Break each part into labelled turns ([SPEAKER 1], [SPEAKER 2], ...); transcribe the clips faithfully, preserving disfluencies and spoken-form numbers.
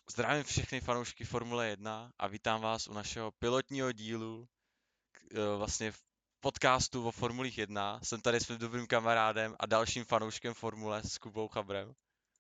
[SPEAKER 1] Zdravím všechny fanoušky Formule jedna a vítám vás u našeho pilotního dílu, k- eh, vlastně v podcastu o Formulích jedna. Jsem tady s mým dobrým kamarádem a dalším fanouškem Formule s Kubou Chabrem.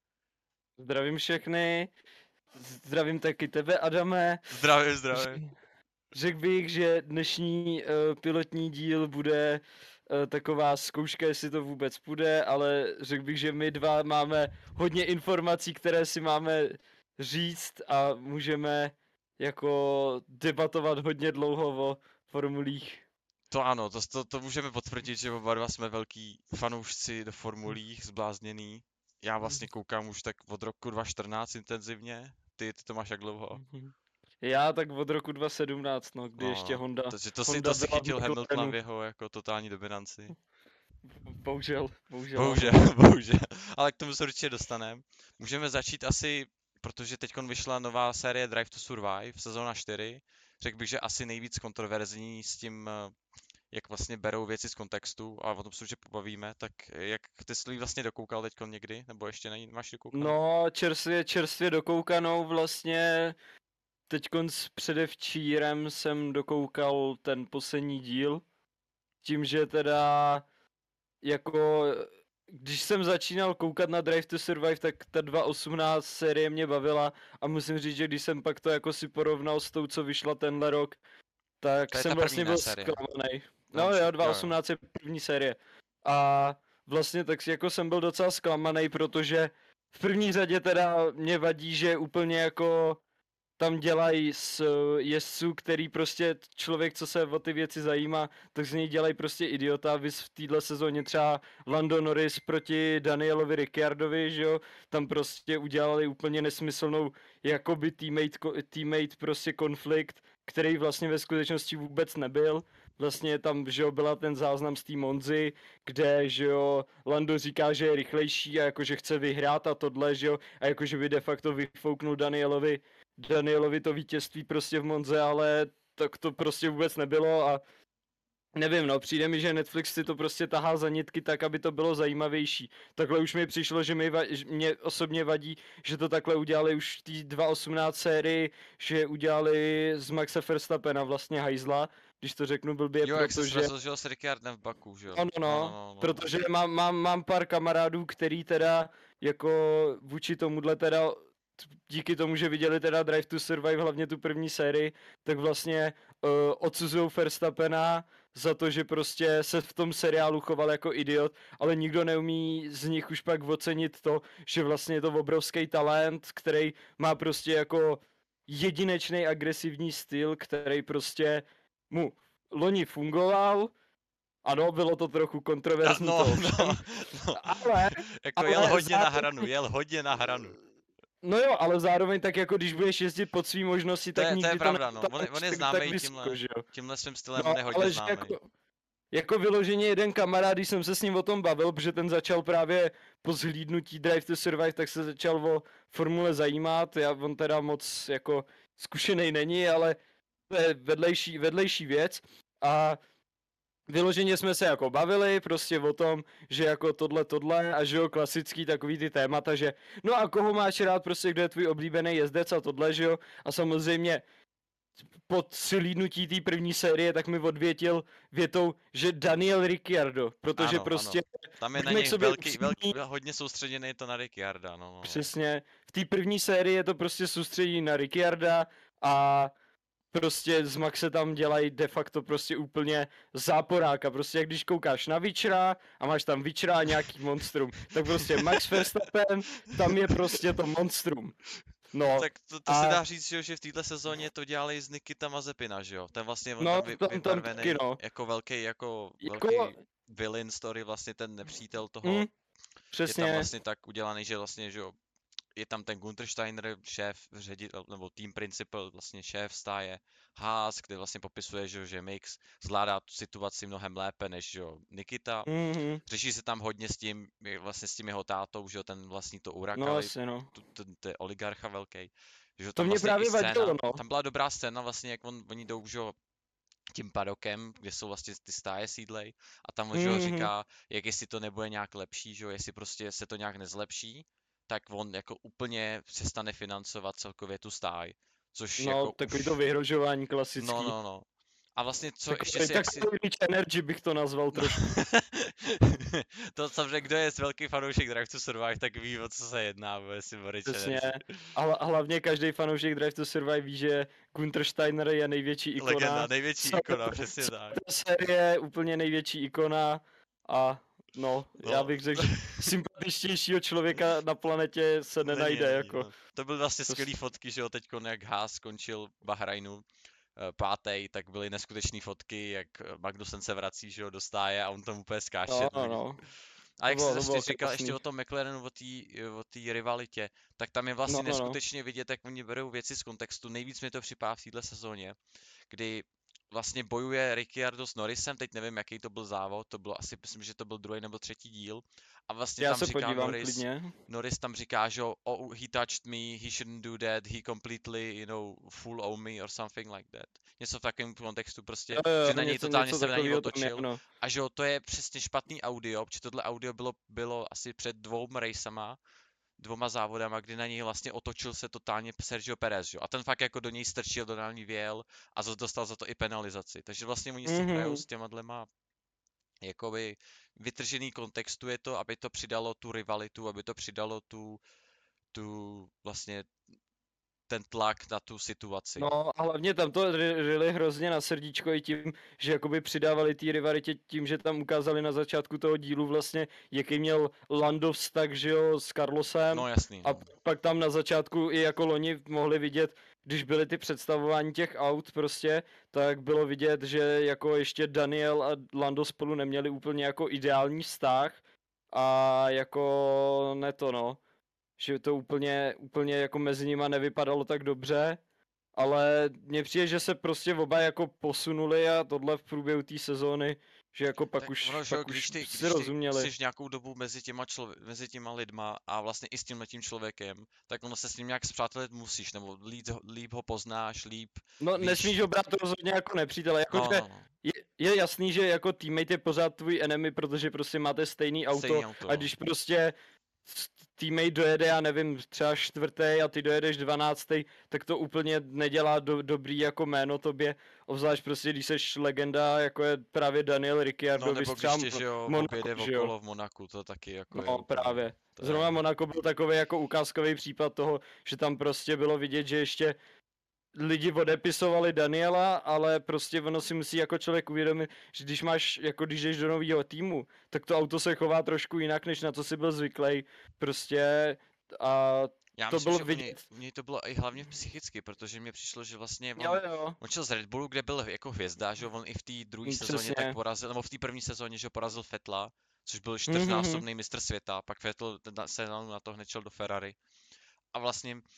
[SPEAKER 2] Zdravím všechny, zdravím taky tebe, Adame.
[SPEAKER 1] Zdravím, zdravím.
[SPEAKER 2] Ř- Řekl bych, že dnešní uh, pilotní díl bude uh, taková zkouška, jestli to vůbec půjde, ale řekl bych, že my dva máme hodně informací, které si máme říct a můžeme jako debatovat hodně dlouho o formulích.
[SPEAKER 1] To ano, to, to, to můžeme potvrdit, že oba dva jsme velký fanoušci do formulích, zblázněný. Já vlastně koukám už tak od roku dva tisíce čtrnáct intenzivně. Ty, ty to máš jak dlouho?
[SPEAKER 2] Mhm. Já tak od roku dva tisíce sedmnáct, no, kdy
[SPEAKER 1] No,
[SPEAKER 2] ještě
[SPEAKER 1] no.
[SPEAKER 2] Honda,
[SPEAKER 1] Takže to si,
[SPEAKER 2] Honda
[SPEAKER 1] to si
[SPEAKER 2] byla v
[SPEAKER 1] chytil Hamiltona v
[SPEAKER 2] McLarenu.
[SPEAKER 1] jeho jako totální dominanci.
[SPEAKER 2] Bohužel, bohužel,
[SPEAKER 1] Bohužel,
[SPEAKER 2] ano.
[SPEAKER 1] bohužel, ale k tomu se určitě dostaneme. Můžeme začít asi, protože teď vyšla nová série Drive to Survive, sezóna čtyři. Řekl bych, že asi nejvíc kontroverzní s tím, eh, jak vlastně berou věci z kontextu a o tom se určitě pobavíme. Tak jak ty jsi vlastně dokoukal teď někdy, nebo ještě nej, máš dokoukanou?
[SPEAKER 2] No, čerstvě, čerstvě dokoukanou vlastně. Teďkon s předevčírem jsem dokoukal ten poslední díl. Tím, že teda jako když jsem začínal koukat na Drive to Survive, tak ta dva tisíce osmnáct série mě bavila a musím říct, že když jsem pak to jako si porovnal s tou, co vyšla tenhle rok, tak
[SPEAKER 1] To je
[SPEAKER 2] jsem
[SPEAKER 1] ta první,
[SPEAKER 2] vlastně
[SPEAKER 1] ne,
[SPEAKER 2] byl
[SPEAKER 1] série.
[SPEAKER 2] zklamaný.
[SPEAKER 1] No,
[SPEAKER 2] No
[SPEAKER 1] určitě,
[SPEAKER 2] jo,
[SPEAKER 1] jo, jo.
[SPEAKER 2] dva tisíce osmnáct je první série. A vlastně tak si jako jsem byl docela zklamaný, protože v první řadě teda mě vadí, že úplně jako tam dělají z jezdců, který prostě člověk, co se o ty věci zajímá, tak z něj dělají prostě idiota. Vys v téhle sezóně třeba Lando Norris proti Danielovi Ricciardovi, že jo, tam prostě udělali úplně nesmyslnou jakoby teammate, ko- teammate prostě konflikt, který vlastně ve skutečnosti vůbec nebyl. Vlastně tam, že jo, byla ten záznam z té Monzy, kde, že jo, Lando říká, že je rychlejší a jakože chce vyhrát a tohle, že jo, a jakože by de facto vyfouknul Danielovi Danielovi to vítězství prostě v Monze, ale tak to prostě vůbec nebylo a nevím, no, přijde mi, že Netflix si to prostě tahá za nitky tak, aby to bylo zajímavější. Takhle už mi přišlo, že mi va- že mě osobně vadí, že to takhle udělali už v té dva tisíce osmnáct sérii, že udělali z Maxe Verstappena vlastně hajzla, když to řeknu blbě,
[SPEAKER 1] Jo, jak se
[SPEAKER 2] protože...
[SPEAKER 1] srazil, že jo, s Ricciardem v Baku, že jo?
[SPEAKER 2] Ano,
[SPEAKER 1] No, no,
[SPEAKER 2] no,
[SPEAKER 1] no, no, no.
[SPEAKER 2] protože mám, mám, mám pár kamarádů, který teda jako vůči tomuhle teda díky tomu, že viděli teda Drive to Survive, hlavně tu první sérii, tak vlastně uh, odsuzují Verstappena za to, že prostě se v tom seriálu choval jako idiot, ale nikdo neumí z nich už pak ocenit to, že vlastně je to obrovský talent, který má prostě jako jedinečný agresivní styl, který prostě mu loni fungoval. Ano, bylo to trochu
[SPEAKER 1] Ta,
[SPEAKER 2] kontroverzní,
[SPEAKER 1] no,
[SPEAKER 2] to ovšem,
[SPEAKER 1] no, no.
[SPEAKER 2] ale,
[SPEAKER 1] Jako jel
[SPEAKER 2] ale
[SPEAKER 1] hodně na
[SPEAKER 2] zároveň,
[SPEAKER 1] hranu, jel hodně na hranu.
[SPEAKER 2] no jo, ale zároveň tak jako když budeš jezdit pod svý možnosti,
[SPEAKER 1] To
[SPEAKER 2] tak
[SPEAKER 1] je, to je
[SPEAKER 2] nikdy to
[SPEAKER 1] pravda, no. On, je-
[SPEAKER 2] nedotáhneš
[SPEAKER 1] on je
[SPEAKER 2] tak, tak
[SPEAKER 1] známý
[SPEAKER 2] vysoko,
[SPEAKER 1] tímhle,
[SPEAKER 2] že jo.
[SPEAKER 1] tímhle svým stylem,
[SPEAKER 2] No,
[SPEAKER 1] on je hodně
[SPEAKER 2] ale že
[SPEAKER 1] známý.
[SPEAKER 2] jako, jako vyloženě jeden kamarád, když jsem se s ním o tom bavil, protože ten začal právě po zhlídnutí Drive to Survive, tak se začal o formule zajímat, já, on teda moc jako zkušený není, ale to je vedlejší, vedlejší věc a vyloženě jsme se jako bavili prostě o tom, že jako tohle, tohle a že jo, klasický takový ty témata, že no a koho máš rád, prostě kdo je tvůj oblíbený jezdec a tohle, že jo, a samozřejmě po přilídnutí té první série, tak mi odvětil větou, že Daniel Ricciardo, protože
[SPEAKER 1] Ano,
[SPEAKER 2] prostě
[SPEAKER 1] ano. Tam je na
[SPEAKER 2] buďme k
[SPEAKER 1] něj
[SPEAKER 2] sobě
[SPEAKER 1] velký, velký,
[SPEAKER 2] upřímní,
[SPEAKER 1] hodně soustředěný to na Ricciarda, no, no, no.
[SPEAKER 2] přesně, v té první sérii je to prostě soustředí na Ricciarda a prostě z Maxe tam dělají de facto prostě úplně záporáka, prostě jak když koukáš na Witchera a máš tam Witchera a nějaký monstrum, tak prostě Max Verstappen, tam je prostě to monstrum. No,
[SPEAKER 1] Tak to, to
[SPEAKER 2] a
[SPEAKER 1] se dá říct, že jo, že v této sezóně to dělali z Nikita Mazepina, že jo? Ten vlastně, on
[SPEAKER 2] no,
[SPEAKER 1] tam vy,
[SPEAKER 2] tam, tam taky
[SPEAKER 1] vybarvený
[SPEAKER 2] no,
[SPEAKER 1] jako velký, jako
[SPEAKER 2] jako,
[SPEAKER 1] velký villain story, vlastně ten nepřítel toho,
[SPEAKER 2] mm,
[SPEAKER 1] je tam
[SPEAKER 2] přesně,
[SPEAKER 1] vlastně tak udělaný, že vlastně, že jo, je tam ten Gunther Steiner, šéf, ředitel, nebo team principal, vlastně šéf stáje Haas, kde vlastně popisuje, že, jo, že Mix zvládá tu situaci mnohem lépe než že jo, Nikita.
[SPEAKER 2] mhm,
[SPEAKER 1] Řeší se tam hodně s tím, je- vlastně s tím jeho tátou, že jo, ten vlastní to
[SPEAKER 2] no
[SPEAKER 1] Urakali,
[SPEAKER 2] asi no,
[SPEAKER 1] tu- ten, ten oligarcha velký. Že jo,
[SPEAKER 2] to
[SPEAKER 1] tam
[SPEAKER 2] mě
[SPEAKER 1] vlastně i
[SPEAKER 2] právě vadilo
[SPEAKER 1] scéna,
[SPEAKER 2] no,
[SPEAKER 1] tam byla dobrá scéna vlastně, jak on, oni jdou, že jo, tím padokem, kde jsou vlastně ty stáje sídlej a tam on, že jo,
[SPEAKER 2] mhm,
[SPEAKER 1] říká, jak jestli to nebude nějak lepší, že jo, jestli prostě se to nějak nezlepší, tak on jako úplně přestane financovat celkově tu stáj. Což
[SPEAKER 2] No,
[SPEAKER 1] jako
[SPEAKER 2] takový
[SPEAKER 1] už...
[SPEAKER 2] to vyhrožování
[SPEAKER 1] No,
[SPEAKER 2] klasický.
[SPEAKER 1] no, no. A vlastně co ještě
[SPEAKER 2] Takový,
[SPEAKER 1] si, jak si...
[SPEAKER 2] takový rich energy bych to nazval trošku.
[SPEAKER 1] To samozřejmě, kdo je velký fanoušek Drive to Survive, tak ví, o co se jedná, bo jestli o rich
[SPEAKER 2] Přesně.
[SPEAKER 1] energy.
[SPEAKER 2] A hla- hlavně každý fanoušek Drive to Survive ví, že Gunther Steiner je největší ikona.
[SPEAKER 1] Legenda, největší
[SPEAKER 2] Co-
[SPEAKER 1] ikona, přesně tak.
[SPEAKER 2] Ta série je úplně největší ikona a no,
[SPEAKER 1] No.
[SPEAKER 2] já bych řekl, že sympatičtějšího člověka na planetě se
[SPEAKER 1] Není,
[SPEAKER 2] nenajde,
[SPEAKER 1] není,
[SPEAKER 2] jako.
[SPEAKER 1] no. To byly vlastně
[SPEAKER 2] To s-
[SPEAKER 1] skvělý fotky, že jo, teďko jak Haas skončil v Bahrajnu eh, pátý, tak byly neskutečné fotky, jak Magnussen se vrací, že jo, do stáje a on tam úplně skáče.
[SPEAKER 2] No,
[SPEAKER 1] to
[SPEAKER 2] no, no.
[SPEAKER 1] A jak
[SPEAKER 2] bylo-
[SPEAKER 1] jsi
[SPEAKER 2] to
[SPEAKER 1] ještě
[SPEAKER 2] bylo
[SPEAKER 1] říkal
[SPEAKER 2] krásný.
[SPEAKER 1] ještě o tom McLarenu, o té o té rivalitě, tak tam je vlastně
[SPEAKER 2] No, no, no.
[SPEAKER 1] neskutečně vidět, jak oni berou věci z kontextu. Nejvíc mi to připadá v této sezóně, kdy vlastně bojuje Ricciardo s Norrisem, teď nevím, jaký to byl závod, to bylo asi, myslím, že to byl druhý nebo třetí díl. A vlastně
[SPEAKER 2] Já
[SPEAKER 1] tam
[SPEAKER 2] se
[SPEAKER 1] říká
[SPEAKER 2] podívám
[SPEAKER 1] Norris,
[SPEAKER 2] klidně.
[SPEAKER 1] Norris tam říká, že oh, he touched me, he shouldn't do that, he completely, you know, full own me or something like that. Něco v takovém kontextu prostě,
[SPEAKER 2] Jo, jo,
[SPEAKER 1] že na něj
[SPEAKER 2] něco-
[SPEAKER 1] totálně
[SPEAKER 2] něco
[SPEAKER 1] se na něj
[SPEAKER 2] takovýho tam je,
[SPEAKER 1] otočil.
[SPEAKER 2] no.
[SPEAKER 1] A že jo, to je přesně špatný audio, protože tohle audio bylo, bylo asi před dvou racema, dvoma závodama, kdy na něj vlastně otočil se totálně Sergio Perez, že jo. A ten fakt jako do něj strčil, do něj věl a zase dostal za to i penalizaci. Takže vlastně oni si
[SPEAKER 2] Mhm.
[SPEAKER 1] hrajou s těma dvěma jakoby vytržený kontextu je to, aby to přidalo tu rivalitu, aby to přidalo tu, tu vlastně ten tlak na tu situaci.
[SPEAKER 2] No a hlavně tam to řili hrozně na srdíčko i tím, že jakoby přidávali té rivalitě tím, že tam ukázali na začátku toho dílu vlastně, jaký měl Lando vztah, že jo, s Carlosem.
[SPEAKER 1] No jasný,
[SPEAKER 2] A
[SPEAKER 1] no.
[SPEAKER 2] pak tam na začátku i jako loni mohli vidět, když byly ty představování těch aut prostě, tak bylo vidět, že jako ještě Daniel a Lando spolu neměli úplně jako ideální vztah a jako ne to no, že to úplně, úplně jako mezi nima nevypadalo tak dobře, ale mně přijde, že se prostě oba jako posunuli a tohle v průběhu té sezóny, že jako pak
[SPEAKER 1] Tak
[SPEAKER 2] už,
[SPEAKER 1] ono, že jo,
[SPEAKER 2] pak
[SPEAKER 1] když
[SPEAKER 2] už
[SPEAKER 1] ty,
[SPEAKER 2] si
[SPEAKER 1] když ty
[SPEAKER 2] rozuměli.
[SPEAKER 1] jsi nějakou dobu mezi těma, člově- mezi těma lidma a vlastně i s tímhletím člověkem, tak ono se s ním nějak zpřátelit musíš, nebo líp, ho- líp ho poznáš, líp
[SPEAKER 2] No
[SPEAKER 1] víš.
[SPEAKER 2] nesmíš ho brát rozhodně jako nepřítele, jako
[SPEAKER 1] No,
[SPEAKER 2] že
[SPEAKER 1] no, no.
[SPEAKER 2] je, je jasný, že jako teammate je pořád tvůj enemy, protože prostě máte stejný auto,
[SPEAKER 1] Stejný auto,
[SPEAKER 2] a
[SPEAKER 1] no.
[SPEAKER 2] když prostě s- teammate dojede, já nevím, třeba čtvrtý a ty dojedeš dvanáctý, tak to úplně nedělá do, dobrý jako jméno tobě, obzvlášť prostě, když seš legenda, jako je právě Daniel Ricciardo,
[SPEAKER 1] No nebo
[SPEAKER 2] třeba
[SPEAKER 1] když tě, že jo,
[SPEAKER 2] Monaco,
[SPEAKER 1] objede
[SPEAKER 2] že jo.
[SPEAKER 1] okolo v Monaku, to taky jako je
[SPEAKER 2] No
[SPEAKER 1] úplně,
[SPEAKER 2] právě.
[SPEAKER 1] to je-
[SPEAKER 2] Zrovna Monaco byl takový jako ukázkový případ toho, že tam prostě bylo vidět, že ještě lidi odepisovali Daniela, ale prostě ono si musí jako člověk uvědomit, že když máš, jako když jdeš do nového týmu, tak to auto se chová trošku jinak, než na co jsi byl zvyklý. Prostě a
[SPEAKER 1] Já
[SPEAKER 2] to
[SPEAKER 1] myslím,
[SPEAKER 2] bylo
[SPEAKER 1] že u něj,
[SPEAKER 2] vidět.
[SPEAKER 1] u něj to bylo i hlavně psychicky, protože mně přišlo, že vlastně on,
[SPEAKER 2] Jo, jo.
[SPEAKER 1] on šel z Red Bullu, kde byl jako hvězda, že jo, on i v té druhé
[SPEAKER 2] Mm,
[SPEAKER 1] sezóně tak
[SPEAKER 2] přesně.
[SPEAKER 1] porazil, nebo v té první sezóně, že jo, porazil Vettela, což byl čtyřnásobný mistr světa, pak Vettel ten se na to hned šel do Ferrari. A vlastně uh,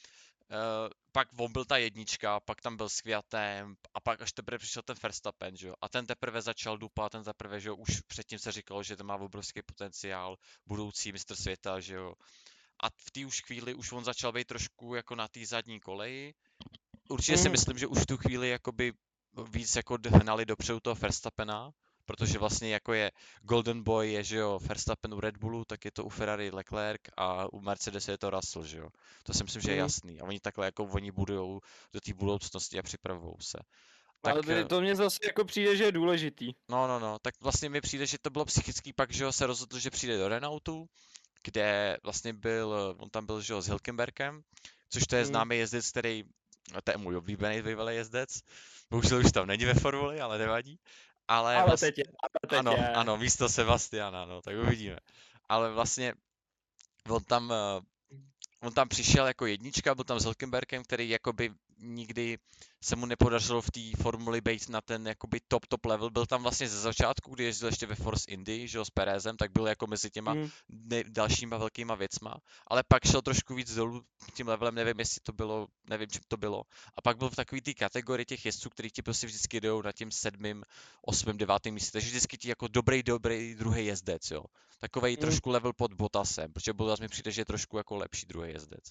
[SPEAKER 1] pak on byl ta jednička, pak tam byl s Květem a pak až teprve přišel ten Verstappen, že jo, a ten teprve začal dupat, ten teprve, že jo, už předtím se říkalo, že to má obrovský potenciál, budoucí mistr světa, že jo. A v té už chvíli už on začal být trošku jako na té zadní koleji. Určitě si
[SPEAKER 2] Mhm.
[SPEAKER 1] myslím, že už v tu chvíli jakoby víc jako hnali dopředu toho Verstappena, protože vlastně jako je Golden Boy je, že jo, Verstappen u Red Bullu, tak je to u Ferrari Leclerc a u Mercedes je to Russell, že jo. To si myslím, že je
[SPEAKER 2] Mhm.
[SPEAKER 1] jasný. A oni takhle jako oni budujou do té budoucnosti a připravují se.
[SPEAKER 2] Ale
[SPEAKER 1] Tak,
[SPEAKER 2] to-
[SPEAKER 1] eh,
[SPEAKER 2] to mně zase jako přijde, že je důležitý.
[SPEAKER 1] no, no, no, tak vlastně mi přijde, že to bylo psychický, pak, že jo, se rozhodl, že přijde do Renaultu, kde vlastně byl, on tam byl, že jo, s Hülkenbergem, což to je
[SPEAKER 2] Mm.
[SPEAKER 1] známý jezdec, který, a to je můj oblíbený bývalý jezdec, bohužel už tam není ve formuli, ale nevadí. Ale,
[SPEAKER 2] Ale
[SPEAKER 1] vlastně,
[SPEAKER 2] teď je, ale teď
[SPEAKER 1] ano,
[SPEAKER 2] je.
[SPEAKER 1] ano, místo Sebastiana, no, tak uvidíme. Ale vlastně on tam, eh, on tam přišel jako jednička, byl tam s Hülkenbergem, který jakoby nikdy se mu nepodařilo v té formuli být na ten jakoby top top level. Byl tam vlastně ze začátku, kdy jezdil ještě ve Force Indy, že jo, s Perezem, tak byl jako mezi těma
[SPEAKER 2] Mm.
[SPEAKER 1] nej, dalšíma velkýma věcma, ale pak šel trošku víc dolů tím levelem, nevím, jestli to bylo, nevím, čím to bylo. A pak byl v takový té kategorii těch jezdců, který ti prostě vždycky jdou na tím sedmým, osmým, devátým místě, takže vždycky ti jako dobrý, dobrý druhý jezdec, jo. Takovej
[SPEAKER 2] Mm.
[SPEAKER 1] trošku level pod Bottasem, protože Bottas mi přijde, že je trošku jako lepší druhý jezdec.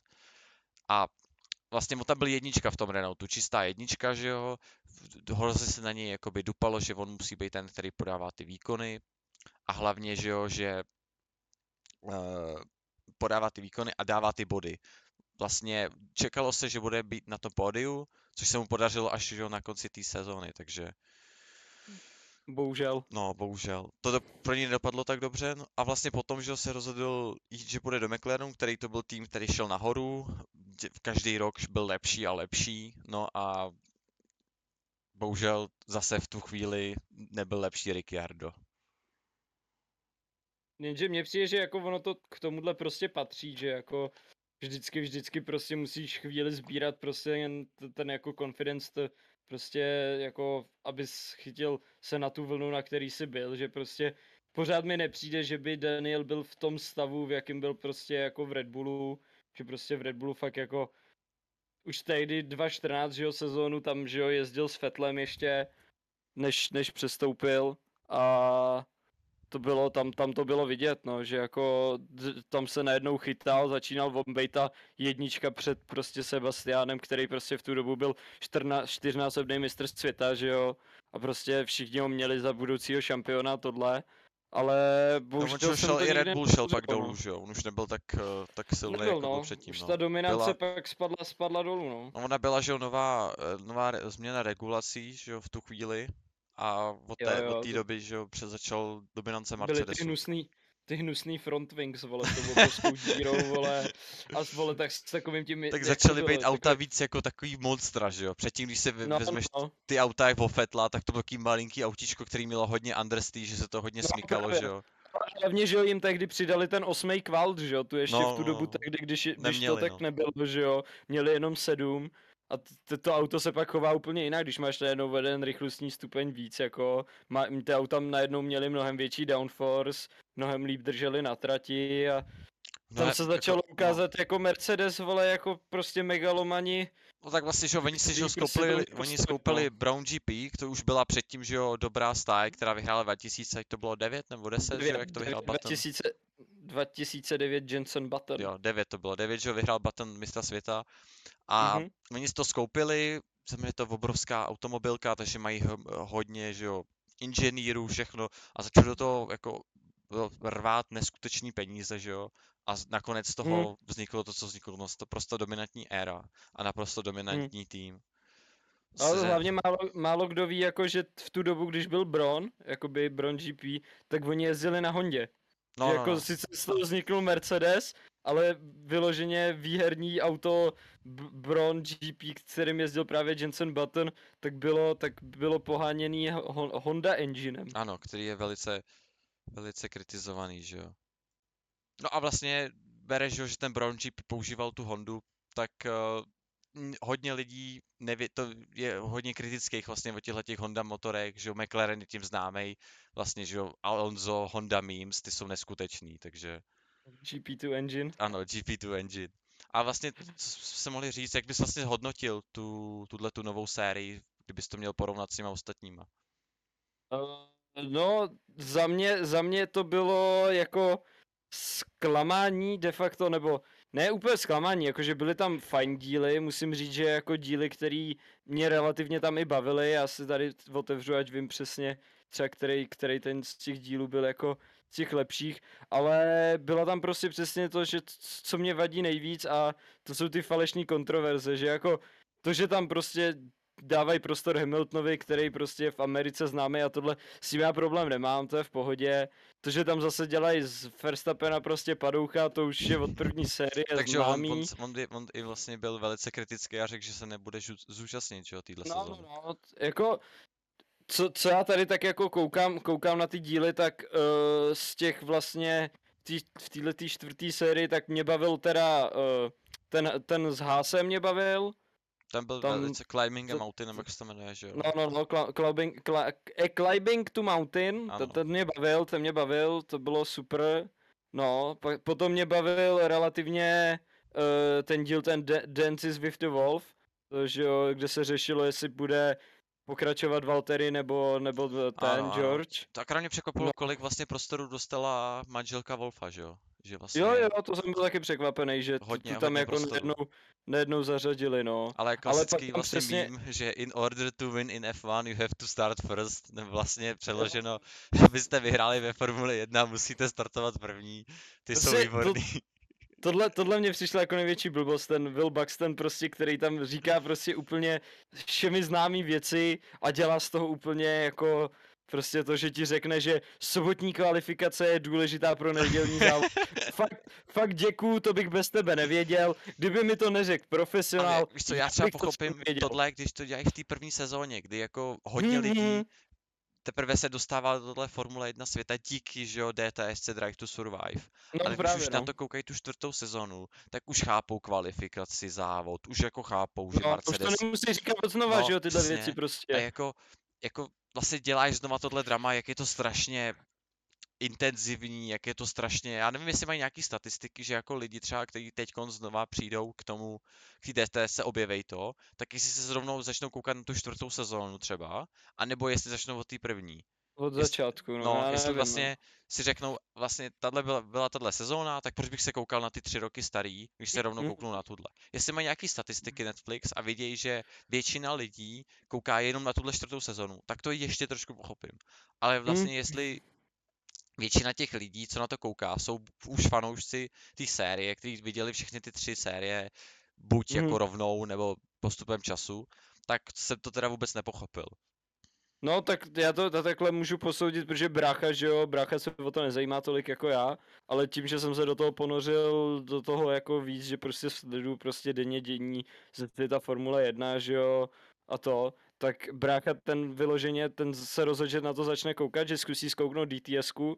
[SPEAKER 1] A vlastně mu tam byl jednička v tom Renaultu, čistá jednička, že jo, hrozně se na něj jakoby dupalo, že on musí být ten, který podává ty výkony a hlavně, že jo, že uh, podává ty výkony a dává ty body. Vlastně čekalo se, že bude být na tom pódiu, což se mu podařilo až že jo, na konci té sezóny, takže
[SPEAKER 2] Bohužel.
[SPEAKER 1] no, bohužel. To do, pro něj nedopadlo tak dobře no, a vlastně potom, že se rozhodl jít, že bude do McLarenu, který to byl tým, který šel nahoru, dě- každý rok byl lepší a lepší, no a bohužel zase v tu chvíli nebyl lepší Ricciardo.
[SPEAKER 2] Jenže mně přijde, že jako ono to k tomuhle prostě patří, že jako vždycky, vždycky prostě musíš chvíli sbírat prostě jen t- ten jako confidence, to prostě jako, abys chytil se na tu vlnu, na který jsi byl, že prostě pořád mi nepřijde, že by Daniel byl v tom stavu, v jakém byl prostě jako v Red Bullu, že prostě v Red Bullu fakt jako už tehdy dva tisíce čtrnáct, že jo, sezónu tam, že jo, jezdil s Vettelem ještě, než, než přestoupil a to bylo, tam, tam to bylo vidět, no, že jako d- tam se najednou chytal, začínal od bejta jednička před prostě Sebastiánem, který prostě v tu dobu byl čtrnáct, čtyřnásobný mistr světa, že jo, a prostě všichni ho měli za budoucího šampiona tohle, ale
[SPEAKER 1] No,
[SPEAKER 2] bohužel
[SPEAKER 1] on
[SPEAKER 2] jsem
[SPEAKER 1] šel
[SPEAKER 2] to
[SPEAKER 1] i Red
[SPEAKER 2] nikdy
[SPEAKER 1] Bull šel pak
[SPEAKER 2] nepozoral,
[SPEAKER 1] dolů,
[SPEAKER 2] no.
[SPEAKER 1] že jo, on už nebyl tak, eh, tak silný,
[SPEAKER 2] Nebyl,
[SPEAKER 1] jako byl
[SPEAKER 2] no,
[SPEAKER 1] předtím,
[SPEAKER 2] už
[SPEAKER 1] no.
[SPEAKER 2] ta dominance
[SPEAKER 1] Byla,
[SPEAKER 2] pak spadla, spadla dolů, no.
[SPEAKER 1] no ona byla, že jo, nová, eh, nová re- změna regulací, že jo, v tu chvíli a od
[SPEAKER 2] Jo,
[SPEAKER 1] té, od
[SPEAKER 2] jo,
[SPEAKER 1] té
[SPEAKER 2] to
[SPEAKER 1] doby, že jo, před začal dominance
[SPEAKER 2] byly ty
[SPEAKER 1] Mercedesu.
[SPEAKER 2] hnusný, ty hnusný front wings, vole, s tou obrovskou dírou, vole, a s, vole, tak s takovým tím,
[SPEAKER 1] Tak
[SPEAKER 2] jak
[SPEAKER 1] začaly
[SPEAKER 2] to
[SPEAKER 1] být
[SPEAKER 2] bylo,
[SPEAKER 1] auta
[SPEAKER 2] takový,
[SPEAKER 1] víc jako takový monstra, že jo. Předtím, když si ve-
[SPEAKER 2] no,
[SPEAKER 1] vezmeš
[SPEAKER 2] no,
[SPEAKER 1] ty auta jak od Fettla, tak to bylo takový malinký autíčko, který mělo hodně understeer, že se to hodně
[SPEAKER 2] no
[SPEAKER 1] smykalo,
[SPEAKER 2] právě.
[SPEAKER 1] že jo.
[SPEAKER 2] Hlavně, že jo, jim tehdy přidali ten osmý kvalt, že jo, tu ještě
[SPEAKER 1] No,
[SPEAKER 2] v tu dobu
[SPEAKER 1] no,
[SPEAKER 2] tehdy, když, když to
[SPEAKER 1] neměli,
[SPEAKER 2] tak
[SPEAKER 1] no.
[SPEAKER 2] nebylo, že jo, měli jenom sedm a t- to auto se pak chová úplně jinak, když máš najednou jeden rychlostní stupeň víc, jako, má, ty auta najednou měli mnohem větší downforce, mnohem líp drželi na trati a
[SPEAKER 1] No,
[SPEAKER 2] tam
[SPEAKER 1] ne-
[SPEAKER 2] se
[SPEAKER 1] jako,
[SPEAKER 2] začalo
[SPEAKER 1] no.
[SPEAKER 2] ukázat jako Mercedes, vole, jako prostě megalomani.
[SPEAKER 1] No tak vlastně, že jo, oni si, že jo,
[SPEAKER 2] Který prostě
[SPEAKER 1] skoupili,
[SPEAKER 2] byli
[SPEAKER 1] oni
[SPEAKER 2] postavit,
[SPEAKER 1] skoupili
[SPEAKER 2] no.
[SPEAKER 1] Brown G P, to už byla předtím, že jo, dobrá stáj, která vyhrála dva tisíce, jak to bylo devět nebo deset, že jo, jak to vyhrál Button.
[SPEAKER 2] dva tisíce, dva tisíce devět Jenson Button.
[SPEAKER 1] Jo, devět to bylo, devět, že jo, vyhrál Button mistra světa a
[SPEAKER 2] Mhm.
[SPEAKER 1] oni si to skoupili, samozřejmě je to obrovská automobilka, takže mají ho- hodně, že jo, inženýrů, všechno a začali do toho jako jo, rvát neskutečný peníze, že jo, a z- nakonec z toho
[SPEAKER 2] Mhm.
[SPEAKER 1] vzniklo to, co vzniklo, no, to prostě dominantní éra a naprosto dominantní tým.
[SPEAKER 2] Ale
[SPEAKER 1] Se-
[SPEAKER 2] hlavně málo, málo kdo ví, jako, že v tu dobu, když byl Bron, jakoby Bron G P, tak oni jezdili na Hondě.
[SPEAKER 1] No,
[SPEAKER 2] Že
[SPEAKER 1] no,
[SPEAKER 2] jako
[SPEAKER 1] no.
[SPEAKER 2] sice z toho vznikl Mercedes, ale vyloženě výherní auto B- Bron G P, kterým jezdil právě Jenson Button, tak bylo, tak bylo poháněný Hon- Honda enginem.
[SPEAKER 1] Ano, který je velice, velice kritizovaný, že jo. No a vlastně bereš, že jo, že ten Brown G P používal tu Hondu, tak uh, n- hodně lidí, neví, to je hodně kritických vlastně o těchto těch Honda motorech, že jo, McLaren je tím známý, vlastně, že jo, Alonso, Honda memes, ty jsou neskutečný, takže
[SPEAKER 2] G P dva engine.
[SPEAKER 1] ano, G P dva engine. A vlastně, co se mohli říct, jak bys vlastně hodnotil tu, tuhle tu novou sérii, kdybys to měl porovnat s těma ostatníma?
[SPEAKER 2] Uh, no, za mě, za mě to bylo jako zklamání de facto, nebo ne úplně zklamání, jakože byly tam fajn díly, musím říct, že jako díly, který mě relativně tam i bavily, já si tady otevřu, ať vím přesně třeba, který, který ten z těch dílů byl jako z těch lepších, ale bylo tam prostě přesně to, že c- co mě vadí nejvíc a to jsou ty falešní kontroverze, že jako to, že tam prostě dávají prostor Hamiltonovi, který prostě je v Americe známý a tohle, s tím já problém nemám, to je v pohodě. To, že tam zase dělají z Verstappena prostě padoucha, to už je od první série
[SPEAKER 1] Takže on,
[SPEAKER 2] známý.
[SPEAKER 1] on, on, on, on i vlastně byl velice kritický a řekl, že se nebude žu- zúčastnit, že jo, téhle
[SPEAKER 2] No, no,
[SPEAKER 1] sezóny.
[SPEAKER 2] no, t- jako, co, co já tady tak jako koukám, koukám na ty díly, tak uh, z těch vlastně, tý, v této čtvrté sérii, tak mě bavil teda, uh, ten, ten s Haasem mě bavil.
[SPEAKER 1] Ten byl
[SPEAKER 2] Tam
[SPEAKER 1] velice Climbing a
[SPEAKER 2] to-
[SPEAKER 1] Mountain, nebo jak se to jmenuje, že jo?
[SPEAKER 2] No, no, no, cla- climbing, cla, a climbing to mountain, to,
[SPEAKER 1] Ano.
[SPEAKER 2] ten mě bavil, ten mě bavil, to bylo super. No, pa, potom mě bavil relativně uh, ten díl, ten D- Dances with the Wolf, to, že jo, kde se řešilo, jestli bude pokračovat Valtteri nebo, nebo ten
[SPEAKER 1] Ano, ano.
[SPEAKER 2] George.
[SPEAKER 1] To akorát mě překvapilo,
[SPEAKER 2] No.
[SPEAKER 1] kolik vlastně prostoru dostala manželka Wolfa, že jo? Že vlastně,
[SPEAKER 2] Jo, jo, to jsem byl taky překvapený, že tu-
[SPEAKER 1] Hodně-
[SPEAKER 2] tu tam
[SPEAKER 1] hodně
[SPEAKER 2] jako
[SPEAKER 1] prostoru.
[SPEAKER 2] nejednou, nejednou zařadili, no.
[SPEAKER 1] ale
[SPEAKER 2] pak
[SPEAKER 1] klasický
[SPEAKER 2] tam
[SPEAKER 1] vlastně
[SPEAKER 2] přesně-
[SPEAKER 1] meme, že in order to win in F one you have to start first, nebo vlastně přeloženo, abyste vyhráli ve Formuli jedna, musíte startovat první, ty jsou
[SPEAKER 2] Prostě to-
[SPEAKER 1] výborný.
[SPEAKER 2] tohle, tohle mě přišlo jako největší blbost, ten Will Buxton prostě, který tam říká prostě úplně všemi známý věci a dělá z toho úplně jako prostě to, že ti řekne, že sobotní kvalifikace je důležitá pro nedělní závod. fakt, fakt děkuju, to bych bez tebe nevěděl, kdyby mi to neřekl profesionál.
[SPEAKER 1] Ale víš co, já třeba
[SPEAKER 2] bych to
[SPEAKER 1] pochopím
[SPEAKER 2] věděl.
[SPEAKER 1] tohle, když to dělají v té první sezóně, kdy jako hodně
[SPEAKER 2] Mhm.
[SPEAKER 1] lidí teprve se dostává do tohle Formule jedna světa díky, že jo, D T S C Drive to Survive.
[SPEAKER 2] No
[SPEAKER 1] Ale když
[SPEAKER 2] právě,
[SPEAKER 1] už
[SPEAKER 2] no.
[SPEAKER 1] na to koukají tu čtvrtou sezonu, tak už chápou kvalifikaci, závod, už jako chápou, že
[SPEAKER 2] No, už
[SPEAKER 1] Mercedes...
[SPEAKER 2] to nemusí říkat od znova,
[SPEAKER 1] No,
[SPEAKER 2] že jo, tyhle
[SPEAKER 1] přesně.
[SPEAKER 2] věci
[SPEAKER 1] A
[SPEAKER 2] prostě.
[SPEAKER 1] jako, jako vlastně děláš znova tohle drama, jak je to strašně intenzivní, jak je to strašně, já nevím, jestli mají nějaký statistiky, že jako lidi třeba, kteří teď znova přijdou k tomu, k té D T S se objeví to, tak jestli se zrovnou začnou koukat na tu čtvrtou sezónu třeba, anebo jestli začnou od té první.
[SPEAKER 2] Od
[SPEAKER 1] Jest-
[SPEAKER 2] začátku, no,
[SPEAKER 1] No,
[SPEAKER 2] já
[SPEAKER 1] jestli
[SPEAKER 2] nevím,
[SPEAKER 1] vlastně si řeknou, vlastně tahle byla, byla tahle sezóna, tak proč bych se koukal na ty tři roky starý, když se rovnou
[SPEAKER 2] Mhm.
[SPEAKER 1] kouknu na tuhle. Jestli mají nějaký statistiky Netflix a vidějí, že většina lidí kouká jenom na tuhle čtvrtou sezonu, tak to ještě trošku pochopím. Ale vlastně jestli většina těch lidí, co na to kouká, jsou už fanoušci té série, kteří viděli všechny ty tři série, buď
[SPEAKER 2] Mhm.
[SPEAKER 1] jako rovnou, nebo postupem času, tak jsem to teda vůbec nepochopil.
[SPEAKER 2] No, tak já to ta- takhle můžu posoudit, protože brácha, že jo, brácha se o to nezajímá tolik jako já, ale tím, že jsem se do toho ponořil, do toho jako víc, že prostě sleduju prostě denně dění ze světa Formule jedna, že jo, a to, tak brácha ten vyloženě, ten se rozhodl, že na to začne koukat, že zkusí zkouknout DTSku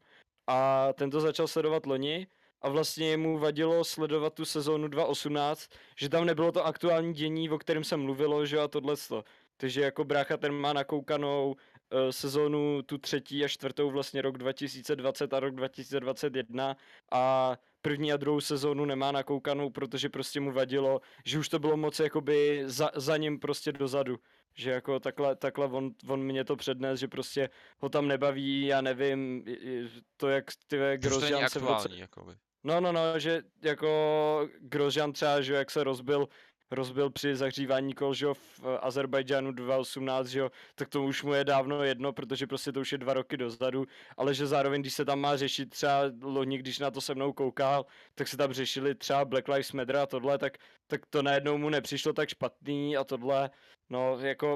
[SPEAKER 2] a ten to začal sledovat loni a vlastně mu vadilo sledovat tu sezónu dva tisíce osmnáct, že tam nebylo to aktuální dění, o kterém se mluvilo, že jo, a tohleto. Takže jako brácha ten má nakoukanou uh, sezónu tu třetí a čtvrtou vlastně rok dva tisíce dvacet a rok dva tisíce dvacet jedna a první a druhou sezónu nemá nakoukanou, protože prostě mu vadilo, že už to bylo moc jakoby za, za ním prostě dozadu. Že jako takhle, takhle on, on mě to přednes, že prostě ho tam nebaví, já nevím, i- i to jak ty
[SPEAKER 1] Že už to není
[SPEAKER 2] Grosjean se v roce...
[SPEAKER 1] aktuální, jakoby.
[SPEAKER 2] No, no, no, že jako Grosjean třeba, že jo, jak se rozbil, rozbil při zahřívání kol, že jo, v eh, Azerbajdžánu dva tisíce osmnáct, že jo, tak to už mu je dávno jedno, protože prostě to už je dva roky dozadu, ale že zároveň, když se tam má řešit třeba loni, když na to se mnou koukal, tak se tam řešili třeba Black Lives Matter a tohle, tak, tak to najednou mu nepřišlo tak špatný a tohle, no, jako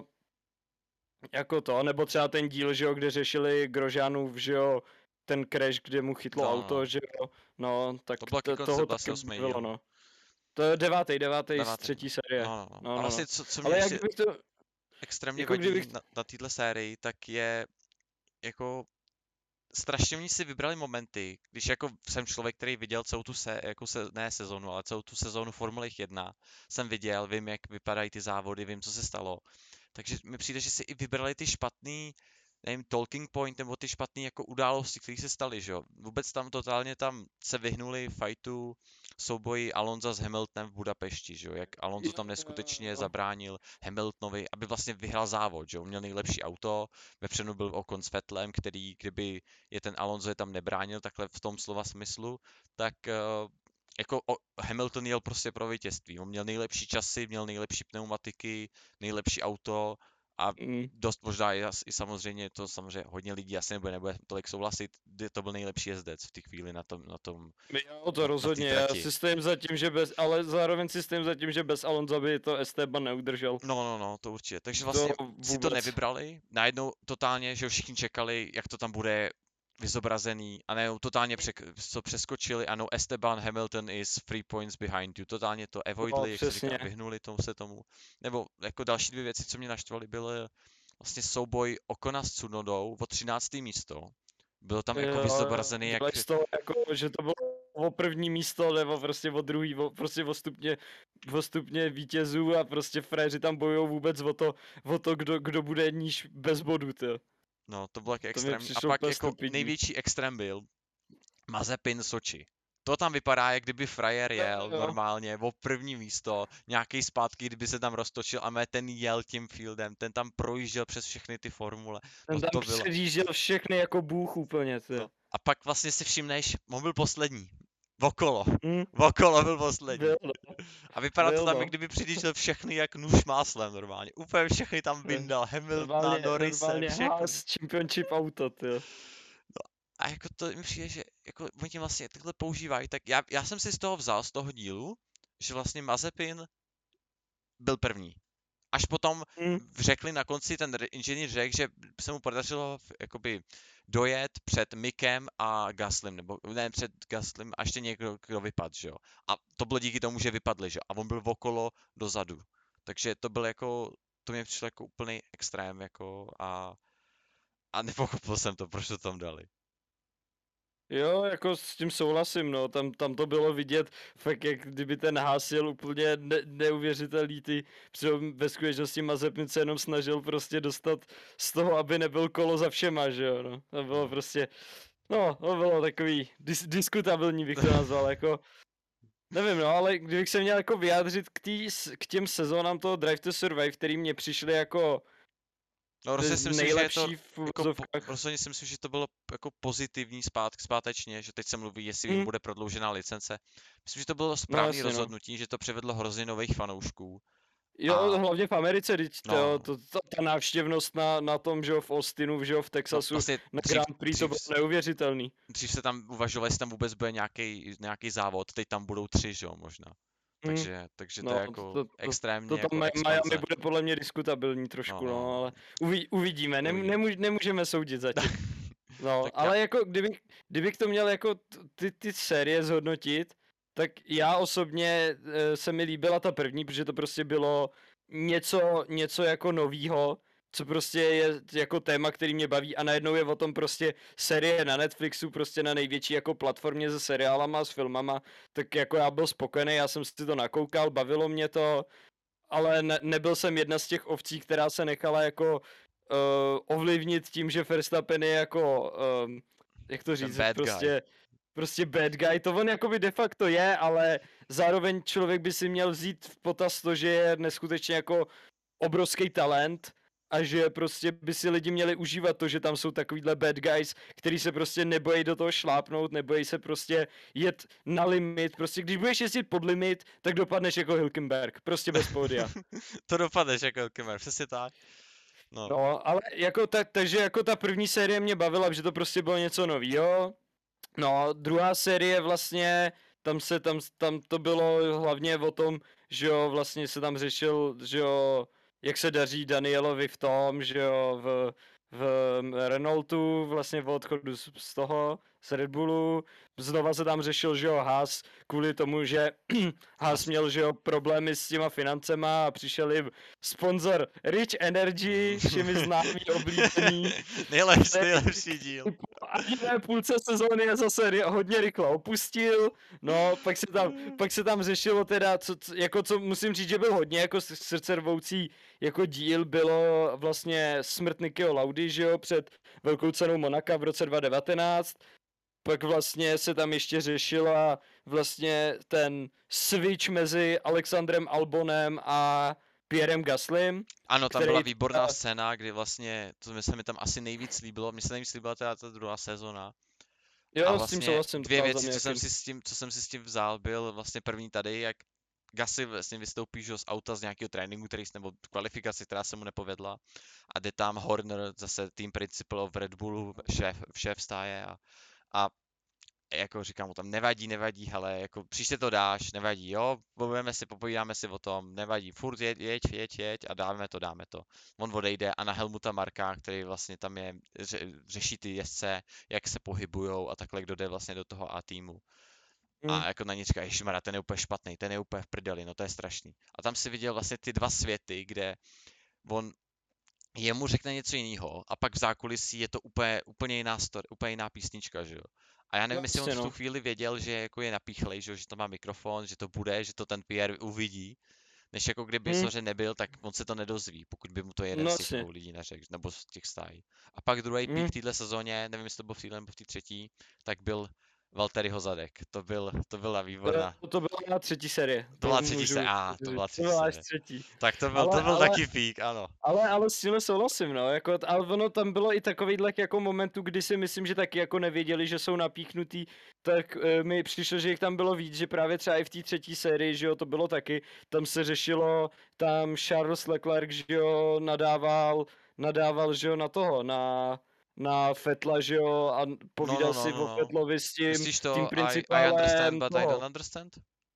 [SPEAKER 2] jako to, nebo třeba ten díl, že jo, kde řešili Grosjeanův, že jo, ten crash, kde mu chytlo
[SPEAKER 1] No,
[SPEAKER 2] auto,
[SPEAKER 1] no.
[SPEAKER 2] že jo, no, tak
[SPEAKER 1] To bylo
[SPEAKER 2] to,
[SPEAKER 1] ke
[SPEAKER 2] toho
[SPEAKER 1] konci asi
[SPEAKER 2] taky
[SPEAKER 1] osmý
[SPEAKER 2] bylo,
[SPEAKER 1] díl.
[SPEAKER 2] no. To je devátý, devátý z
[SPEAKER 1] Devátý,
[SPEAKER 2] třetí série.
[SPEAKER 1] No, no, no.
[SPEAKER 2] No,
[SPEAKER 1] A
[SPEAKER 2] no,
[SPEAKER 1] vlastně,
[SPEAKER 2] no.
[SPEAKER 1] co, co mě
[SPEAKER 2] Ale jak
[SPEAKER 1] ještě
[SPEAKER 2] kdybych to,
[SPEAKER 1] extrémně
[SPEAKER 2] jako
[SPEAKER 1] vadí
[SPEAKER 2] kdybych-
[SPEAKER 1] na, na této sérii, tak je jako strašně oni si vybrali momenty, když jako jsem člověk, který viděl celou tu se, jako se, ne sezonu, ale celou tu sezónu Formule jedna, jsem viděl, vím, jak vypadají ty závody, vím, co se stalo. Takže mi přijde, že si i vybrali ty špatný, nevím, talking point, nebo ty špatné jako události, které se staly, že jo. Vůbec tam totálně tam se vyhnuli fightu souboji Alonza s Hamiltonem v Budapešti, že jo. Jak Alonso tam neskutečně
[SPEAKER 2] Jo.
[SPEAKER 1] zabránil Hamiltonovi, aby vlastně vyhrál závod, že jo. Měl nejlepší auto, vepředu byl Ocon s Vettelem, který, kdyby je ten Alonso je tam nebránil, takhle v tom slova smyslu, tak uh, jako o, Hamilton jel prostě pro vítězství. On měl nejlepší časy, měl nejlepší pneumatiky, nejlepší auto a
[SPEAKER 2] Mm.
[SPEAKER 1] dost možná i, i samozřejmě to samozřejmě hodně lidí asi nebude, nebude tolik souhlasit, kdy to byl nejlepší jezdec v té chvíli na tom, na tom
[SPEAKER 2] Jo,
[SPEAKER 1] na-
[SPEAKER 2] to
[SPEAKER 1] na
[SPEAKER 2] rozhodně,
[SPEAKER 1] té
[SPEAKER 2] já
[SPEAKER 1] trati.
[SPEAKER 2] si stojím za tím, že bez, ale zároveň si stojím za tím, že bez Alonza by to Esteban neudržel.
[SPEAKER 1] No, no, no, to určitě. Takže vlastně
[SPEAKER 2] To
[SPEAKER 1] si to
[SPEAKER 2] vůbec.
[SPEAKER 1] nevybrali, najednou totálně, že jo, všichni čekali, jak to tam bude vyzobrazený a ne, totálně přek, co přeskočili, ano, Esteban Hamilton is three points behind you, totálně to avoidli, jak se říká,
[SPEAKER 2] přesně.
[SPEAKER 1] vyhnuli tomu se tomu. Nebo jako další dvě věci, co mě naštvaly, byly vlastně souboj Ocona s Tsunodou o třinácté místo. Bylo tam jako
[SPEAKER 2] Jo,
[SPEAKER 1] vyzobrazený, jak...
[SPEAKER 2] dělají z toho jako, že to bylo o první místo, nebo prostě o druhý, o, prostě o stupně, o stupně vítězů a prostě fréři tam bojují vůbec o to, o to kdo, kdo bude níž bez bodů, to.
[SPEAKER 1] No, to bylo jako
[SPEAKER 2] mi
[SPEAKER 1] extrémní. A
[SPEAKER 2] přišlo
[SPEAKER 1] pak
[SPEAKER 2] úplně
[SPEAKER 1] jako
[SPEAKER 2] stupidní.
[SPEAKER 1] největší extrém byl Mazepin Soči. To tam vypadá, jak kdyby frajer
[SPEAKER 2] Jo,
[SPEAKER 1] jel
[SPEAKER 2] jo.
[SPEAKER 1] normálně o první místo, nějaký zpátky, kdyby se tam roztočil a mé ten jel tím fieldem, ten tam projížděl přes všechny ty formule.
[SPEAKER 2] Ten
[SPEAKER 1] No
[SPEAKER 2] tam
[SPEAKER 1] to bylo.
[SPEAKER 2] předjížděl všechny jako bůh úplně, ty.
[SPEAKER 1] No. A pak vlastně si všimneš, on byl poslední. Okolo.
[SPEAKER 2] Hm,
[SPEAKER 1] Okolo byl poslední.
[SPEAKER 2] byl, no.
[SPEAKER 1] A vypadá to
[SPEAKER 2] byl,
[SPEAKER 1] tam,
[SPEAKER 2] no.
[SPEAKER 1] jak kdyby předjížděl všechny jak nůž máslem normálně. Úplně všechny tam vyndal, Hamiltona,
[SPEAKER 2] Normálně,
[SPEAKER 1] Norrise,
[SPEAKER 2] normálně
[SPEAKER 1] všechny.
[SPEAKER 2] Haas Championship auto, ty.
[SPEAKER 1] A a jako to mi přijde, že jako oni tím vlastně takhle používají, tak já, já jsem si z toho vzal, z toho dílu, že vlastně Mazepin byl první. Až potom
[SPEAKER 2] Mm.
[SPEAKER 1] řekli na konci, ten re- inženýr řekl, že se mu podařilo v- jakoby dojet před Mikem a Gaslym, nebo ne před Gaslym a ještě někdo, kdo vypadl, že jo. A to bylo díky tomu, že vypadli, že jo. A on byl okolo dozadu. Takže to byl jako, to mě přišlo jako úplný extrém, jako a, a nepochopil jsem to, proč to tam dali.
[SPEAKER 2] Jo, jako s tím souhlasím, no, tam, tam to bylo vidět, fakt jak kdyby ten Haas jel úplně ne, neuvěřitelný ty, přitom ve skutečnosti Mazepin se jenom snažil prostě dostat z toho, aby nebyl kolo za všema, že jo, no, to bylo
[SPEAKER 1] No.
[SPEAKER 2] prostě, no, to bylo takový dis, diskutabilní, bych to nazval, jako, nevím, no, ale kdybych se měl jako vyjádřit k, tý, s- k těm sezónám toho Drive to Survive, který mě přišly jako
[SPEAKER 1] No rozhodně si myslím, že je to,
[SPEAKER 2] nejlepší v
[SPEAKER 1] jako po,
[SPEAKER 2] úvozovkách.
[SPEAKER 1] rozhodně si myslím, že to bylo jako pozitivní zpát, zpátečně, že teď se mluví, jestli jim
[SPEAKER 2] Mm.
[SPEAKER 1] bude prodloužená licence. Myslím, že to bylo správné
[SPEAKER 2] jasně, no.
[SPEAKER 1] rozhodnutí, že to přivedlo hrozně nových fanoušků.
[SPEAKER 2] Jo,
[SPEAKER 1] A-
[SPEAKER 2] hlavně v Americe, teď
[SPEAKER 1] No,
[SPEAKER 2] to,
[SPEAKER 1] no.
[SPEAKER 2] to, to, ta návštěvnost na, na tom, že jo, v Austinu, že jo, v
[SPEAKER 1] No,
[SPEAKER 2] Texasu,
[SPEAKER 1] vlastně
[SPEAKER 2] na
[SPEAKER 1] dřív,
[SPEAKER 2] Grand Prix, to
[SPEAKER 1] dřív,
[SPEAKER 2] bylo neuvěřitelný.
[SPEAKER 1] dřív se tam uvažovalo, jestli tam vůbec bude nějaký, nějaký závod, teď tam budou tři, že jo, možná.
[SPEAKER 2] Mm.
[SPEAKER 1] Takže, takže to
[SPEAKER 2] No,
[SPEAKER 1] je jako
[SPEAKER 2] to- to-
[SPEAKER 1] extrémně
[SPEAKER 2] To tam
[SPEAKER 1] jako
[SPEAKER 2] Ma- Miami
[SPEAKER 1] expanze.
[SPEAKER 2] bude podle mě diskutabilní trošku,
[SPEAKER 1] No,
[SPEAKER 2] no,
[SPEAKER 1] no, no.
[SPEAKER 2] ale uvi, uvidíme, Nem,
[SPEAKER 1] Uvidíme.
[SPEAKER 2] nemůž, nemůžeme soudit zatím. No,
[SPEAKER 1] Tak já-
[SPEAKER 2] ale jako kdybych, kdybych to měl jako t- ty, ty série zhodnotit, tak já osobně e, se mi líbila ta první, protože to prostě bylo něco, něco jako novýho, co prostě je jako téma, který mě baví a najednou je o tom prostě série na Netflixu, prostě na největší jako platformě se seriálama, s filmama, tak jako já byl spokojený, já jsem si to nakoukal, bavilo mě to, ale ne, nebyl jsem jedna z těch ovcí, která se nechala jako uh, ovlivnit tím, že Verstappen je jako, um, jak to
[SPEAKER 1] Ten
[SPEAKER 2] říct,
[SPEAKER 1] bad guy.
[SPEAKER 2] prostě, prostě bad guy, to on jakoby de facto je, ale zároveň člověk by si měl vzít v potaz to, že je neskutečně jako obrovský talent a že prostě by si lidi měli užívat to, že tam jsou takovýhle bad guys, který se prostě nebojí do toho šlápnout, nebojí se prostě jet na limit, prostě když budeš jezdit pod limit, tak dopadneš jako Hülkenberg, prostě bez pódia.
[SPEAKER 1] To dopadneš jako Kemer, přesně tak. No.
[SPEAKER 2] No, ale jako ta, takže jako ta první série mě bavila, že to prostě bylo něco novýho. No, druhá série vlastně, tam se, tam, tam to bylo hlavně o tom, že jo, vlastně se tam řešil, že jo, jak se daří Danielovi v tom, že jo, v, v Renaultu, vlastně v odchodu z, z toho, z Red Bullu. Znova se tam řešil, že jo, Haas, kvůli tomu, že Haas měl, že jo, problémy s těma financema a přišel jim sponzor Rich Energy, všemi známý, oblíbený.
[SPEAKER 1] nejlepší, nejlepší díl.
[SPEAKER 2] A v jiné půlce sezóny je zase ry- hodně rychle opustil, no, pak se tam, pak se tam řešilo teda, co, co, jako co musím říct, že byl hodně jako s- srdcervoucí jako díl, bylo vlastně smrt Nikyho Laudy, že jo, před velkou cenou Monaka v roce dva tisíce devatenáct, pak vlastně se tam ještě řešila vlastně ten switch mezi Alexandrem Albonem a Pierrem Gaslym.
[SPEAKER 1] Ano, tam
[SPEAKER 2] který
[SPEAKER 1] byla výborná
[SPEAKER 2] teda-
[SPEAKER 1] scéna, kdy vlastně, to mi se mi tam asi nejvíc líbilo, mně se nejvíc líbila teda ta druhá sezona.
[SPEAKER 2] Jo,
[SPEAKER 1] A
[SPEAKER 2] s tím
[SPEAKER 1] vlastně
[SPEAKER 2] souhlasím.
[SPEAKER 1] dvě
[SPEAKER 2] docela za
[SPEAKER 1] věci,
[SPEAKER 2] mě
[SPEAKER 1] co jsem,
[SPEAKER 2] jakým-
[SPEAKER 1] si s tím, co jsem si s tím vzal, byl vlastně první tady, jak Gasly vlastně vystoupí že jo, z auta z nějakého tréninku, který, s- nebo kvalifikace, která se mu nepovedla. A jde tam Horner, zase tým principal v Red Bullu, šéf, šéf stáje a, a jako říkám mu tam, nevadí, nevadí, hele, jako příště to dáš, nevadí, jo, budeme si, popovídáme si o tom, nevadí, furt jeď, jeď, jeď, jeď a dáme to, dáme to. On odejde a na Helmuta Marka, který vlastně tam je, ře, řeší ty jezdce, jak se pohybujou a takhle, kdo jde vlastně do toho A týmu.
[SPEAKER 2] Hmm.
[SPEAKER 1] A jako na ně říká, ježišmarja, ten je úplně špatný, ten je úplně v prdeli, no to je strašný. A tam si viděl vlastně ty dva světy, kde on jemu řekne něco jiného a pak v zákulisí je to úplně, úplně jiná story, úplně jiná písnička, že jo. A já nevím, jestli on
[SPEAKER 2] Jasně,
[SPEAKER 1] v tu
[SPEAKER 2] no.
[SPEAKER 1] chvíli věděl, že jako je napíchlej, že, jo, že to má mikrofon, že to bude, že to ten Pierre uvidí, než jako kdyby
[SPEAKER 2] Hmm.
[SPEAKER 1] samozřejmě nebyl, tak on se to nedozví, pokud by mu to jeden
[SPEAKER 2] No
[SPEAKER 1] z těch
[SPEAKER 2] jasně.
[SPEAKER 1] dvou lidí neřekl, nebo z těch stájí. A pak druhý
[SPEAKER 2] Hmm.
[SPEAKER 1] pík v téhle sezóně, nevím, jestli to byl v téhle nebo v té třetí, tak byl Valtteriho zadek. To, byl, to byla výborná.
[SPEAKER 2] To, to byla na třetí série.
[SPEAKER 1] To byla
[SPEAKER 2] můžu-
[SPEAKER 1] třetí série, a, to
[SPEAKER 2] můžu-
[SPEAKER 1] byla třetí
[SPEAKER 2] To byla až
[SPEAKER 1] série.
[SPEAKER 2] třetí.
[SPEAKER 1] Tak to byl,
[SPEAKER 2] Ale-
[SPEAKER 1] to byl
[SPEAKER 2] ale-
[SPEAKER 1] taky pík, ano.
[SPEAKER 2] Ale, ale s tímhle souhlasím, no, jako, ale ono tam bylo i takovýhle jako momentu, kdy si myslím, že taky jako nevěděli, že jsou napíchnutý, tak e, mi přišlo, že jich tam bylo víc, že právě třeba i v té třetí sérii, že jo, to bylo taky, tam se řešilo, tam Charles Leclerc, že jo, nadával, nadával, že jo, na toho, na na Vettela, že jo, a
[SPEAKER 1] No,
[SPEAKER 2] povídal
[SPEAKER 1] no, no,
[SPEAKER 2] si
[SPEAKER 1] no,
[SPEAKER 2] o
[SPEAKER 1] no.
[SPEAKER 2] Vettlovi s tím,
[SPEAKER 1] Myslíš
[SPEAKER 2] tím
[SPEAKER 1] to, I, I
[SPEAKER 2] principálem
[SPEAKER 1] understand, but I
[SPEAKER 2] toho.
[SPEAKER 1] don't understand?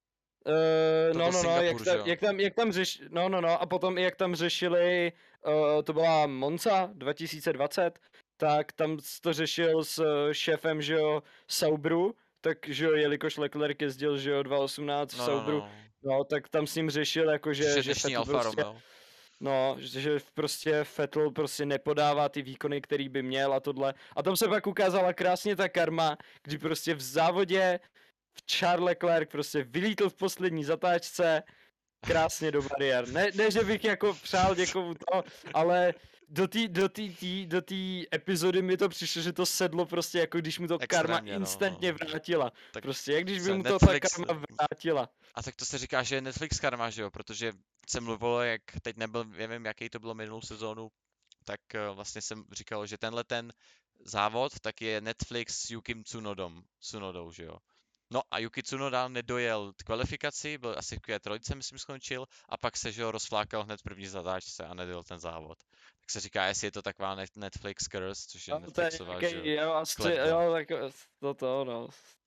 [SPEAKER 2] Uh,
[SPEAKER 1] To
[SPEAKER 2] no,
[SPEAKER 1] byl
[SPEAKER 2] no, no, jak
[SPEAKER 1] Singapur, že
[SPEAKER 2] tam,
[SPEAKER 1] jo?
[SPEAKER 2] jak tam, jak tam řeš, no, no, no, a potom jak tam řešili, uh, to byla Monza dva tisíce dvacet, tak tam s- to řešil s eh, šéfem, že jo, Saubru, tak, že jo, jelikož Leclerc jezdil, že jo, dva tisíce osmnáct v
[SPEAKER 1] No, no,
[SPEAKER 2] Saubru,
[SPEAKER 1] no.
[SPEAKER 2] no, tak tam s ním řešil, jako,
[SPEAKER 1] Což
[SPEAKER 2] že,
[SPEAKER 1] je
[SPEAKER 2] že
[SPEAKER 1] dnešní
[SPEAKER 2] Vettel
[SPEAKER 1] Alfa
[SPEAKER 2] prostě,
[SPEAKER 1] Romeo.
[SPEAKER 2] no, že že prostě Vettel prostě nepodává ty výkony, který by měl a tohle. A tam se pak ukázala krásně ta karma, kdy prostě v závodě Charles Leclerc prostě vylítl v poslední zatáčce, krásně do bariér. Ne, ne, že bych jako přál někomu to, ale do té do tý, tý, do tý epizody mi to přišlo, že to sedlo prostě jako když mu to karma
[SPEAKER 1] Extrémně, no,
[SPEAKER 2] instantně
[SPEAKER 1] no.
[SPEAKER 2] vrátila.
[SPEAKER 1] Tak
[SPEAKER 2] Prostě jak když by
[SPEAKER 1] se
[SPEAKER 2] mu to ta
[SPEAKER 1] Netflix-
[SPEAKER 2] karma vrátila.
[SPEAKER 1] A tak to se říká, že je Netflix karma, že jo? Protože se mluvilo, jak teď nebyl, nevím, jaký to bylo minulou sezónu, tak eh, vlastně jsem říkal, že tenhle ten závod, tak je Netflix s Yukim Tsunodom, Tsunodou, že jo? No a Yuki Tsunoda nedojel kvalifikaci, byl asi v Q tři, myslím, skončil, a pak se, že jo, rozflákal hned v první zatáčce a nedojel ten závod. Tak se říká, jestli je to taková net- Netflix curse, což je
[SPEAKER 2] No, to je
[SPEAKER 1] Netflixová, že
[SPEAKER 2] nějaký,
[SPEAKER 1] jo,
[SPEAKER 2] jo, asi,
[SPEAKER 1] kletba.
[SPEAKER 2] jo, tak to to, no.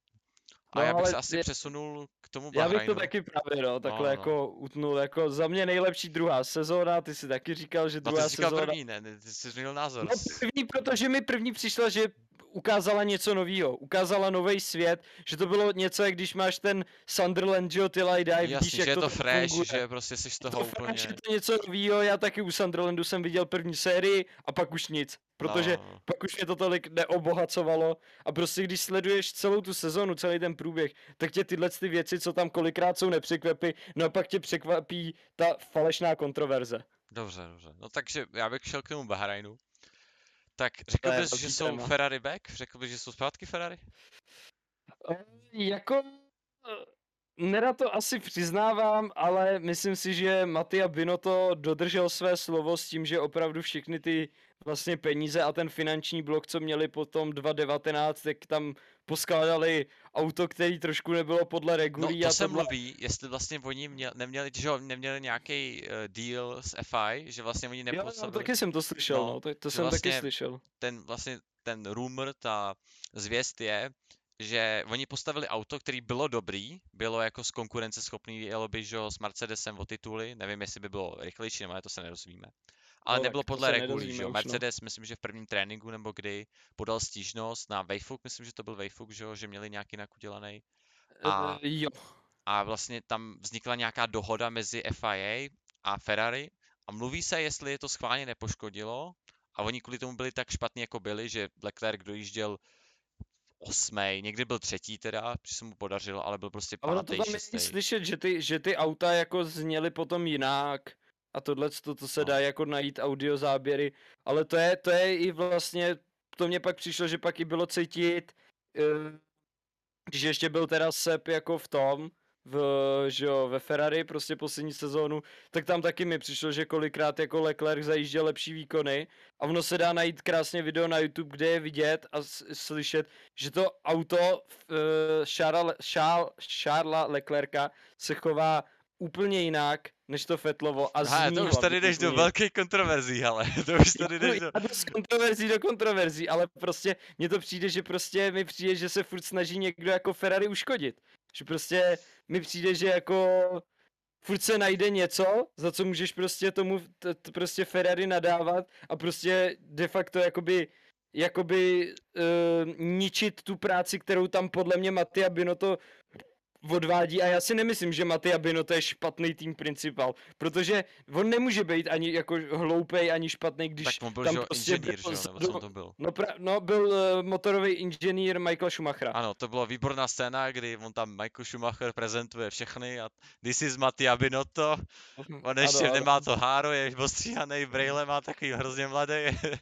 [SPEAKER 1] A
[SPEAKER 2] No,
[SPEAKER 1] já bych
[SPEAKER 2] ale
[SPEAKER 1] se asi
[SPEAKER 2] je-
[SPEAKER 1] přesunul k tomu
[SPEAKER 2] Já bych to
[SPEAKER 1] Bahrajnu.
[SPEAKER 2] taky právě, no, takhle
[SPEAKER 1] no, no.
[SPEAKER 2] jako utnul, jako za mě nejlepší druhá sezóna, ty si taky říkal, že
[SPEAKER 1] No ty
[SPEAKER 2] druhá
[SPEAKER 1] jsi říkal
[SPEAKER 2] sezóna...
[SPEAKER 1] první, ne? Ne, Ty jsi změnil názor.
[SPEAKER 2] No první, protože mi první přišlo, že ukázala něco novýho, ukázala nový svět, že to bylo něco, jak když máš ten Sunderland, že jo, ty Light Dive,
[SPEAKER 1] Jasně,
[SPEAKER 2] vidíš, jak
[SPEAKER 1] že je
[SPEAKER 2] to,
[SPEAKER 1] to
[SPEAKER 2] tam
[SPEAKER 1] fresh,
[SPEAKER 2] funguje.
[SPEAKER 1] že prostě jsi z
[SPEAKER 2] Je
[SPEAKER 1] toho
[SPEAKER 2] to
[SPEAKER 1] úplně...
[SPEAKER 2] fresh, je to něco novýho, já taky u Sunderlandu jsem viděl první sérii a pak už nic, protože
[SPEAKER 1] No,
[SPEAKER 2] pak už mě to tolik neobohacovalo a prostě když sleduješ celou tu sezonu, celý ten průběh, tak tě tyhle ty věci, co tam kolikrát jsou, nepřekvapí, no a pak tě překvapí ta falešná kontroverze.
[SPEAKER 1] dobře, dobře. No takže já bych šel k tomu Bahrajnu. Tak řekl
[SPEAKER 2] je
[SPEAKER 1] bys, že
[SPEAKER 2] velký
[SPEAKER 1] jsou
[SPEAKER 2] téma.
[SPEAKER 1] Ferrari back? Řekl bys, že jsou zpátky Ferrari?
[SPEAKER 2] Eh, Jako... eh, Nerad to asi přiznávám, ale myslím si, že Mattia Binotto dodržel své slovo s tím, že opravdu všechny ty vlastně peníze a ten finanční blok, co měli potom dva tisíce devatenáct, tak tam poskládali auto, který trošku nebylo podle
[SPEAKER 1] No
[SPEAKER 2] regulí
[SPEAKER 1] to
[SPEAKER 2] a
[SPEAKER 1] se
[SPEAKER 2] tohle.
[SPEAKER 1] mluví, jestli vlastně oni měl, neměli, že jo, neměli nějaký uh, deal s F I, že vlastně oni
[SPEAKER 2] Jo, jo,
[SPEAKER 1] nepodstavili
[SPEAKER 2] taky jsem to slyšel,
[SPEAKER 1] No,
[SPEAKER 2] no, to, to
[SPEAKER 1] že
[SPEAKER 2] jsem
[SPEAKER 1] vlastně
[SPEAKER 2] taky slyšel.
[SPEAKER 1] ten vlastně ten rumor, ta zvěst je, že oni postavili auto, který bylo dobrý, bylo jako z konkurenceschopný, jelo by, že jo, s Mercedesem o tituly, nevím, jestli by bylo rychlejší, nebo ne, to se nedozvíme. Ale
[SPEAKER 2] No, tak
[SPEAKER 1] nebylo
[SPEAKER 2] to
[SPEAKER 1] podle
[SPEAKER 2] se
[SPEAKER 1] regulí,
[SPEAKER 2] nedozvíme
[SPEAKER 1] že jo.
[SPEAKER 2] už, no.
[SPEAKER 1] Mercedes, myslím, že v prvním tréninku nebo kdy podal stížnost na Wayfook, myslím, že to byl Wayfook, že jo, že měli nějaký jinak udělaný. A,
[SPEAKER 2] Eh, jo.
[SPEAKER 1] a vlastně tam vznikla nějaká dohoda mezi F I A a Ferrari a mluví se, jestli je to schválně nepoškodilo a oni kvůli tomu byli tak špatní, jako byli, že Leclerc dojížděl osmej, někdy byl třetí teda, protože se mu podařilo, ale byl prostě
[SPEAKER 2] A ono to
[SPEAKER 1] pátý,
[SPEAKER 2] tam je i
[SPEAKER 1] šestý.
[SPEAKER 2] slyšet, že ty, že ty auta jako zněly potom jinak a tohle, to, to se
[SPEAKER 1] No.
[SPEAKER 2] dá jako najít audio záběry, ale to je, to je i vlastně, to mě pak přišlo, že pak i bylo cítit, eh, když ještě byl teda Sepp jako v tom, v, že jo, ve Ferrari prostě poslední sezónu, tak tam taky mi přišlo, že kolikrát jako Leclerc zajížděl lepší výkony a ono se dá najít krásně video na YouTube, kde je vidět a s- slyšet, že to auto uh, Charlesa Charles, Charlesa Leclerca se chová úplně jinak, než to Vettlovo a
[SPEAKER 1] Aha,
[SPEAKER 2] zní
[SPEAKER 1] to už tady
[SPEAKER 2] hlavně
[SPEAKER 1] jdeš do
[SPEAKER 2] úplně.
[SPEAKER 1] velkých kontroverzí, ale to už tady jdeš do...
[SPEAKER 2] Já jdu z kontroverzí do kontroverzí, ale prostě mně to přijde, že prostě mi přijde, že se furt snaží někdo jako Ferrari uškodit. Že prostě mi přijde, že jako furt se najde něco, za co můžeš prostě tomu t- t- prostě Ferrari nadávat a prostě de facto jakoby jakoby uh, ničit tu práci, kterou tam podle mě Mattia Binotto odvádí a já si nemyslím, že Mattia Binotto je špatný tým principal, protože on nemůže být ani jako hloupej, ani špatný, když
[SPEAKER 1] Tak on byl,
[SPEAKER 2] tam
[SPEAKER 1] že jo,
[SPEAKER 2] prostě
[SPEAKER 1] inženýr, že
[SPEAKER 2] byl
[SPEAKER 1] jo, nebo
[SPEAKER 2] vzadu-
[SPEAKER 1] co on to byl?
[SPEAKER 2] No, pra, no byl uh, motorový inženýr Michaela Schumachera.
[SPEAKER 1] Ano, to byla výborná scéna, kdy on tam Michael Schumacher prezentuje všechny a this is Mattia Binotto, on ještě
[SPEAKER 2] Ano, ano.
[SPEAKER 1] nemá to háro, je ostříhaný, brejle má takový hrozně mladý,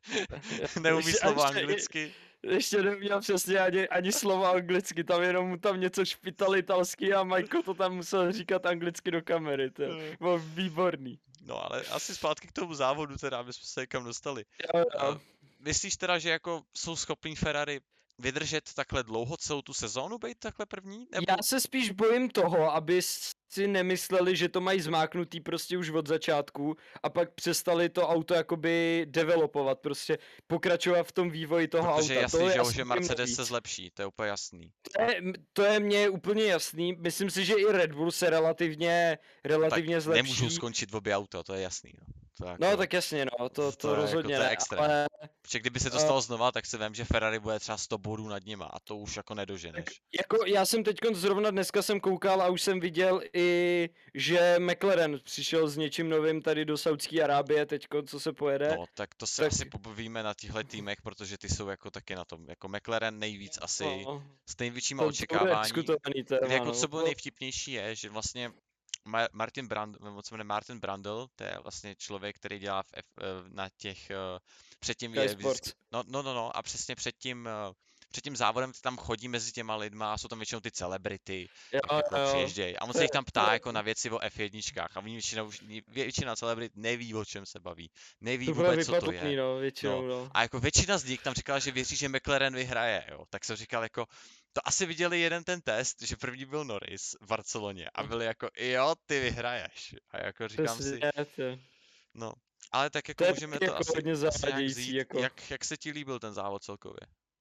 [SPEAKER 1] neumí
[SPEAKER 2] Ještě-
[SPEAKER 1] slovo
[SPEAKER 2] ještě-
[SPEAKER 1] anglicky.
[SPEAKER 2] Ještě neměl přesně ani, ani slovo anglicky, tam jenom mu tam něco špital italsky a Michael to tam musel říkat anglicky do kamery, to bylo výborný.
[SPEAKER 1] No ale asi zpátky k tomu závodu teda, aby jsme se někam dostali.
[SPEAKER 2] Jo,
[SPEAKER 1] Uh,
[SPEAKER 2] jo.
[SPEAKER 1] myslíš teda, že jako jsou schopní Ferrari vydržet takhle dlouho celou tu sezónu, být takhle první? Nebo...
[SPEAKER 2] Já se spíš bojím toho, aby si nemysleli, že to mají zmáknutý prostě už od začátku a pak přestali to auto jakoby developovat, prostě pokračovat v tom vývoji toho
[SPEAKER 1] Protože
[SPEAKER 2] auta.
[SPEAKER 1] jasný,
[SPEAKER 2] to je
[SPEAKER 1] že, jo,
[SPEAKER 2] asi
[SPEAKER 1] že
[SPEAKER 2] tím
[SPEAKER 1] Mercedes
[SPEAKER 2] nejvíc.
[SPEAKER 1] se zlepší, to je úplně jasný.
[SPEAKER 2] To je, to je mně úplně jasný, myslím si, že i Red Bull se relativně, relativně
[SPEAKER 1] tak
[SPEAKER 2] zlepší.
[SPEAKER 1] nemůžou skončit v obě auta, to je jasný. No, to jako,
[SPEAKER 2] No tak jasně, no, to, to,
[SPEAKER 1] to je jako-
[SPEAKER 2] rozhodně
[SPEAKER 1] to je
[SPEAKER 2] ne,
[SPEAKER 1] extrém.
[SPEAKER 2] ale
[SPEAKER 1] Protože kdyby se to
[SPEAKER 2] a-
[SPEAKER 1] stalo znova, tak si vím, že Ferrari bude třeba sto bodů nad nima a to už jako nedoženeš.
[SPEAKER 2] jako já jsem teď zrovna dneska jsem koukal a už jsem viděl i, že McLaren přišel s něčím novým tady do Saudské Arábie teďko, co se pojede.
[SPEAKER 1] No, tak to se
[SPEAKER 2] tak-
[SPEAKER 1] asi pobavíme na těchto týmech, protože ty jsou jako taky na tom. Jako McLaren nejvíc asi,
[SPEAKER 2] No,
[SPEAKER 1] s největšíma
[SPEAKER 2] to, to bude
[SPEAKER 1] očekávání.
[SPEAKER 2] diskutovaný téma,
[SPEAKER 1] Jako
[SPEAKER 2] no.
[SPEAKER 1] co bylo
[SPEAKER 2] To-
[SPEAKER 1] nejvtipnější je, že vlastně Ma- Martin Brand, nebo se jmenuje Martin Brundle, to je vlastně člověk, který dělá v F, eh, na těch, eh, předtím
[SPEAKER 2] Sky
[SPEAKER 1] je vždycky,
[SPEAKER 2] Sports.
[SPEAKER 1] no, no, no, no, a přesně před tím, eh, před tím závodem tam chodí mezi těma lidma a jsou tam většinou ty celebrity,
[SPEAKER 2] Jo,
[SPEAKER 1] jak jako
[SPEAKER 2] jo.
[SPEAKER 1] přiježdějí. A on
[SPEAKER 2] To
[SPEAKER 1] se
[SPEAKER 2] je-
[SPEAKER 1] jich tam
[SPEAKER 2] to
[SPEAKER 1] ptá
[SPEAKER 2] je-
[SPEAKER 1] jako na věci o F jedna a oni většinou, už- většina celebrit neví, o čem se baví. Neví
[SPEAKER 2] To bude
[SPEAKER 1] vůbec, co to
[SPEAKER 2] vypatlaný,
[SPEAKER 1] je.
[SPEAKER 2] no, většinou, no.
[SPEAKER 1] A jako většina z nich tam říkala, že věří, že McLaren vyhraje, jo. Tak jsem říkal jako, to asi viděli jeden ten test, že první byl Norris v Barceloně a byli jako, jo, ty vyhraješ. A jako říkám si,
[SPEAKER 2] Přesně, to-
[SPEAKER 1] no, ale tak jako
[SPEAKER 2] To je
[SPEAKER 1] můžeme
[SPEAKER 2] taky
[SPEAKER 1] to
[SPEAKER 2] jako
[SPEAKER 1] asi,
[SPEAKER 2] hodně
[SPEAKER 1] asi nějak
[SPEAKER 2] zavádějící,
[SPEAKER 1] vzít.
[SPEAKER 2] jako.
[SPEAKER 1] Jak, jak se ti líbil ten závod celkově?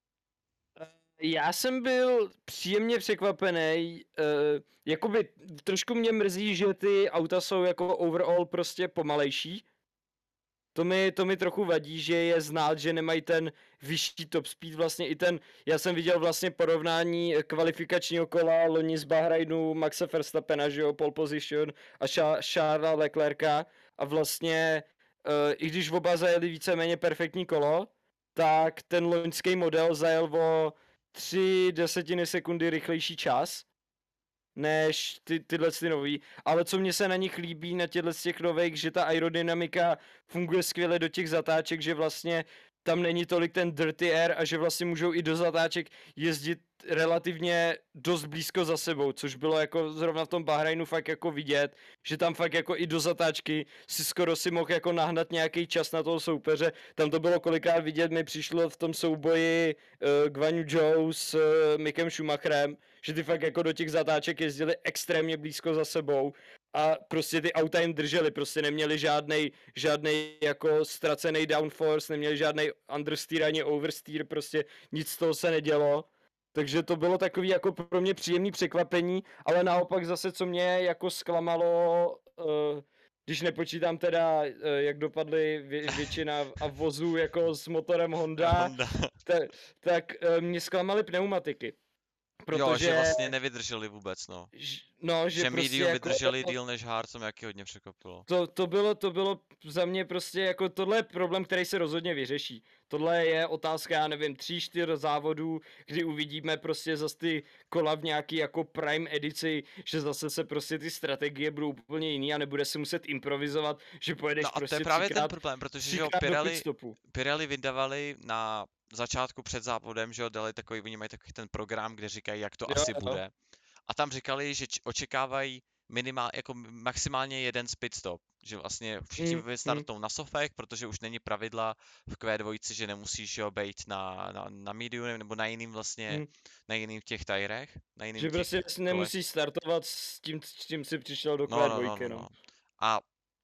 [SPEAKER 2] Já jsem byl příjemně překvapený, uh, jakoby trošku mě mrzí, že ty auta jsou jako overall prostě pomalejší. To mi, to mi trochu vadí, že je znát, že nemají ten vyšší top speed, vlastně i ten, já jsem viděl vlastně porovnání kvalifikačního kola loni z Bahrajnu Maxe Verstappena, že jo, pole position a Cha- Charlesa Leclerca a vlastně, uh, i když oba zajeli víceméně perfektní kolo, tak ten loňský model zajel o tři desetiny sekundy rychlejší čas než ty, tyhle ty nový. Ale co mně se na nich líbí, na těchto z těch nových, že ta aerodynamika funguje skvěle do těch zatáček, že vlastně tam není tolik ten dirty air a že vlastně můžou i do zatáček jezdit relativně dost blízko za sebou, což bylo jako zrovna v tom Bahrajnu fakt jako vidět, že tam fakt jako i do zatáčky si skoro si mohl jako nahnat nějaký čas na toho soupeře. Tam to bylo kolikrát vidět, mi přišlo v tom souboji uh, Guan Yu Zhou s uh, Mickem Schumacherem, že ty fakt jako do těch zatáček jezdili extrémně blízko za sebou a prostě ty auta jim drželi, prostě neměli žádnej, žádnej jako ztracený downforce, neměli žádnej understeer ani oversteer, prostě nic z toho se nedělo. Takže to bylo takový jako pro mě příjemný překvapení, ale naopak zase, co mě jako zklamalo, uh, když nepočítám teda, uh, jak dopadly vě- většina a vozů jako s motorem Honda,
[SPEAKER 1] Honda.
[SPEAKER 2] tak, tak uh, mě zklamaly pneumatiky. Protože,
[SPEAKER 1] Jo, že vlastně nevydrželi vůbec, no.
[SPEAKER 2] ž- no, že,
[SPEAKER 1] Že,
[SPEAKER 2] prostě
[SPEAKER 1] medium
[SPEAKER 2] jako,
[SPEAKER 1] vydrželi díl než hard, co mě jaký hodně překvapilo.
[SPEAKER 2] To, to, bylo, to bylo za mě prostě jako tohle je problém, který se rozhodně vyřeší. Tohle je otázka, já nevím, tří, čtyř závodů, kdy uvidíme prostě zase ty kola v nějaký jako prime edici, že zase se prostě ty strategie budou úplně jiný a nebude se muset improvizovat, že pojedeš
[SPEAKER 1] No a
[SPEAKER 2] prostě
[SPEAKER 1] to je právě ten
[SPEAKER 2] třikrát,
[SPEAKER 1] problém, protože že jo,
[SPEAKER 2] třikrát do
[SPEAKER 1] Pirelli,
[SPEAKER 2] pitstopu.
[SPEAKER 1] Pirelli vydávali na začátku před závodem, že jo, dali takový, oni mají takový ten program, kde říkají, jak to
[SPEAKER 2] Jo,
[SPEAKER 1] asi
[SPEAKER 2] jo.
[SPEAKER 1] bude. A tam říkali, že č- očekávají minimál, jako maximálně jeden z pit stop, že vlastně všichni
[SPEAKER 2] Mm,
[SPEAKER 1] vystartou na sofech, protože už není pravidla v Q dva, že nemusíš jo být na, na, na medium nebo na jiným vlastně,
[SPEAKER 2] Mm.
[SPEAKER 1] na jiným těch tajrech, na jiným
[SPEAKER 2] Že
[SPEAKER 1] těch
[SPEAKER 2] prostě
[SPEAKER 1] kolech.
[SPEAKER 2] nemusíš startovat s tím, s čím si přišel do Q
[SPEAKER 1] No,
[SPEAKER 2] dva,
[SPEAKER 1] no, no, no,
[SPEAKER 2] no.
[SPEAKER 1] no. A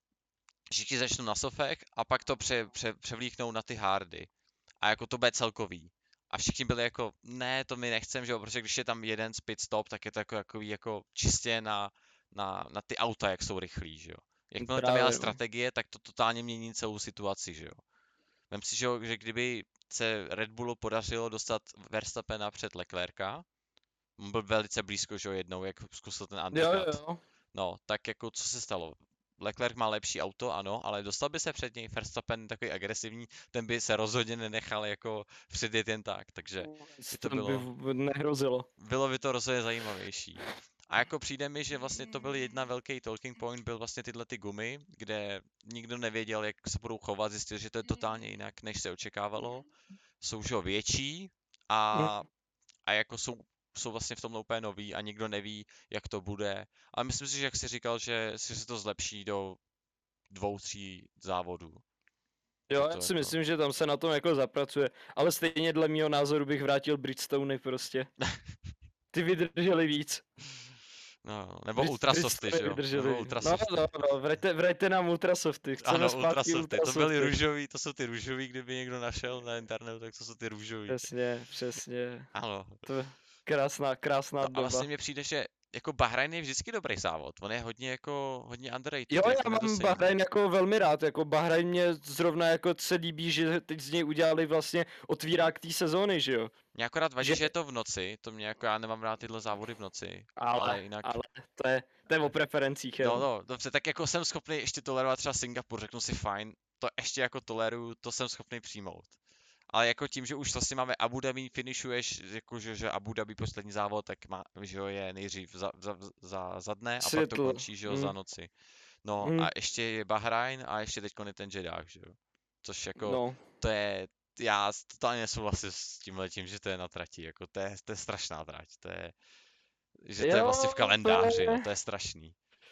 [SPEAKER 1] všichni začnou na sofech a pak to pře, pře, převlíknou na ty hardy. A jako to bude celkový. A všichni byli jako, ne, to my nechcem, že jo, protože když je tam jeden z pit stop, tak je to jako, takový jako čistě na, na, na ty auta, jak jsou rychlí, že jo. Jakmile tam
[SPEAKER 2] Právě,
[SPEAKER 1] jela
[SPEAKER 2] no.
[SPEAKER 1] strategie, tak to totálně mění celou situaci, že jo. Vem si, že, jo, že kdyby se Red Bullu podařilo dostat Verstappena před Leclerca, on byl velice blízko, že jo, jednou, jak zkusil ten
[SPEAKER 2] Jo,
[SPEAKER 1] undercut.
[SPEAKER 2] jo, jo.
[SPEAKER 1] No, tak jako co se stalo? Leclerc má lepší auto, ano, ale dostal by se před něj Verstappen takový agresivní, ten by se rozhodně nenechal jako předjet jen tak, takže by to
[SPEAKER 2] To by
[SPEAKER 1] bylo,
[SPEAKER 2] v- nehrozilo.
[SPEAKER 1] bylo by to rozhodně zajímavější. A jako přijde mi, že vlastně to byl jedna velký talking point, byl vlastně tyhle ty gumy, kde nikdo nevěděl, jak se budou chovat, zjistil, že to je totálně jinak, než se očekávalo. Jsou že jo větší a, a jako jsou, jsou vlastně v tomhle úplně nový a nikdo neví, jak to bude. Ale myslím si, že jak jsi říkal, že, že se to zlepší do dvou, tří závodů.
[SPEAKER 2] Jo,
[SPEAKER 1] že
[SPEAKER 2] já
[SPEAKER 1] to
[SPEAKER 2] si
[SPEAKER 1] jako...
[SPEAKER 2] myslím, že tam se na tom jako zapracuje, ale stejně dle mýho názoru bych vrátil Bridgestony prostě. Ty vydrželi víc.
[SPEAKER 1] No, nebo
[SPEAKER 2] Brid-
[SPEAKER 1] Ultrasofty, že
[SPEAKER 2] Bridgestony
[SPEAKER 1] jo?
[SPEAKER 2] vydrželi.
[SPEAKER 1] Nebo
[SPEAKER 2] No,
[SPEAKER 1] Ultrasofty.
[SPEAKER 2] no, no, vraťte, vraťte nám Ultrasofty, chceme
[SPEAKER 1] Ano,
[SPEAKER 2] zpátky
[SPEAKER 1] Ultrasofty, to byly
[SPEAKER 2] Ultrasofty.
[SPEAKER 1] růžový, to jsou ty růžový, kdyby někdo našel na internetu, tak to jsou ty růžový.
[SPEAKER 2] Přesně, přesně.
[SPEAKER 1] Ano.
[SPEAKER 2] To krásná, krásná
[SPEAKER 1] No a
[SPEAKER 2] doba.
[SPEAKER 1] vlastně mně přijde, že jako Bahrajn je vždycky dobrý závod, on je hodně jako, hodně underrated,
[SPEAKER 2] Jo,
[SPEAKER 1] jako
[SPEAKER 2] já mám
[SPEAKER 1] nedoceněný.
[SPEAKER 2] Bahrajn jako velmi rád, jako Bahrajn mě zrovna jako se líbí, že teď z něj udělali vlastně otvírák té sezóny, že jo?
[SPEAKER 1] Mě akorát vadí,
[SPEAKER 2] že-
[SPEAKER 1] že je to v noci, to mě jako, já nemám rád tyhle závody v noci,
[SPEAKER 2] Ale,
[SPEAKER 1] ale jinak...
[SPEAKER 2] ale to je, to je o preferencích, jo.
[SPEAKER 1] No, no, dobře, tak jako jsem schopný ještě tolerovat třeba Singapur, řeknu si fajn, to ještě jako toleruju, to jsem schopný přijmout. Ale jako tím, že už vlastně máme Abu Dhabi, finišuješ, jako že, že Abu Dhabi poslední závod, tak má, že jo, je nejdřív za, za, za, za dne a pak to
[SPEAKER 2] Světlo,
[SPEAKER 1] končí, že jo, za
[SPEAKER 2] mm.
[SPEAKER 1] noci. No
[SPEAKER 2] Mm.
[SPEAKER 1] a ještě je Bahrajn a ještě teď je ten Jeddah, že jo. Což jako,
[SPEAKER 2] No,
[SPEAKER 1] to je, já totálně nesouhlasím s tímhletím, že to je na trati, jako to je, to je strašná trať, to je, že to je vlastně v
[SPEAKER 2] Jo, to
[SPEAKER 1] kalendáři,
[SPEAKER 2] je-
[SPEAKER 1] no, to je strašný.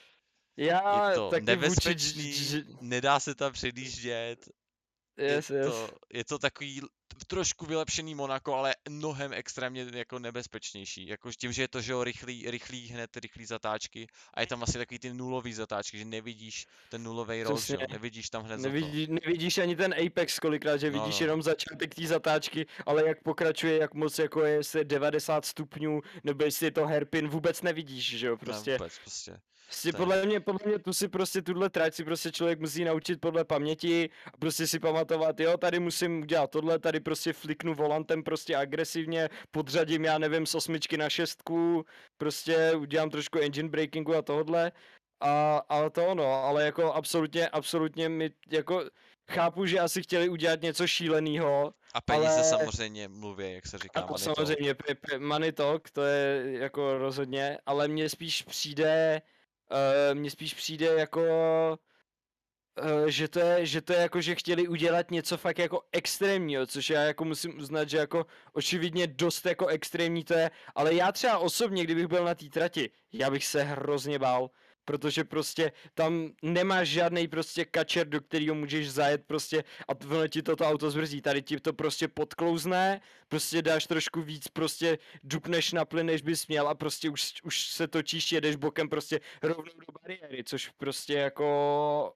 [SPEAKER 2] já
[SPEAKER 1] Je to
[SPEAKER 2] taky
[SPEAKER 1] nebezpečný,
[SPEAKER 2] vůči, dž-
[SPEAKER 1] nedá se tam předjíždět,
[SPEAKER 2] yes,
[SPEAKER 1] je,
[SPEAKER 2] yes.
[SPEAKER 1] to, je to takový l- trošku vylepšený Monako, ale mnohem extrémně jako nebezpečnější. Jako tím, že je to, že jo, rychlý, rychlý hned, rychlý zatáčky a je tam vlastně takový ty nulový zatáčky, že nevidíš ten nulový roll, že jo,
[SPEAKER 2] Přesně.
[SPEAKER 1] nevidíš tam hned za to.
[SPEAKER 2] Nevidí, nevidíš ani ten Apex kolikrát, že
[SPEAKER 1] No,
[SPEAKER 2] vidíš
[SPEAKER 1] no.
[SPEAKER 2] jenom začátek té zatáčky, ale jak pokračuje, jak moc jako je, jestli devadesát stupňů, nebo jestli je to hairpin, vůbec nevidíš, že jo,
[SPEAKER 1] Ne,
[SPEAKER 2] prostě.
[SPEAKER 1] vůbec, prostě.
[SPEAKER 2] Prostě
[SPEAKER 1] to je-
[SPEAKER 2] podle mě, podle mě tu si prostě tuhle trať si prostě člověk musí naučit podle paměti a prostě si pamatovat, jo, tady musím udělat tohle, tady prostě fliknu volantem prostě agresivně, podřadím, já nevím, z osmičky na šestku, prostě udělám trošku engine breakingu a tohle. A, ale to ono, ale jako absolutně, absolutně mi jako chápu, že asi chtěli udělat něco šíleného.
[SPEAKER 1] A peníze
[SPEAKER 2] ale-
[SPEAKER 1] samozřejmě mluví, jak se říká,
[SPEAKER 2] Ano,
[SPEAKER 1] money talk.
[SPEAKER 2] samozřejmě, pe- pe- money talk, to je jako rozhodně, ale mně spíš přijde, uh, mně spíš přijde jako, uh, že to je, že to je jako, že chtěli udělat něco fakt jako extrémního, což já jako musím uznat, že jako očividně dost jako extrémní to je, ale já třeba osobně, kdybych byl na té trati, já bych se hrozně bál. Protože prostě tam nemáš žádný prostě kačer, do kterého můžeš zajet prostě a ono ti toto auto zbrzdí. Tady ti to prostě podklouzne, prostě dáš trošku víc, prostě dupneš na plyn, než bys měl a prostě už, už se točíš, jedeš bokem prostě rovnou do bariéry, což prostě jako...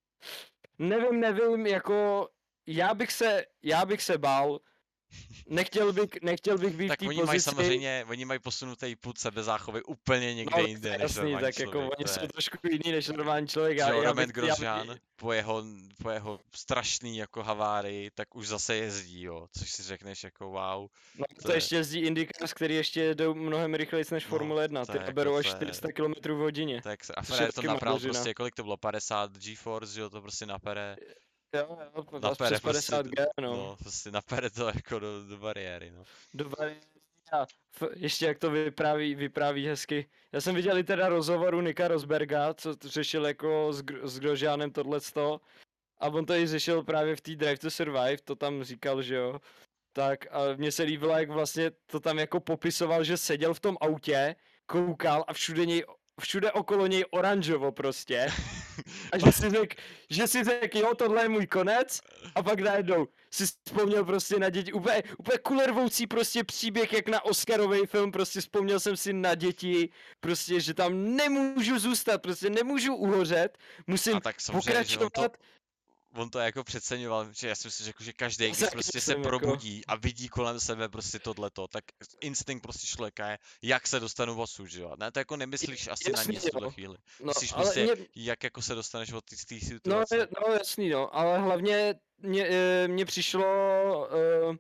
[SPEAKER 2] Nevím, nevím, jako... Já bych se, já bych se bál, nechtěl bych, nechtěl bych být
[SPEAKER 1] Tak
[SPEAKER 2] v té
[SPEAKER 1] oni mají
[SPEAKER 2] pozici...
[SPEAKER 1] samozřejmě, oni mají posunutý pud sebezáchovy úplně někde
[SPEAKER 2] No,
[SPEAKER 1] jinde, než
[SPEAKER 2] jasný,
[SPEAKER 1] normální
[SPEAKER 2] tak
[SPEAKER 1] člověk.
[SPEAKER 2] jako oni
[SPEAKER 1] to
[SPEAKER 2] jsou
[SPEAKER 1] je...
[SPEAKER 2] trošku jiný než normální člověk.
[SPEAKER 1] Že
[SPEAKER 2] Já,
[SPEAKER 1] jo,
[SPEAKER 2] já
[SPEAKER 1] Roman
[SPEAKER 2] bych, já
[SPEAKER 1] Grosjean
[SPEAKER 2] bych,
[SPEAKER 1] po jeho, po jeho strašný jako havárii, tak už zase jezdí, jo, což si řekneš jako wow.
[SPEAKER 2] no,
[SPEAKER 1] to
[SPEAKER 2] to
[SPEAKER 1] je-
[SPEAKER 2] ještě jezdí IndyCars, který ještě jdou mnohem rychleji než
[SPEAKER 1] No,
[SPEAKER 2] Formule jedna,
[SPEAKER 1] to
[SPEAKER 2] ty
[SPEAKER 1] je jako-
[SPEAKER 2] berou až
[SPEAKER 1] to je-
[SPEAKER 2] čtyři sta kilometrů v hodině.
[SPEAKER 1] Tak se, a
[SPEAKER 2] Což je
[SPEAKER 1] Ferrari to
[SPEAKER 2] taky
[SPEAKER 1] napral
[SPEAKER 2] magořina.
[SPEAKER 1] prostě, kolik to bylo, padesát G-Force, že jo, to prostě napere,
[SPEAKER 2] Jo, jo, až
[SPEAKER 1] napere
[SPEAKER 2] přes padesát
[SPEAKER 1] prostě,
[SPEAKER 2] G, no.
[SPEAKER 1] no, prostě napere to jako do, do bariéry, no.
[SPEAKER 2] Do bariéry a f- ještě jak to vypráví, vypráví hezky. Já jsem viděl i teda rozhovoru Nika Rosberga, co t- řešil jako s, Gr- s Grosjeanem tohleto. A on to i řešil právě v té Drive to Survive, to tam říkal, že jo. Tak a mně se líbilo, jak vlastně to tam jako popisoval, že seděl v tom autě, koukal a všude něj, všude okolo něj oranžovo prostě. A že si řekl, že si řekl, jo, tohle je můj konec. A pak najednou si vzpomněl prostě na děti, úplně, úplně kulervoucí prostě příběh, jak na Oscarový film, prostě vzpomněl jsem si na děti, prostě, že tam nemůžu zůstat, prostě nemůžu uhořet, musím
[SPEAKER 1] A tak samozřejmě, že on to,
[SPEAKER 2] pokračovat.
[SPEAKER 1] on to jako přeceňoval, že já jsem si řekl, že každý,
[SPEAKER 2] Já
[SPEAKER 1] když
[SPEAKER 2] si taky
[SPEAKER 1] prostě se
[SPEAKER 2] myslím, jako-
[SPEAKER 1] probudí a vidí kolem sebe prostě tohleto, tak instinkt prostě člověka je, jak se dostanu odsud, že jo. Ne, to jako nemyslíš asi na
[SPEAKER 2] jasně,
[SPEAKER 1] nic v tuhle
[SPEAKER 2] jo.
[SPEAKER 1] chvíli.
[SPEAKER 2] No,
[SPEAKER 1] Myslíš
[SPEAKER 2] ale
[SPEAKER 1] prostě,
[SPEAKER 2] mě,
[SPEAKER 1] jak jako se dostaneš od té- z té
[SPEAKER 2] no,
[SPEAKER 1] situace.
[SPEAKER 2] je- no, jasný, no, ale hlavně mě, eh, mně přišlo, uh,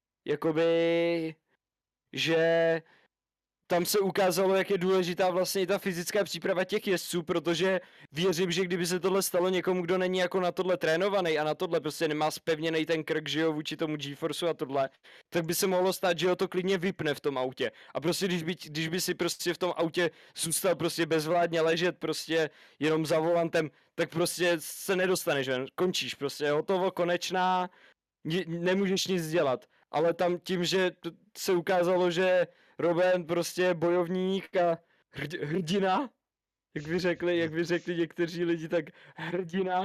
[SPEAKER 2] jakoby, že tam se ukázalo, jak je důležitá vlastně i ta fyzická příprava těch jezdců, protože věřím, že kdyby se tohle stalo někomu, kdo není jako na tohle trénovaný a na tohle prostě nemá spevněný ten krk, že jo, vůči tomu GeForceu a tohle, tak by se mohlo stát, že ho to klidně vypne v tom autě. A prostě když by, když by si prostě v tom autě zůstal prostě bezvládně ležet prostě jenom za volantem, tak prostě se nedostaneš ven, končíš prostě, hotovo, konečná, ni- nemůžeš nic dělat. Ale tam tím, že t- se ukázalo, že Robin prostě je bojovník a hrd, hrdina, jak by řekli, jak by řekli někteří lidi, tak hrdina,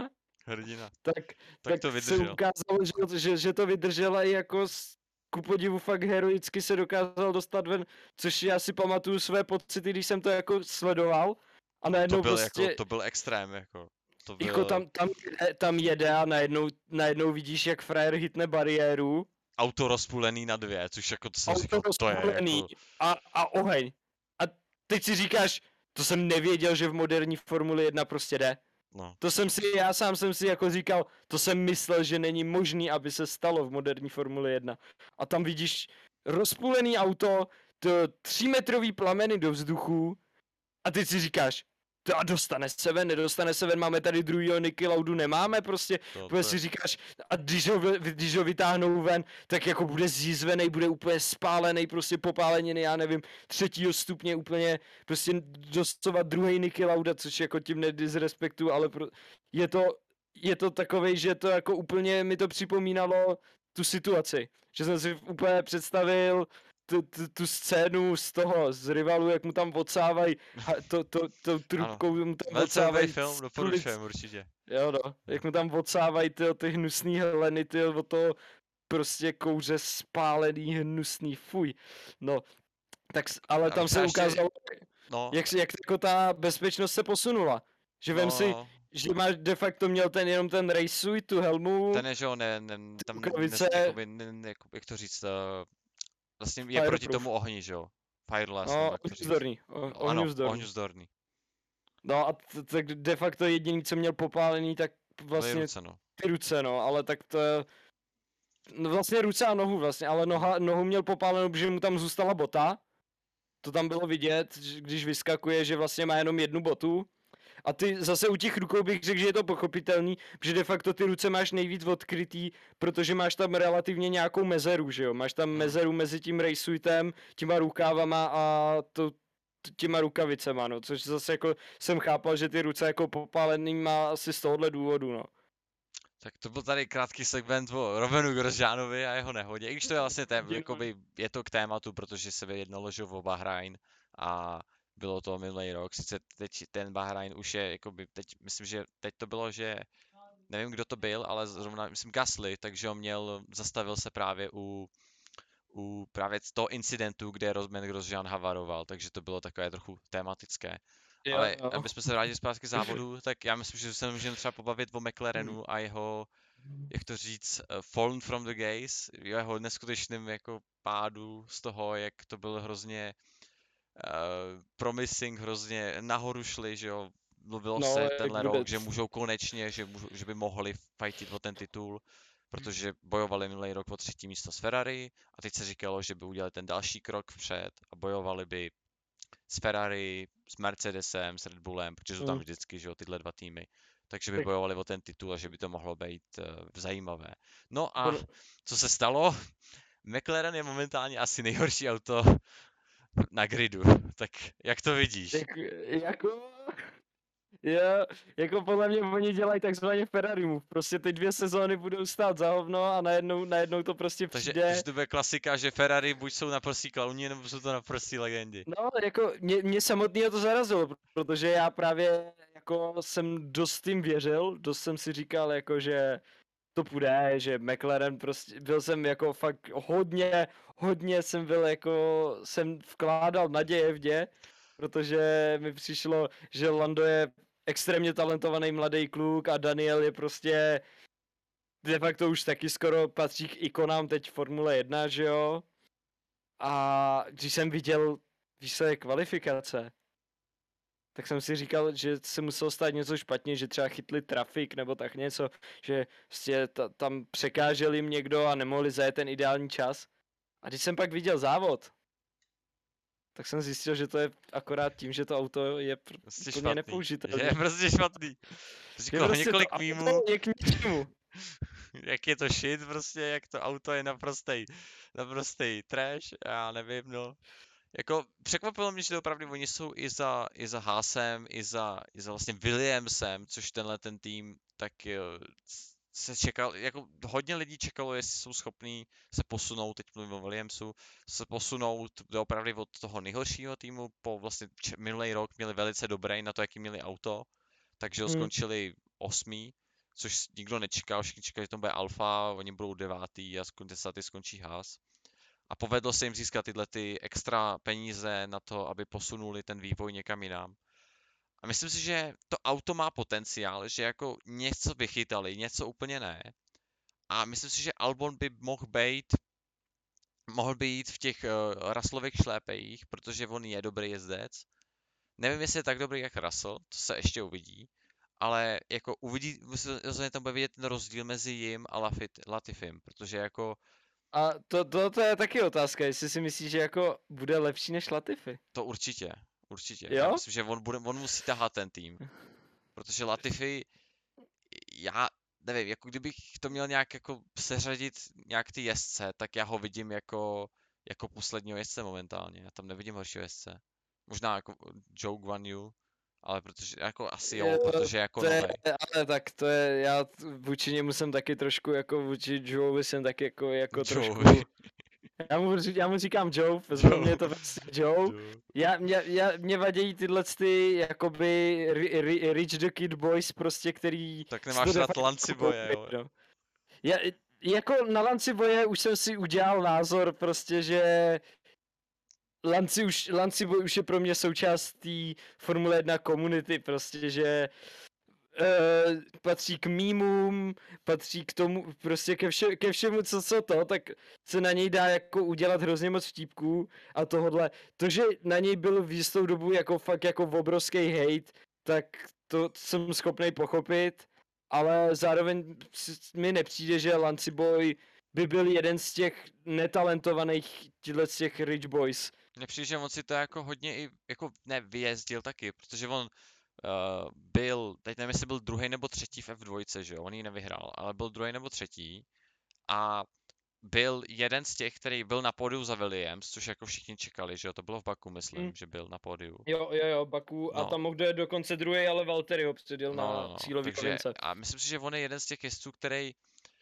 [SPEAKER 1] hrdina.
[SPEAKER 2] tak,
[SPEAKER 1] Tak
[SPEAKER 2] tak
[SPEAKER 1] to
[SPEAKER 2] se
[SPEAKER 1] vydržel.
[SPEAKER 2] ukázalo, že, že, že to vydržela i jako s, ku podivu fakt heroicky se dokázal dostat ven, což já si pamatuju své pocity, když jsem to jako sledoval a
[SPEAKER 1] No, to
[SPEAKER 2] najednou
[SPEAKER 1] byl jako,
[SPEAKER 2] prostě,
[SPEAKER 1] to byl extrém, jako. To
[SPEAKER 2] jako
[SPEAKER 1] byl
[SPEAKER 2] tam, tam, jede, tam jede a najednou, najednou vidíš, jak frajer hitne bariéru,
[SPEAKER 1] auto rozpůlený na dvě, což jako to jsem
[SPEAKER 2] auto
[SPEAKER 1] říkal, to je
[SPEAKER 2] rozpůlený
[SPEAKER 1] jako,
[SPEAKER 2] a, a oheň. A teď si říkáš, to jsem nevěděl, že v moderní Formuli jedna prostě jde.
[SPEAKER 1] no.
[SPEAKER 2] To jsem si, já sám jsem si jako říkal, to jsem myslel, že není možný, aby se stalo v moderní Formuli jedna. A tam vidíš rozpůlený auto, to třímetrový plameny do vzduchu a teď si říkáš, to a dostane se ven, nedostane se ven, máme tady druhýho Niki Laudu, nemáme prostě,
[SPEAKER 1] To,
[SPEAKER 2] protože
[SPEAKER 1] to
[SPEAKER 2] si
[SPEAKER 1] je,
[SPEAKER 2] říkáš, a když ho, vy- když ho vytáhnou ven, tak jako bude zjízvený, bude úplně spálený, prostě popáleniny, já nevím, třetího stupně úplně, prostě dostovat druhý Niki Lauda, což jako tím nedisrespektu, ale pro, je to, je to takovej, že to jako úplně mi to připomínalo tu situaci, že jsem si úplně představil tu, tu, tu scénu z toho, z rivalu, jak mu tam odsávají, ha- to, to, to trubkou mu tam
[SPEAKER 1] velice dobrý
[SPEAKER 2] odsávají
[SPEAKER 1] film,
[SPEAKER 2] z
[SPEAKER 1] doporučujem
[SPEAKER 2] ulic.
[SPEAKER 1] určitě.
[SPEAKER 2] Jo no, jak mu tam odsávají ty, ty hnusný heleny, ty od toho prostě kouře spálený, hnusný, fuj. No, tak, s- ale
[SPEAKER 1] A
[SPEAKER 2] tam se
[SPEAKER 1] třeba ještě-
[SPEAKER 2] ukázalo,
[SPEAKER 1] No,
[SPEAKER 2] jak, se- jak jako ta bezpečnost se posunula. Že vem
[SPEAKER 1] no,
[SPEAKER 2] si,
[SPEAKER 1] no.
[SPEAKER 2] že máš de facto měl ten jenom ten race suit, tu helmu,
[SPEAKER 1] Ten je, že jo, ne, ne, tam,
[SPEAKER 2] rukavice.
[SPEAKER 1] nes, jakoby, ne, ne, jako, jak to říct, uh, vlastně je proti
[SPEAKER 2] Fireproof.
[SPEAKER 1] tomu ohni, že jo, fireless,
[SPEAKER 2] no,
[SPEAKER 1] nebo jak to říct.
[SPEAKER 2] ohňuzdorný, o-
[SPEAKER 1] Ano,
[SPEAKER 2] ohňuzdorný.
[SPEAKER 1] ohňuzdorný.
[SPEAKER 2] No a t- tak de facto jediný, co měl popálený, tak
[SPEAKER 1] Byly
[SPEAKER 2] vlastně
[SPEAKER 1] ruce, no.
[SPEAKER 2] ty ruce, no, ale tak to je... No vlastně ruce a nohu vlastně, ale noha, nohu měl popálenou, protože mu tam zůstala bota. To tam bylo vidět, že když vyskakuje, že vlastně má jenom jednu botu. A ty zase u těch rukou bych řekl, že je to pochopitelný, protože de facto ty ruce máš nejvíc odkrytý, protože máš tam relativně nějakou mezeru, že jo? Máš tam
[SPEAKER 1] Hmm.
[SPEAKER 2] mezeru mezi tím racesuitem, těma rukávama a to, t- těma rukavicema, no, což zase jako jsem chápal, že ty ruce jako popálený má asi z tohohle důvodu, no.
[SPEAKER 1] Tak to byl tady krátký segment o Robinu Grosjeanovi a jeho nehodě. I když to je vlastně tém,
[SPEAKER 2] Hodinu.
[SPEAKER 1] jakoby, je to k tématu, protože se vyjednalo, že o Bahrain a bylo to minulý rok. Sice teď ten Bahrain už je, jakoby, teď, myslím, že teď to bylo, že nevím, kdo to byl, ale zrovna, myslím, Gasly, takže on měl, zastavil se právě u, u právě toho incidentu, kde Roman Grosjean havaroval, takže to bylo takové trochu tematické.
[SPEAKER 2] Jo,
[SPEAKER 1] Ale
[SPEAKER 2] jo.
[SPEAKER 1] aby jsme se vrátili zpátky k závodu, tak já myslím, že se můžeme třeba pobavit o McLarenu a jeho, jak to říct, uh, fallen from the gaze, jeho neskutečným jako pádu z toho, jak to bylo hrozně uh, promising, hrozně nahoru šli, že jo, mluvilo
[SPEAKER 2] No,
[SPEAKER 1] se
[SPEAKER 2] jak
[SPEAKER 1] tenhle
[SPEAKER 2] bude-
[SPEAKER 1] rok, že můžou konečně, že, můžou, že by mohli fightit o ten titul, protože bojovali minulý rok o třetí místo s Ferrari a teď se říkalo, že by udělali ten další krok vpřed a bojovali by s Ferrari, s Mercedesem, s Red Bullem, protože jsou tam
[SPEAKER 2] Mm.
[SPEAKER 1] vždycky, že jo, tyhle dva týmy. Takže by
[SPEAKER 2] Tak-
[SPEAKER 1] bojovali o ten titul a že by to mohlo být uh, zajímavé. No a
[SPEAKER 2] Podle-
[SPEAKER 1] co se stalo? McLaren je momentálně asi nejhorší auto na gridu. Tak jak to vidíš?
[SPEAKER 2] Jak, jako... Jo, jako podle mě oni dělají takzvaně Ferrari move. Prostě ty dvě sezóny budou stát za hovno a najednou, najednou to prostě
[SPEAKER 1] Takže,
[SPEAKER 2] přijde.
[SPEAKER 1] takže to bude klasika, že Ferrari buď jsou naprostí klauni, nebo jsou to naprostí legendy.
[SPEAKER 2] No, jako mě, mě samotného to zarazilo, protože já právě jako jsem dost tím věřil, dost jsem si říkal jako, že to půjde, že McLaren prostě, byl jsem jako fakt hodně, hodně jsem byl jako, jsem vkládal naděje v ně, protože mi přišlo, že Lando je extrémně talentovaný mladý kluk a Daniel je prostě de facto už taky skoro patří k ikonám teď Formule jedna, že jo? A když jsem viděl výsledek kvalifikace, tak jsem si říkal, že se muselo stát něco špatně, že třeba chytli trafik nebo tak něco, že prostě ta, tam překážel jim někdo a nemohli zajet ten ideální čas. A když jsem pak viděl závod, tak jsem zjistil, že to je akorát tím, že to auto je pr-
[SPEAKER 1] Prostě
[SPEAKER 2] úplně
[SPEAKER 1] špatný.
[SPEAKER 2] nepoužitelné.
[SPEAKER 1] Že je prostě špatný.
[SPEAKER 2] Že
[SPEAKER 1] Říkalo
[SPEAKER 2] prostě to
[SPEAKER 1] několik
[SPEAKER 2] auto
[SPEAKER 1] mýmů,
[SPEAKER 2] je k ničemu.
[SPEAKER 1] jak je to shit prostě, jak to auto je naprostej, naprostej trash, já nevím, no. Jako překvapilo mě, že opravdu oni jsou i za, i za Haasem, i za, i za vlastně Williamsem, což tenhle ten tým, tak jo, se čekal, jako hodně lidí čekalo, jestli jsou schopní se posunout, teď mluvím o Williamsu, se posunout opravdu od toho nejhoršího týmu po vlastně minulý rok měli velice dobrý na to, jaký měli auto, takže ho
[SPEAKER 2] Hmm.
[SPEAKER 1] skončili osmý, což nikdo nečekal, všichni čekali, že to bude Alfa, oni budou devátý a skon, desátý skončí Haas. A povedlo se jim získat tyhle ty extra peníze na to, aby posunuli ten vývoj někam jinam. A myslím si, že to auto má potenciál, že jako něco vychytali, něco úplně ne. A myslím si, že Albon by mohl být, mohl být v těch uh, Russellových šlépejích, protože on je dobrý jezdec. Nevím, jestli je tak dobrý jak Russell, to se ještě uvidí. Ale jako uvidí, rozhodně tam bude vidět ten rozdíl mezi jim a Lafit, Latifim, protože jako
[SPEAKER 2] A to, to, to je taky otázka, jestli si myslíš, že jako bude lepší než Latifi.
[SPEAKER 1] to určitě, určitě.
[SPEAKER 2] Jo?
[SPEAKER 1] Já myslím, že on, bude, on musí tahat ten tým. Protože Latifi, já nevím, jako kdybych to měl nějak jako seřadit nějak ty jezdce, tak já ho vidím jako, jako posledního jezdce momentálně. Já tam nevidím horšího jezdce. Možná jako Joe Guan Yu, ale protože jako asi jo,
[SPEAKER 2] Jo,
[SPEAKER 1] protože jako
[SPEAKER 2] To je,
[SPEAKER 1] novej.
[SPEAKER 2] ale tak to je, já t- vůči němu jsem taky trošku jako, vůči Joeovi jsem taky jako, jako trošku,
[SPEAKER 1] Joe.
[SPEAKER 2] já mu, ří- já mu říkám Joe, pro mě je to prostě Joe.
[SPEAKER 1] Joe.
[SPEAKER 2] Já, mě, já, mě vadějí tyhle ty, jakoby, ri, ri, Rich the Kid Boys prostě, který...
[SPEAKER 1] Tak
[SPEAKER 2] si
[SPEAKER 1] nemáš
[SPEAKER 2] to
[SPEAKER 1] rád
[SPEAKER 2] de facto
[SPEAKER 1] Lanci boje, jo?
[SPEAKER 2] koupí, no. Já, jako na Lanci boje už jsem si udělal názor prostě, že Lanci už, Lanci boj už je pro mě součást té Formule jedna komunity, prostě, že uh, patří k mýmům, patří k tomu, prostě ke, vše, ke všemu, co, co to, tak se na něj dá jako udělat hrozně moc vtípků a tohle. To, že na něj byl v jistou dobu jako fakt jako obrovský hate, tak to jsem schopný pochopit, ale zároveň mi nepřijde, že Lanci Boy by byl jeden z těch netalentovaných těchto z těch rich boys.
[SPEAKER 1] Mně přijde, že on si to jako hodně i, jako ne, vyjezdil taky, protože on uh, byl, teď nevím, jestli byl druhý nebo třetí v F dva, že jo, on ji nevyhrál, ale byl druhý nebo třetí a byl jeden z těch, který byl na pódiu za Williams, což jako všichni čekali, že jo, to bylo v Baku, myslím,
[SPEAKER 2] Mm.
[SPEAKER 1] že byl na pódiu.
[SPEAKER 2] Jo, jo, jo, Baku a
[SPEAKER 1] No.
[SPEAKER 2] tam mohl dojet dokonce druhý, ale Valtteri ho předjel
[SPEAKER 1] No,
[SPEAKER 2] na
[SPEAKER 1] no, no,
[SPEAKER 2] cílový
[SPEAKER 1] takže,
[SPEAKER 2] rovince.
[SPEAKER 1] a myslím si, že on je jeden z těch jezdců, který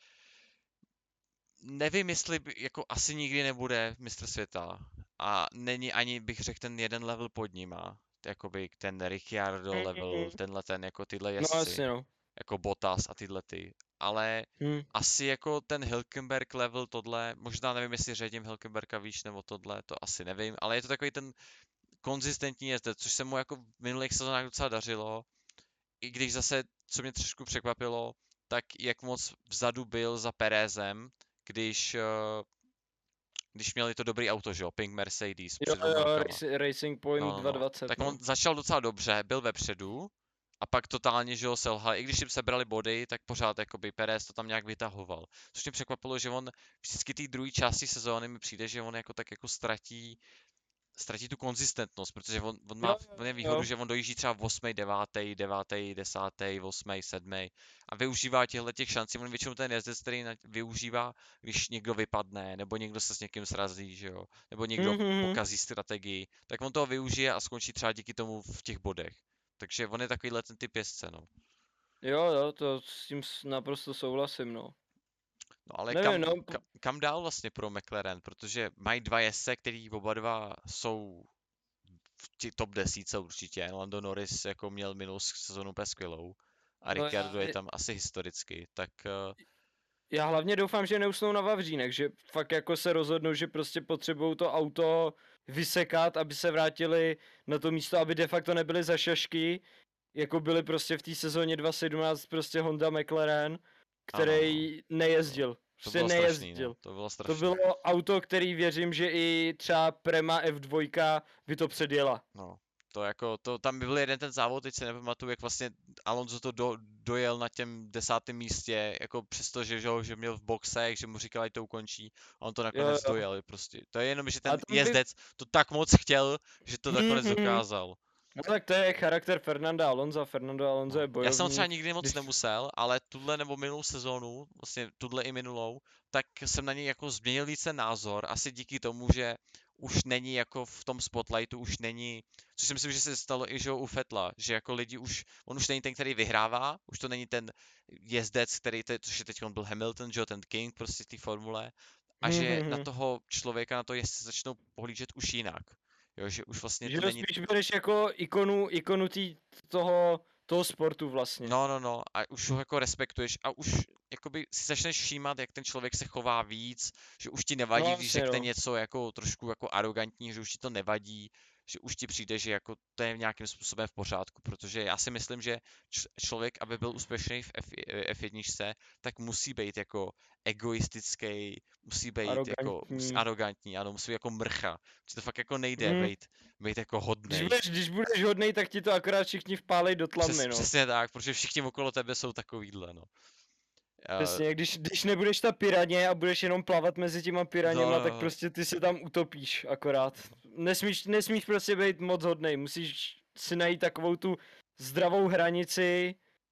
[SPEAKER 1] nevím, jestli by, jako asi nikdy nebude mistr světa a není ani, bych řekl, ten jeden level pod nima, jakoby ten Ricciardo
[SPEAKER 2] Mhm.
[SPEAKER 1] level, tenhle ten, jako tyhle
[SPEAKER 2] No
[SPEAKER 1] jezdci,
[SPEAKER 2] jasně no.
[SPEAKER 1] jako Bottas a tyhle ty, ale
[SPEAKER 2] Hm.
[SPEAKER 1] asi jako ten Hülkenberg level tohle, možná nevím, jestli řadím Hülkenberga výš nebo tohle, to asi nevím, ale je to takový ten konzistentní jezdec, což se mu jako v minulých sezónách docela dařilo, i když zase, co mě trošku překvapilo, tak jak moc vzadu byl za Perezem, když, eh, když měli to dobrý auto, že jo, Pink Mercedes
[SPEAKER 2] Jo,
[SPEAKER 1] před dvěma
[SPEAKER 2] jo,
[SPEAKER 1] rokama.
[SPEAKER 2] Rac- Racing Point
[SPEAKER 1] No, no,
[SPEAKER 2] dva
[SPEAKER 1] no.
[SPEAKER 2] dvacet.
[SPEAKER 1] Tak
[SPEAKER 2] no.
[SPEAKER 1] on začal docela dobře, byl vepředu a pak totálně, že jo, selhal. I když jim sebrali body, tak pořád jakoby Perez to tam nějak vytahoval. Což mě překvapilo, že on vždycky té druhé části sezóny mi přijde, že on jako tak jako ztratí ztratí tu konzistentnost, protože on, on má
[SPEAKER 2] Jo,
[SPEAKER 1] on je
[SPEAKER 2] jo,
[SPEAKER 1] výhodu,
[SPEAKER 2] jo.
[SPEAKER 1] že on dojíždí třeba v osmý, devátý, devátý, desátý, osmý, sedmý a využívá těchto těch šancí. On většinou ten jezdec, který na, využívá, když někdo vypadne, nebo někdo se s někým srazí, že jo, nebo někdo
[SPEAKER 2] Mhm.
[SPEAKER 1] pokazí strategii, tak on toho využije a skončí třeba díky tomu v těch bodech. Takže on je takovýhle ten typ jezdce, no.
[SPEAKER 2] Jo, jo, to s tím s- naprosto souhlasím, no.
[SPEAKER 1] No ale
[SPEAKER 2] Nevím,
[SPEAKER 1] kam,
[SPEAKER 2] no,
[SPEAKER 1] kam, kam dál vlastně pro McLaren, protože mají dva jezdce, který oba dva jsou v ti- top desítce určitě. Lando Norris jako měl minulou sezonu úplně skvělou a
[SPEAKER 2] No,
[SPEAKER 1] Ricciardo je
[SPEAKER 2] já-
[SPEAKER 1] tam asi historicky, tak eh,
[SPEAKER 2] já hlavně doufám, že neusnou na Vavřínech, že fakt jako se rozhodnou, že prostě potřebují to auto vysekat, aby se vrátili na to místo, aby de facto nebyli za šašky, jako byli prostě v té sezóně dva tisíce sedmnáct prostě Honda McLaren, který nejezdil.
[SPEAKER 1] to
[SPEAKER 2] Prostě
[SPEAKER 1] bylo strašný,
[SPEAKER 2] nejezdil.
[SPEAKER 1] no. To bylo
[SPEAKER 2] To
[SPEAKER 1] strašný.
[SPEAKER 2] bylo auto, který věřím, že i třeba Prema F dva by to předjela.
[SPEAKER 1] No, to jako, to, tam by byl jeden ten závod, teď se nepamatuju, jak vlastně Alonso to do, dojel na těm desátém místě, jako přesto, že, že, ho- že měl v boxech, že mu říkal, ať to ukončí, a on to nakonec
[SPEAKER 2] jo.
[SPEAKER 1] dojel, prostě. To je jenom, že
[SPEAKER 2] A
[SPEAKER 1] ten
[SPEAKER 2] tam by-
[SPEAKER 1] jezdec to tak moc chtěl, že to nakonec
[SPEAKER 2] Mhm.
[SPEAKER 1] dokázal.
[SPEAKER 2] No tak to je charakter Fernanda Alonza. Fernando Alonso
[SPEAKER 1] No.
[SPEAKER 2] je bojovník.
[SPEAKER 1] Já jsem ho třeba nikdy moc
[SPEAKER 2] když-
[SPEAKER 1] nemusel, ale tuhle nebo minulou sezónu, vlastně tuhle i minulou, tak jsem na něj jako změnil víc ten názor, asi díky tomu, že už není jako v tom spotlightu, už není, což si myslím, že se stalo i že jo, u Fetla, že jako lidi už, on už není ten, který vyhrává, už to není ten jezdec, který, te, což je teď on byl Hamilton, že jo, ten King prostě v té formule, a že na
[SPEAKER 2] Mhm.
[SPEAKER 1] toho člověka, na to jezdce začnou pohlížet už jinak. Jo, že už vlastně
[SPEAKER 2] Že
[SPEAKER 1] to
[SPEAKER 2] ho
[SPEAKER 1] není
[SPEAKER 2] spíš bereš jako ikonu, ikonu tý, toho, toho sportu vlastně.
[SPEAKER 1] No, no, no, a už ho jako respektuješ a už jakoby si začneš všímat, jak ten člověk se chová víc, že už ti
[SPEAKER 2] No
[SPEAKER 1] nevadí, když
[SPEAKER 2] jasně,
[SPEAKER 1] řekne
[SPEAKER 2] no.
[SPEAKER 1] něco jako trošku jako arrogantní, že už ti to nevadí, že už ti přijde, že jako to je nějakým způsobem v pořádku, protože já si myslím, že č- člověk, aby byl úspěšný v F, F jedna, tak musí být jako egoistický, musí být jako musí,
[SPEAKER 2] Arrogantní.
[SPEAKER 1] arrogantní, ano, musí být jako mrcha, že to fakt jako nejde
[SPEAKER 2] Mm.
[SPEAKER 1] být, být jako
[SPEAKER 2] Když
[SPEAKER 1] hodnej.
[SPEAKER 2] budeš, když budeš hodnej, tak ti to akorát všichni vpálej do
[SPEAKER 1] Přes,
[SPEAKER 2] tlamy, no.
[SPEAKER 1] přesně tak, protože všichni okolo tebe jsou takovýhle, no. Uh,
[SPEAKER 2] Přesně, když, když nebudeš ta piraně a budeš jenom plavat mezi těma piraněma,
[SPEAKER 1] No,
[SPEAKER 2] tak
[SPEAKER 1] no.
[SPEAKER 2] prostě ty se tam utopíš akorát. Nesmíš, nesmíš prostě být moc hodnej, musíš si najít takovou tu zdravou hranici,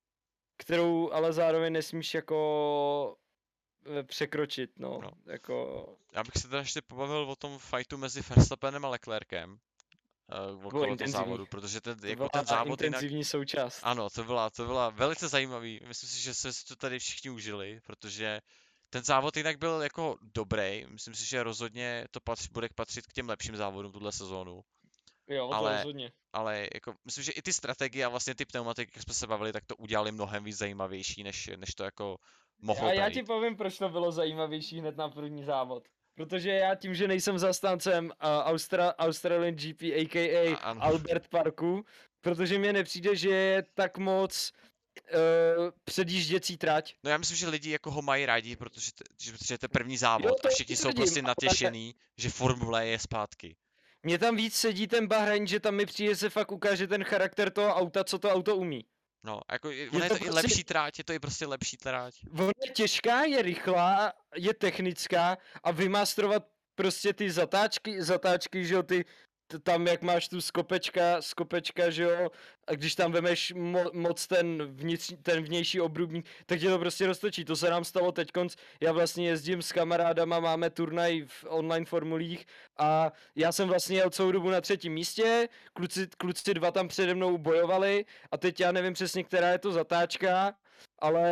[SPEAKER 2] kterou ale zároveň nesmíš jako eh, překročit, no,
[SPEAKER 1] No.
[SPEAKER 2] jako...
[SPEAKER 1] Já bych se teda ještě pobavil o tom fightu mezi Verstappenem a Leclerkem. Uh, okolo toho
[SPEAKER 2] intenzivní.
[SPEAKER 1] závodu, protože ten,
[SPEAKER 2] To
[SPEAKER 1] jako
[SPEAKER 2] byla
[SPEAKER 1] ten závod jinak...
[SPEAKER 2] intenzivní součást.
[SPEAKER 1] Ano, to byla, to byla velice zajímavý. Myslím si, že se si to tady všichni užili, protože ten závod jinak byl jako dobrý. Myslím si, že rozhodně to patř, bude patřit k těm lepším závodům tuhle sezónu.
[SPEAKER 2] Jo, to
[SPEAKER 1] Ale-
[SPEAKER 2] rozhodně.
[SPEAKER 1] Ale jako, myslím, že i ty strategie a vlastně ty pneumatiky, jak jsme se bavili, tak to udělali mnohem víc zajímavější, než, než to jako mohlo
[SPEAKER 2] A já
[SPEAKER 1] být.
[SPEAKER 2] ti povím, proč to bylo zajímavější hned na první závod. Protože já tím, že nejsem zastáncem uh, Austra- Australian G P, a k a.
[SPEAKER 1] A- ano.
[SPEAKER 2] Albert Parku, protože mně nepřijde, že je tak moc uh, předjížděcí trať.
[SPEAKER 1] No já myslím, že lidi jako ho mají rádi, protože, t- že, protože to je první závod
[SPEAKER 2] Jo, to
[SPEAKER 1] a všichni jsou
[SPEAKER 2] tvrdím,
[SPEAKER 1] prostě
[SPEAKER 2] ale-
[SPEAKER 1] natěšený, že Formule je zpátky.
[SPEAKER 2] Mně tam víc sedí ten Bahrain, že tam mi přijde se fakt ukáže ten charakter toho auta, co to auto umí.
[SPEAKER 1] No, jako je, ono je
[SPEAKER 2] to
[SPEAKER 1] to i
[SPEAKER 2] prostě-
[SPEAKER 1] lepší tráť, je to i prostě lepší tráť.
[SPEAKER 2] Ona je těžká, je rychlá, je technická a vymastrovat prostě ty zatáčky, zatáčky, že jo, ty t- tam jak máš tu skopečka, skopečka, že jo, a když tam vemeš mo- moc ten, vnitř, ten vnější obrubník, tak tě to prostě roztočí. To se nám stalo teďkonc, já vlastně jezdím s kamarádama, máme turnaj v online formulích a já jsem vlastně jel celou dobu na třetím místě, kluci, kluci dva tam přede mnou bojovali a teď já nevím přesně, která je to zatáčka, ale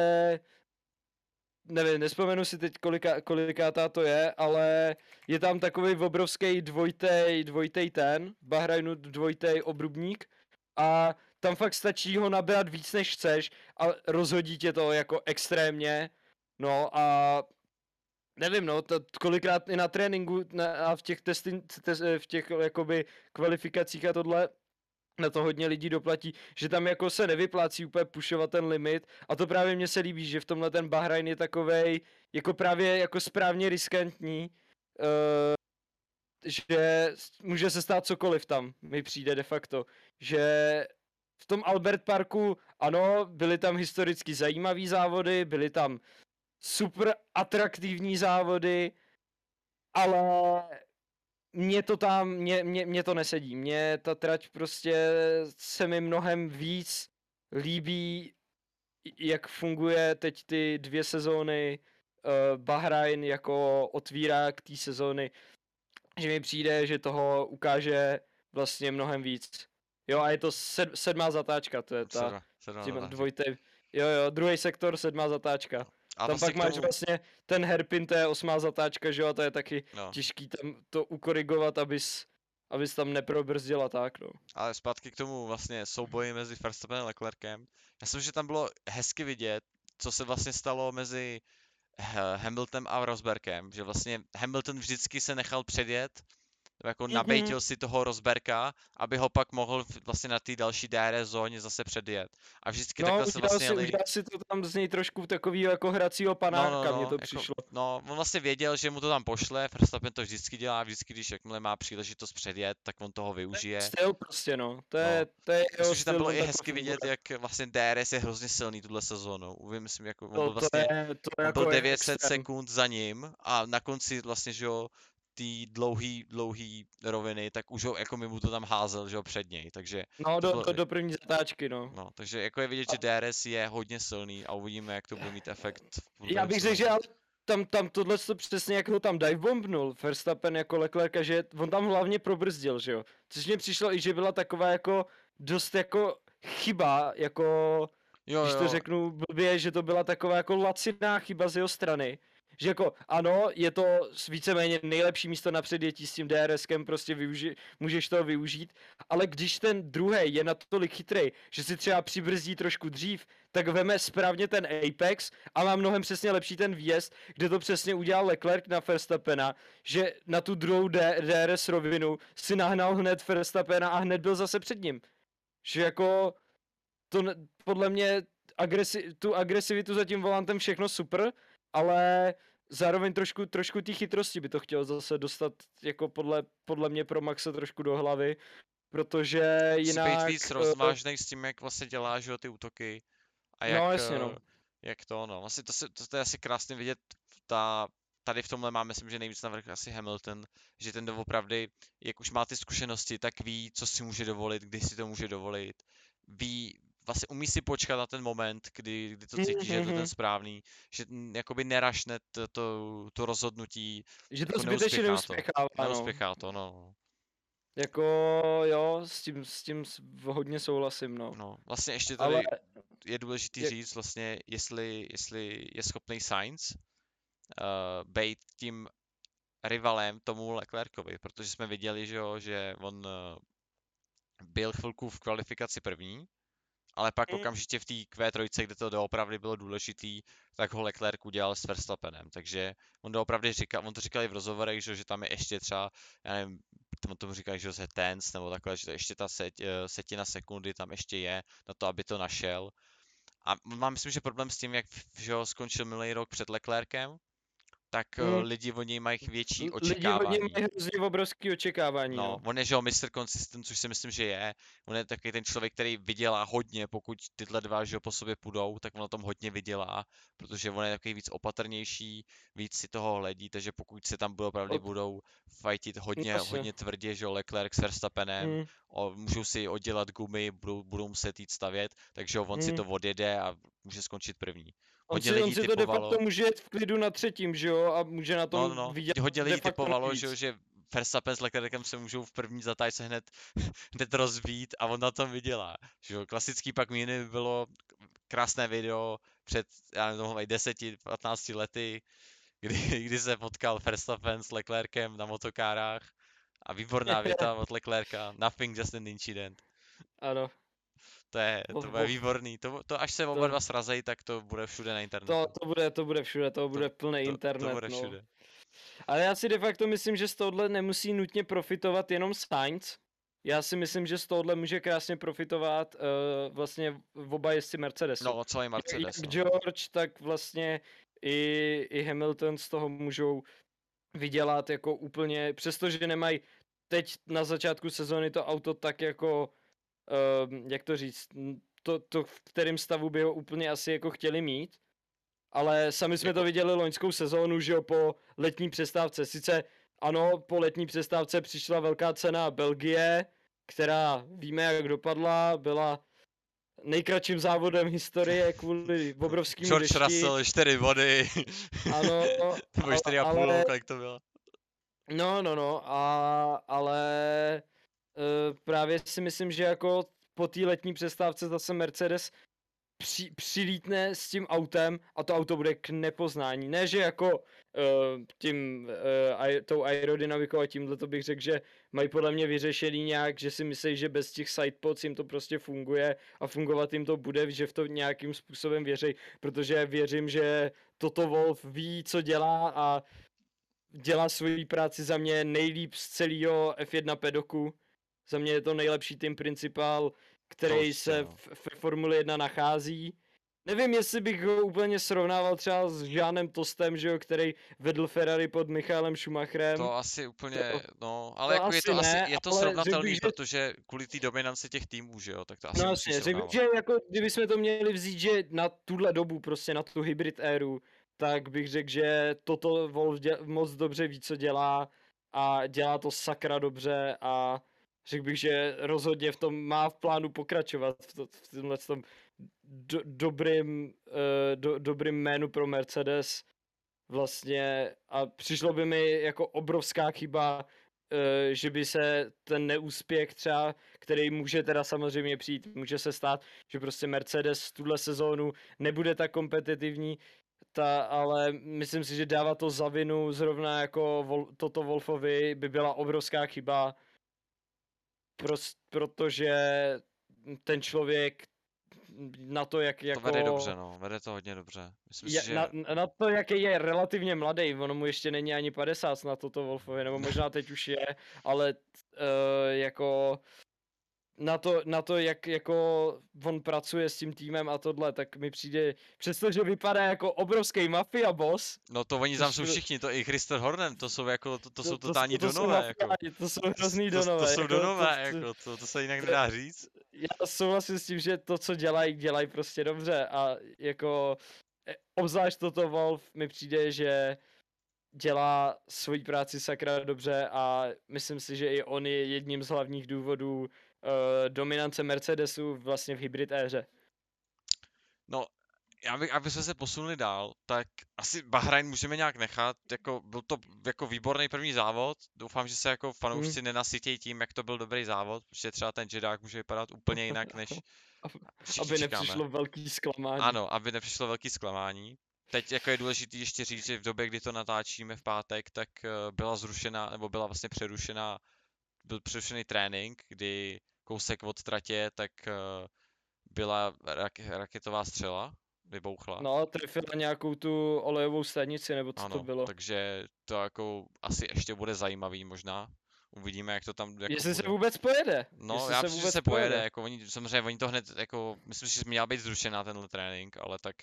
[SPEAKER 2] nevím, nespomenu si teď kolika, kolikátá to je, ale je tam takový obrovský dvojitej, dvojitej ten, v Bahrajnu dvojitej obrubník a tam fakt stačí ho nabrat víc než chceš a rozhodí tě to jako extrémně, no a nevím no, to kolikrát i na tréninku na, a v těch testy, tes, v těch jakoby kvalifikacích a tohle na to hodně lidí doplatí, že tam jako se nevyplácí úplně pušovat ten limit a to právě mně se líbí, že v tomhle ten Bahrajn je takovej jako právě jako správně riskantní, uh, že může se stát cokoliv tam, mi přijde de facto, že v tom Albert Parku, ano, byly tam historicky zajímavý závody, byly tam super atraktivní závody, ale mně to tam, mně, mně, mně to nesedí, mně ta trať prostě se mi mnohem víc líbí, jak funguje teď ty dvě sezóny uh, Bahrajn jako otvírák té sezóny, že mi přijde, že toho ukáže vlastně mnohem víc. Jo a je to sed, sedmá zatáčka, to je ta
[SPEAKER 1] Sedma, sedma
[SPEAKER 2] tím
[SPEAKER 1] zatáčka.
[SPEAKER 2] dvojitej, jo jo, druhý sektor, sedmá zatáčka.
[SPEAKER 1] A
[SPEAKER 2] Tam
[SPEAKER 1] vlastně
[SPEAKER 2] pak
[SPEAKER 1] k
[SPEAKER 2] máš
[SPEAKER 1] tomu,
[SPEAKER 2] vlastně ten hairpin, to je osmá zatáčka, že jo, a to je taky
[SPEAKER 1] no,
[SPEAKER 2] těžký tam to ukorigovat, abys, abys tam neprobrzdila tak, no.
[SPEAKER 1] ale zpátky k tomu vlastně souboji mezi Verstappenem a Leclerkem. Já myslím, že tam bylo hezky vidět, co se vlastně stalo mezi H- Hamiltonem a Rosbergem, že vlastně Hamilton vždycky se nechal předjet, jako
[SPEAKER 2] Mhm.
[SPEAKER 1] nabejtil si toho Rosberga, aby ho pak mohl v- vlastně na té další D R S zóně zase předjet. A vždycky
[SPEAKER 2] No,
[SPEAKER 1] takhle se
[SPEAKER 2] udělal
[SPEAKER 1] vlastně
[SPEAKER 2] si,
[SPEAKER 1] jeli.
[SPEAKER 2] udělal si to tam z něj trošku takovýho jako hracího panáka, mně to
[SPEAKER 1] jako,
[SPEAKER 2] přišlo.
[SPEAKER 1] No, on vlastně věděl, že mu to tam pošle, Verstappen to vždycky dělá, vždycky, když jakmile má příležitost předjet, tak on toho využije.
[SPEAKER 2] Styl prostě, no, to
[SPEAKER 1] No.
[SPEAKER 2] je, to je jeho
[SPEAKER 1] Myslím, že tam
[SPEAKER 2] styl,
[SPEAKER 1] bylo
[SPEAKER 2] on
[SPEAKER 1] i
[SPEAKER 2] takhle
[SPEAKER 1] hezky
[SPEAKER 2] funguje.
[SPEAKER 1] vidět, jak vlastně D R S je hrozně silný tuhle sezónou. Uvím, myslím, jako on byl
[SPEAKER 2] To, to
[SPEAKER 1] vlastně,
[SPEAKER 2] je, to je
[SPEAKER 1] on
[SPEAKER 2] jako
[SPEAKER 1] byl
[SPEAKER 2] je
[SPEAKER 1] devět set
[SPEAKER 2] extrém.
[SPEAKER 1] sekund za ním a na konci vlastně, že jo, ty dlouhý, dlouhý roviny, tak už ho, jako mi mu to tam házel, že jo, před něj, takže,
[SPEAKER 2] No,
[SPEAKER 1] to
[SPEAKER 2] do,
[SPEAKER 1] bylo-
[SPEAKER 2] do, do první zatáčky, no.
[SPEAKER 1] no, takže jako je vidět, že D R S je hodně silný a uvidíme, jak to bude mít efekt. v
[SPEAKER 2] Já
[SPEAKER 1] průběhu
[SPEAKER 2] bych řekl, že
[SPEAKER 1] sezóny.
[SPEAKER 2] ale tam, tam tohle to přesně jak ho tam divebombnul Verstappen jako Leclerca, že on tam hlavně probrzdil, že jo. Což mně přišlo i, že byla taková jako dost jako chyba, jako
[SPEAKER 1] Jo,
[SPEAKER 2] když to
[SPEAKER 1] jo,
[SPEAKER 2] řeknu blbě, že to byla taková jako laciná chyba z jeho strany, Že jako ano, je to s- víceméně nejlepší místo na předjetí s tím DRSkem, prostě využi- můžeš toho využít, ale když ten druhý je natolik chytrý, že si třeba přibrzdí trošku dřív, tak veme správně ten Apex a má mnohem přesně lepší ten výjezd, kde to přesně udělal Leclerc na Verstappena, že na tu druhou D- DRS rovinu si nahnal hned Verstappena a hned byl zase před ním. Že jako to ne- podle mě agresi- tu agresivitu za tím volantem všechno super, ale zároveň trošku, trošku té chytrosti by to chtělo zase dostat jako podle, podle mě pro Maxe trošku do hlavy, protože
[SPEAKER 1] Musí být
[SPEAKER 2] jinak...
[SPEAKER 1] víc
[SPEAKER 2] eh,
[SPEAKER 1] rozvážnej s tím, jak vlastně dělá, že jo, ty útoky a jak,
[SPEAKER 2] no jasně no.
[SPEAKER 1] eh, jak to, no. Vlastně to, se, to, to je asi krásně vidět, ta, tady v tomhle má, myslím, že nejvíc navrch asi Hamilton, že ten doopravdy, jak už má ty zkušenosti, tak ví, co si může dovolit, kdy si to může dovolit, ví, vlastně umí si počkat na ten moment, kdy, kdy to cítí, že je to ten
[SPEAKER 2] Mhm.
[SPEAKER 1] správný, že mm, jakoby nerašne to, to, to rozhodnutí,
[SPEAKER 2] Že to
[SPEAKER 1] jako
[SPEAKER 2] zbytečně
[SPEAKER 1] neuspěchá to.
[SPEAKER 2] neuspěchává, no.
[SPEAKER 1] Neuspěchá to, no.
[SPEAKER 2] Jako jo, s tím, s tím s- hodně souhlasím, no.
[SPEAKER 1] No, vlastně ještě
[SPEAKER 2] Ale
[SPEAKER 1] tady je důležitý
[SPEAKER 2] je-
[SPEAKER 1] říct vlastně, jestli, jestli je schopný Sainz uh, být tím rivalem tomu Leclercovi, protože jsme viděli, že, jo, že on uh, byl chvilku v kvalifikaci první, ale pak
[SPEAKER 2] Mm.
[SPEAKER 1] okamžitě v té Q tři, kde to doopravdy bylo důležitý, tak ho Leclerc udělal s Verstappenem, takže on doopravdy říkal, on to říkal i v rozhovorech, že, že tam je ještě třeba, já nevím, on tomu říká, že se tense nebo takhle, že to ještě ta set, eh, setina sekundy tam ještě je na to, aby to našel. A mám myslím, že problém s tím, jak že ho skončil minulý rok před Leclerkem, tak eh,
[SPEAKER 2] Mm.
[SPEAKER 1] lidi od něj mají větší
[SPEAKER 2] l- lidi od něj
[SPEAKER 1] očekávání.
[SPEAKER 2] mají hrozně obrovský očekávání,
[SPEAKER 1] No,
[SPEAKER 2] no.
[SPEAKER 1] on je, že jo, mister Consistent, což si myslím, že je. On je taky ten člověk, který vydělá hodně, pokud tyhle dva, že jo, po sobě půjdou, tak on na tom hodně vydělá, protože on je takový víc opatrnější, víc si toho hledí, takže pokud se tam budou opravdu
[SPEAKER 2] Od-
[SPEAKER 1] budou fightit hodně,
[SPEAKER 2] Jasně.
[SPEAKER 1] hodně tvrdě, že jo, Leclerc s Verstappenem,
[SPEAKER 2] Mm.
[SPEAKER 1] o, můžou si oddělat gumy, budou, budou muset jít stavět, takže jo, on si
[SPEAKER 2] Mm.
[SPEAKER 1] to odjede a může skončit první.
[SPEAKER 2] On
[SPEAKER 1] Hodně
[SPEAKER 2] si, on
[SPEAKER 1] lidí
[SPEAKER 2] si to de
[SPEAKER 1] typovalo,
[SPEAKER 2] facto může jet v klidu na třetím, že jo, a může na
[SPEAKER 1] no,
[SPEAKER 2] tom
[SPEAKER 1] no, no,
[SPEAKER 2] vidět
[SPEAKER 1] hodně
[SPEAKER 2] de
[SPEAKER 1] lidí
[SPEAKER 2] facto
[SPEAKER 1] typovalo, že, jo,
[SPEAKER 2] nejvíc.
[SPEAKER 1] že Verstappen s Leclercem se můžou v první zatáčce hned, hned rozbít a on na tom vydělá. Že jo, klasický pak míny by bylo krásné video před, já nevím, tohle deseti, patnácti lety, kdy, kdy se potkal Verstappen s Leclerkem na motokárách a výborná věta od Leclerca, nothing, just an incident.
[SPEAKER 2] Ano.
[SPEAKER 1] To je, to
[SPEAKER 2] Oh,
[SPEAKER 1] bude
[SPEAKER 2] oh.
[SPEAKER 1] výborný, to, to až se oba
[SPEAKER 2] To-
[SPEAKER 1] dva srazejí, tak to bude všude na internetu.
[SPEAKER 2] To, to, bude, to bude všude, to bude plný
[SPEAKER 1] to,
[SPEAKER 2] internet,
[SPEAKER 1] to bude
[SPEAKER 2] no.
[SPEAKER 1] všude.
[SPEAKER 2] Ale já si de facto myslím, že z tohohle nemusí nutně profitovat jenom Sainz. Já si myslím, že z tohohle může krásně profitovat uh, vlastně v oba jezdci Mercedesu.
[SPEAKER 1] No, celý Mercedes,
[SPEAKER 2] Jak
[SPEAKER 1] no.
[SPEAKER 2] George, tak vlastně i, i Hamilton z toho můžou vydělat jako úplně, přestože nemají teď na začátku sezóny to auto tak jako, uh, jak to říct, n- to, to v kterém stavu by ho úplně asi jako chtěli mít, ale sami jsme
[SPEAKER 1] Jako-
[SPEAKER 2] to viděli loňskou sezónu, že jo, po letní přestávce. Sice ano, po letní přestávce přišla velká cena Belgie, která víme, jak dopadla, byla nejkratším závodem historie kvůli obrovskému
[SPEAKER 1] George
[SPEAKER 2] dešti.
[SPEAKER 1] Russell, čtyři body.
[SPEAKER 2] Ano,
[SPEAKER 1] to bylo
[SPEAKER 2] ale-
[SPEAKER 1] čtyři a půl,
[SPEAKER 2] ale-
[SPEAKER 1] kolik to bylo?
[SPEAKER 2] No, no, no, a, ale e, právě si myslím, že jako po té letní přestávce zase Mercedes při, přilítne s tím autem a to auto bude k nepoznání. Ne, že jako uh, tím, uh, aj, tou aerodynamikou a tímhle to bych řekl, že mají podle mě vyřešený nějak, že si myslí, že bez těch sidepods jim to prostě funguje a fungovat jim to bude, že v to nějakým způsobem věří, protože věřím, že Toto Wolff ví, co dělá a dělá svoji práci za mě nejlíp z celého F jedna pedoku. Za mě je to nejlepší tým principál, který
[SPEAKER 1] určitě,
[SPEAKER 2] se
[SPEAKER 1] no.
[SPEAKER 2] v, v Formuli jedna nachází. Nevím, jestli bych ho úplně srovnával třeba s Jeanem Tostem, že jo, který vedl Ferrari pod Michaelem Schumacherem.
[SPEAKER 1] To asi úplně,
[SPEAKER 2] To-
[SPEAKER 1] no, ale
[SPEAKER 2] to
[SPEAKER 1] jako je to
[SPEAKER 2] asi
[SPEAKER 1] asi,
[SPEAKER 2] ne,
[SPEAKER 1] je to
[SPEAKER 2] ale řekl
[SPEAKER 1] srovnatelný,
[SPEAKER 2] bych, že-
[SPEAKER 1] protože kvůli té dominanci těch týmů, že jo, tak to asi
[SPEAKER 2] No
[SPEAKER 1] musí
[SPEAKER 2] jasně, řekl
[SPEAKER 1] srovnávat.
[SPEAKER 2] bych, že jako kdybychom to měli vzít, že na tuhle dobu, prostě na tu hybrid éru, tak bych řekl, že toto Wolf dě- moc dobře ví, co dělá a dělá to sakra dobře a řekl bych, že rozhodně v tom má v plánu pokračovat v, to, v tomhle tom do, dobrým, uh, do, dobrým jménu pro Mercedes vlastně a přišlo by mi jako obrovská chyba, eh, že by se ten neúspěch třeba, který může teda samozřejmě přijít, může se stát, že prostě Mercedes tuhle sezónu nebude tak kompetitivní, ta, ale myslím si, že dávat to za vinu zrovna jako Vol, toto Wolfovi by byla obrovská chyba, pros, protože ten člověk na to, jak
[SPEAKER 1] To
[SPEAKER 2] jako...
[SPEAKER 1] vede dobře, no, vede to hodně dobře. Myslím
[SPEAKER 2] Je,
[SPEAKER 1] si, že...
[SPEAKER 2] na, na to, jaký je relativně mladý, ono mu ještě není ani padesát na toto Wolfovi, nebo možná teď už je, ale uh, jako na to, na to, jak jako on pracuje s tím týmem a tohle, tak mi přijde, přestože vypadá jako obrovský mafia boss.
[SPEAKER 1] No to oni
[SPEAKER 2] to
[SPEAKER 1] tam jsou
[SPEAKER 2] jsou-
[SPEAKER 1] všichni, to i Christer Horner, to jsou jako, to, to jsou
[SPEAKER 2] to,
[SPEAKER 1] totální
[SPEAKER 2] to, to jsou
[SPEAKER 1] donové, jako.
[SPEAKER 2] mafiáni, to jsou hrozný
[SPEAKER 1] To, to,
[SPEAKER 2] donové.
[SPEAKER 1] to jsou
[SPEAKER 2] jako,
[SPEAKER 1] donové,
[SPEAKER 2] to, to,
[SPEAKER 1] jako, to, to se jinak
[SPEAKER 2] to-
[SPEAKER 1] nedá říct.
[SPEAKER 2] Já souhlasím s tím, že to, co dělají, dělají prostě dobře a jako e, obzvlášť toto Wolf mi přijde, že dělá svoji práci sakra dobře a myslím si, že i on je jedním z hlavních důvodů uh, dominance Mercedesu vlastně v hybrid éře.
[SPEAKER 1] No, já bych, aby jsme se posunuli dál, tak asi Bahrajn můžeme nějak nechat, jako byl to jako výborný první závod, doufám, že se jako fanoušci
[SPEAKER 2] Hmm.
[SPEAKER 1] nenasytějí tím, jak to byl dobrý závod, protože třeba ten Jedák může vypadat úplně jinak, než všichni
[SPEAKER 2] Aby
[SPEAKER 1] čekáme.
[SPEAKER 2] nepřišlo velký zklamání.
[SPEAKER 1] Ano, aby nepřišlo velký zklamání. Teď jako je důležité ještě říct, že v době, kdy to natáčíme v pátek, tak uh, byla zrušena, nebo byla vlastně přerušena, byl přerušený trénink, kdy kousek od tratě, tak uh, byla rak, raketová střela, vybouchla.
[SPEAKER 2] No, trefila nějakou tu olejovou stanici, nebo co
[SPEAKER 1] Ano,
[SPEAKER 2] to bylo.
[SPEAKER 1] takže to jako asi ještě bude zajímavý možná. Uvidíme, jak to tam jako
[SPEAKER 2] Jestli se
[SPEAKER 1] bude.
[SPEAKER 2] vůbec pojede.
[SPEAKER 1] No,
[SPEAKER 2] Jestli
[SPEAKER 1] já
[SPEAKER 2] se
[SPEAKER 1] myslím, že
[SPEAKER 2] vůbec
[SPEAKER 1] se pojede, jako oni, samozřejmě oni to hned, jako, myslím si, že měla být zrušená tenhle trénink, ale tak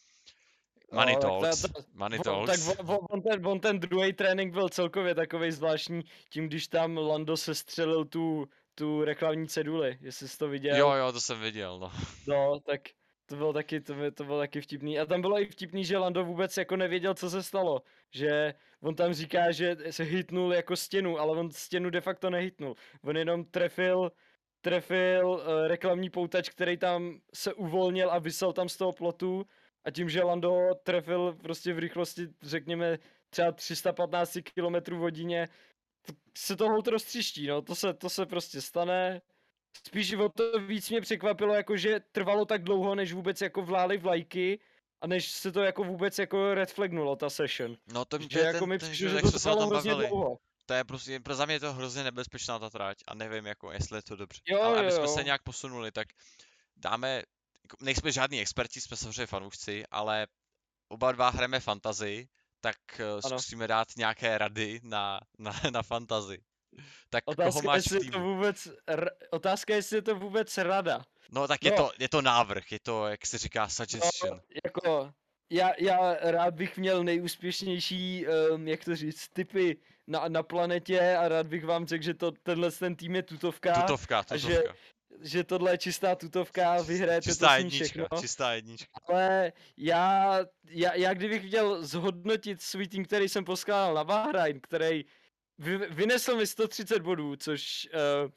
[SPEAKER 1] money
[SPEAKER 2] No, tak
[SPEAKER 1] talks,
[SPEAKER 2] to- to-
[SPEAKER 1] money
[SPEAKER 2] on-
[SPEAKER 1] talks.
[SPEAKER 2] Tak on, on, on ten, on ten druhý trénink byl celkově takový zvláštní, tím když tam Lando sestřelil tu, tu reklamní ceduli, jestli jsi to viděl.
[SPEAKER 1] Jo, jo, to jsem viděl, no.
[SPEAKER 2] No, tak to bylo taky, to, by- to bylo taky vtipný. A tam bylo i vtipný, že Lando vůbec jako nevěděl, co se stalo. Že on tam říká, že se hitnul jako stěnu, ale on stěnu de facto nehitnul. On jenom trefil, trefil uh, reklamní poutač, který tam se uvolnil a vysel tam z toho plotu. A tím, že Lando trefil prostě v rychlosti, řekněme, třeba tři sta patnáct kilometrů v hodině, tak se to holt roztříští, no, to se, to se prostě stane. Spíš o to víc mě překvapilo, jako že trvalo tak dlouho, než vůbec jako vlály vlajky a než se to jako vůbec jako red flagnulo, ta session.
[SPEAKER 1] No to,
[SPEAKER 2] Že
[SPEAKER 1] to je
[SPEAKER 2] jako
[SPEAKER 1] ten,
[SPEAKER 2] mi
[SPEAKER 1] ten
[SPEAKER 2] přišlo, že
[SPEAKER 1] jak
[SPEAKER 2] to
[SPEAKER 1] jsme se o
[SPEAKER 2] trvalo
[SPEAKER 1] tom
[SPEAKER 2] hrozně
[SPEAKER 1] bavili.
[SPEAKER 2] dlouho.
[SPEAKER 1] To je prostě, pro za mě je to hrozně nebezpečná ta trať a nevím jako, jestli je to dobře.
[SPEAKER 2] Jo,
[SPEAKER 1] Ale aby
[SPEAKER 2] jo,
[SPEAKER 1] jsme se
[SPEAKER 2] jo.
[SPEAKER 1] nějak posunuli, tak dáme, jako, nejsme žádní experti, jsme samozřejmě fanoušci, ale oba dva hrajeme fantasy, tak uh,
[SPEAKER 2] Ano.
[SPEAKER 1] zkusíme dát nějaké rady na, na, na fantasy. Tak koho
[SPEAKER 2] Otázka,
[SPEAKER 1] máš
[SPEAKER 2] jestli
[SPEAKER 1] v
[SPEAKER 2] je to
[SPEAKER 1] týmu?
[SPEAKER 2] vůbec, r- otázka, jestli je to vůbec rada.
[SPEAKER 1] No tak je
[SPEAKER 2] No.
[SPEAKER 1] to, je to návrh, je to, jak se říká,
[SPEAKER 2] No,
[SPEAKER 1] suggestion.
[SPEAKER 2] jako, já, já rád bych měl nejúspěšnější, um, jak to říct, typy na, na planetě a rád bych vám řekl, že to, tenhle ten tým je tutovka.
[SPEAKER 1] Tutovka,
[SPEAKER 2] a že
[SPEAKER 1] tutovka.
[SPEAKER 2] že tohle je čistá tutovka, vyhrajete to
[SPEAKER 1] Čistá
[SPEAKER 2] s ní
[SPEAKER 1] jednička,
[SPEAKER 2] všechno.
[SPEAKER 1] čistá jednička.
[SPEAKER 2] Ale já, já, já kdybych měl zhodnotit svůj tým, který jsem poskládal na Bahrajn, který vy, vynesl mi sto třicet bodů, což uh,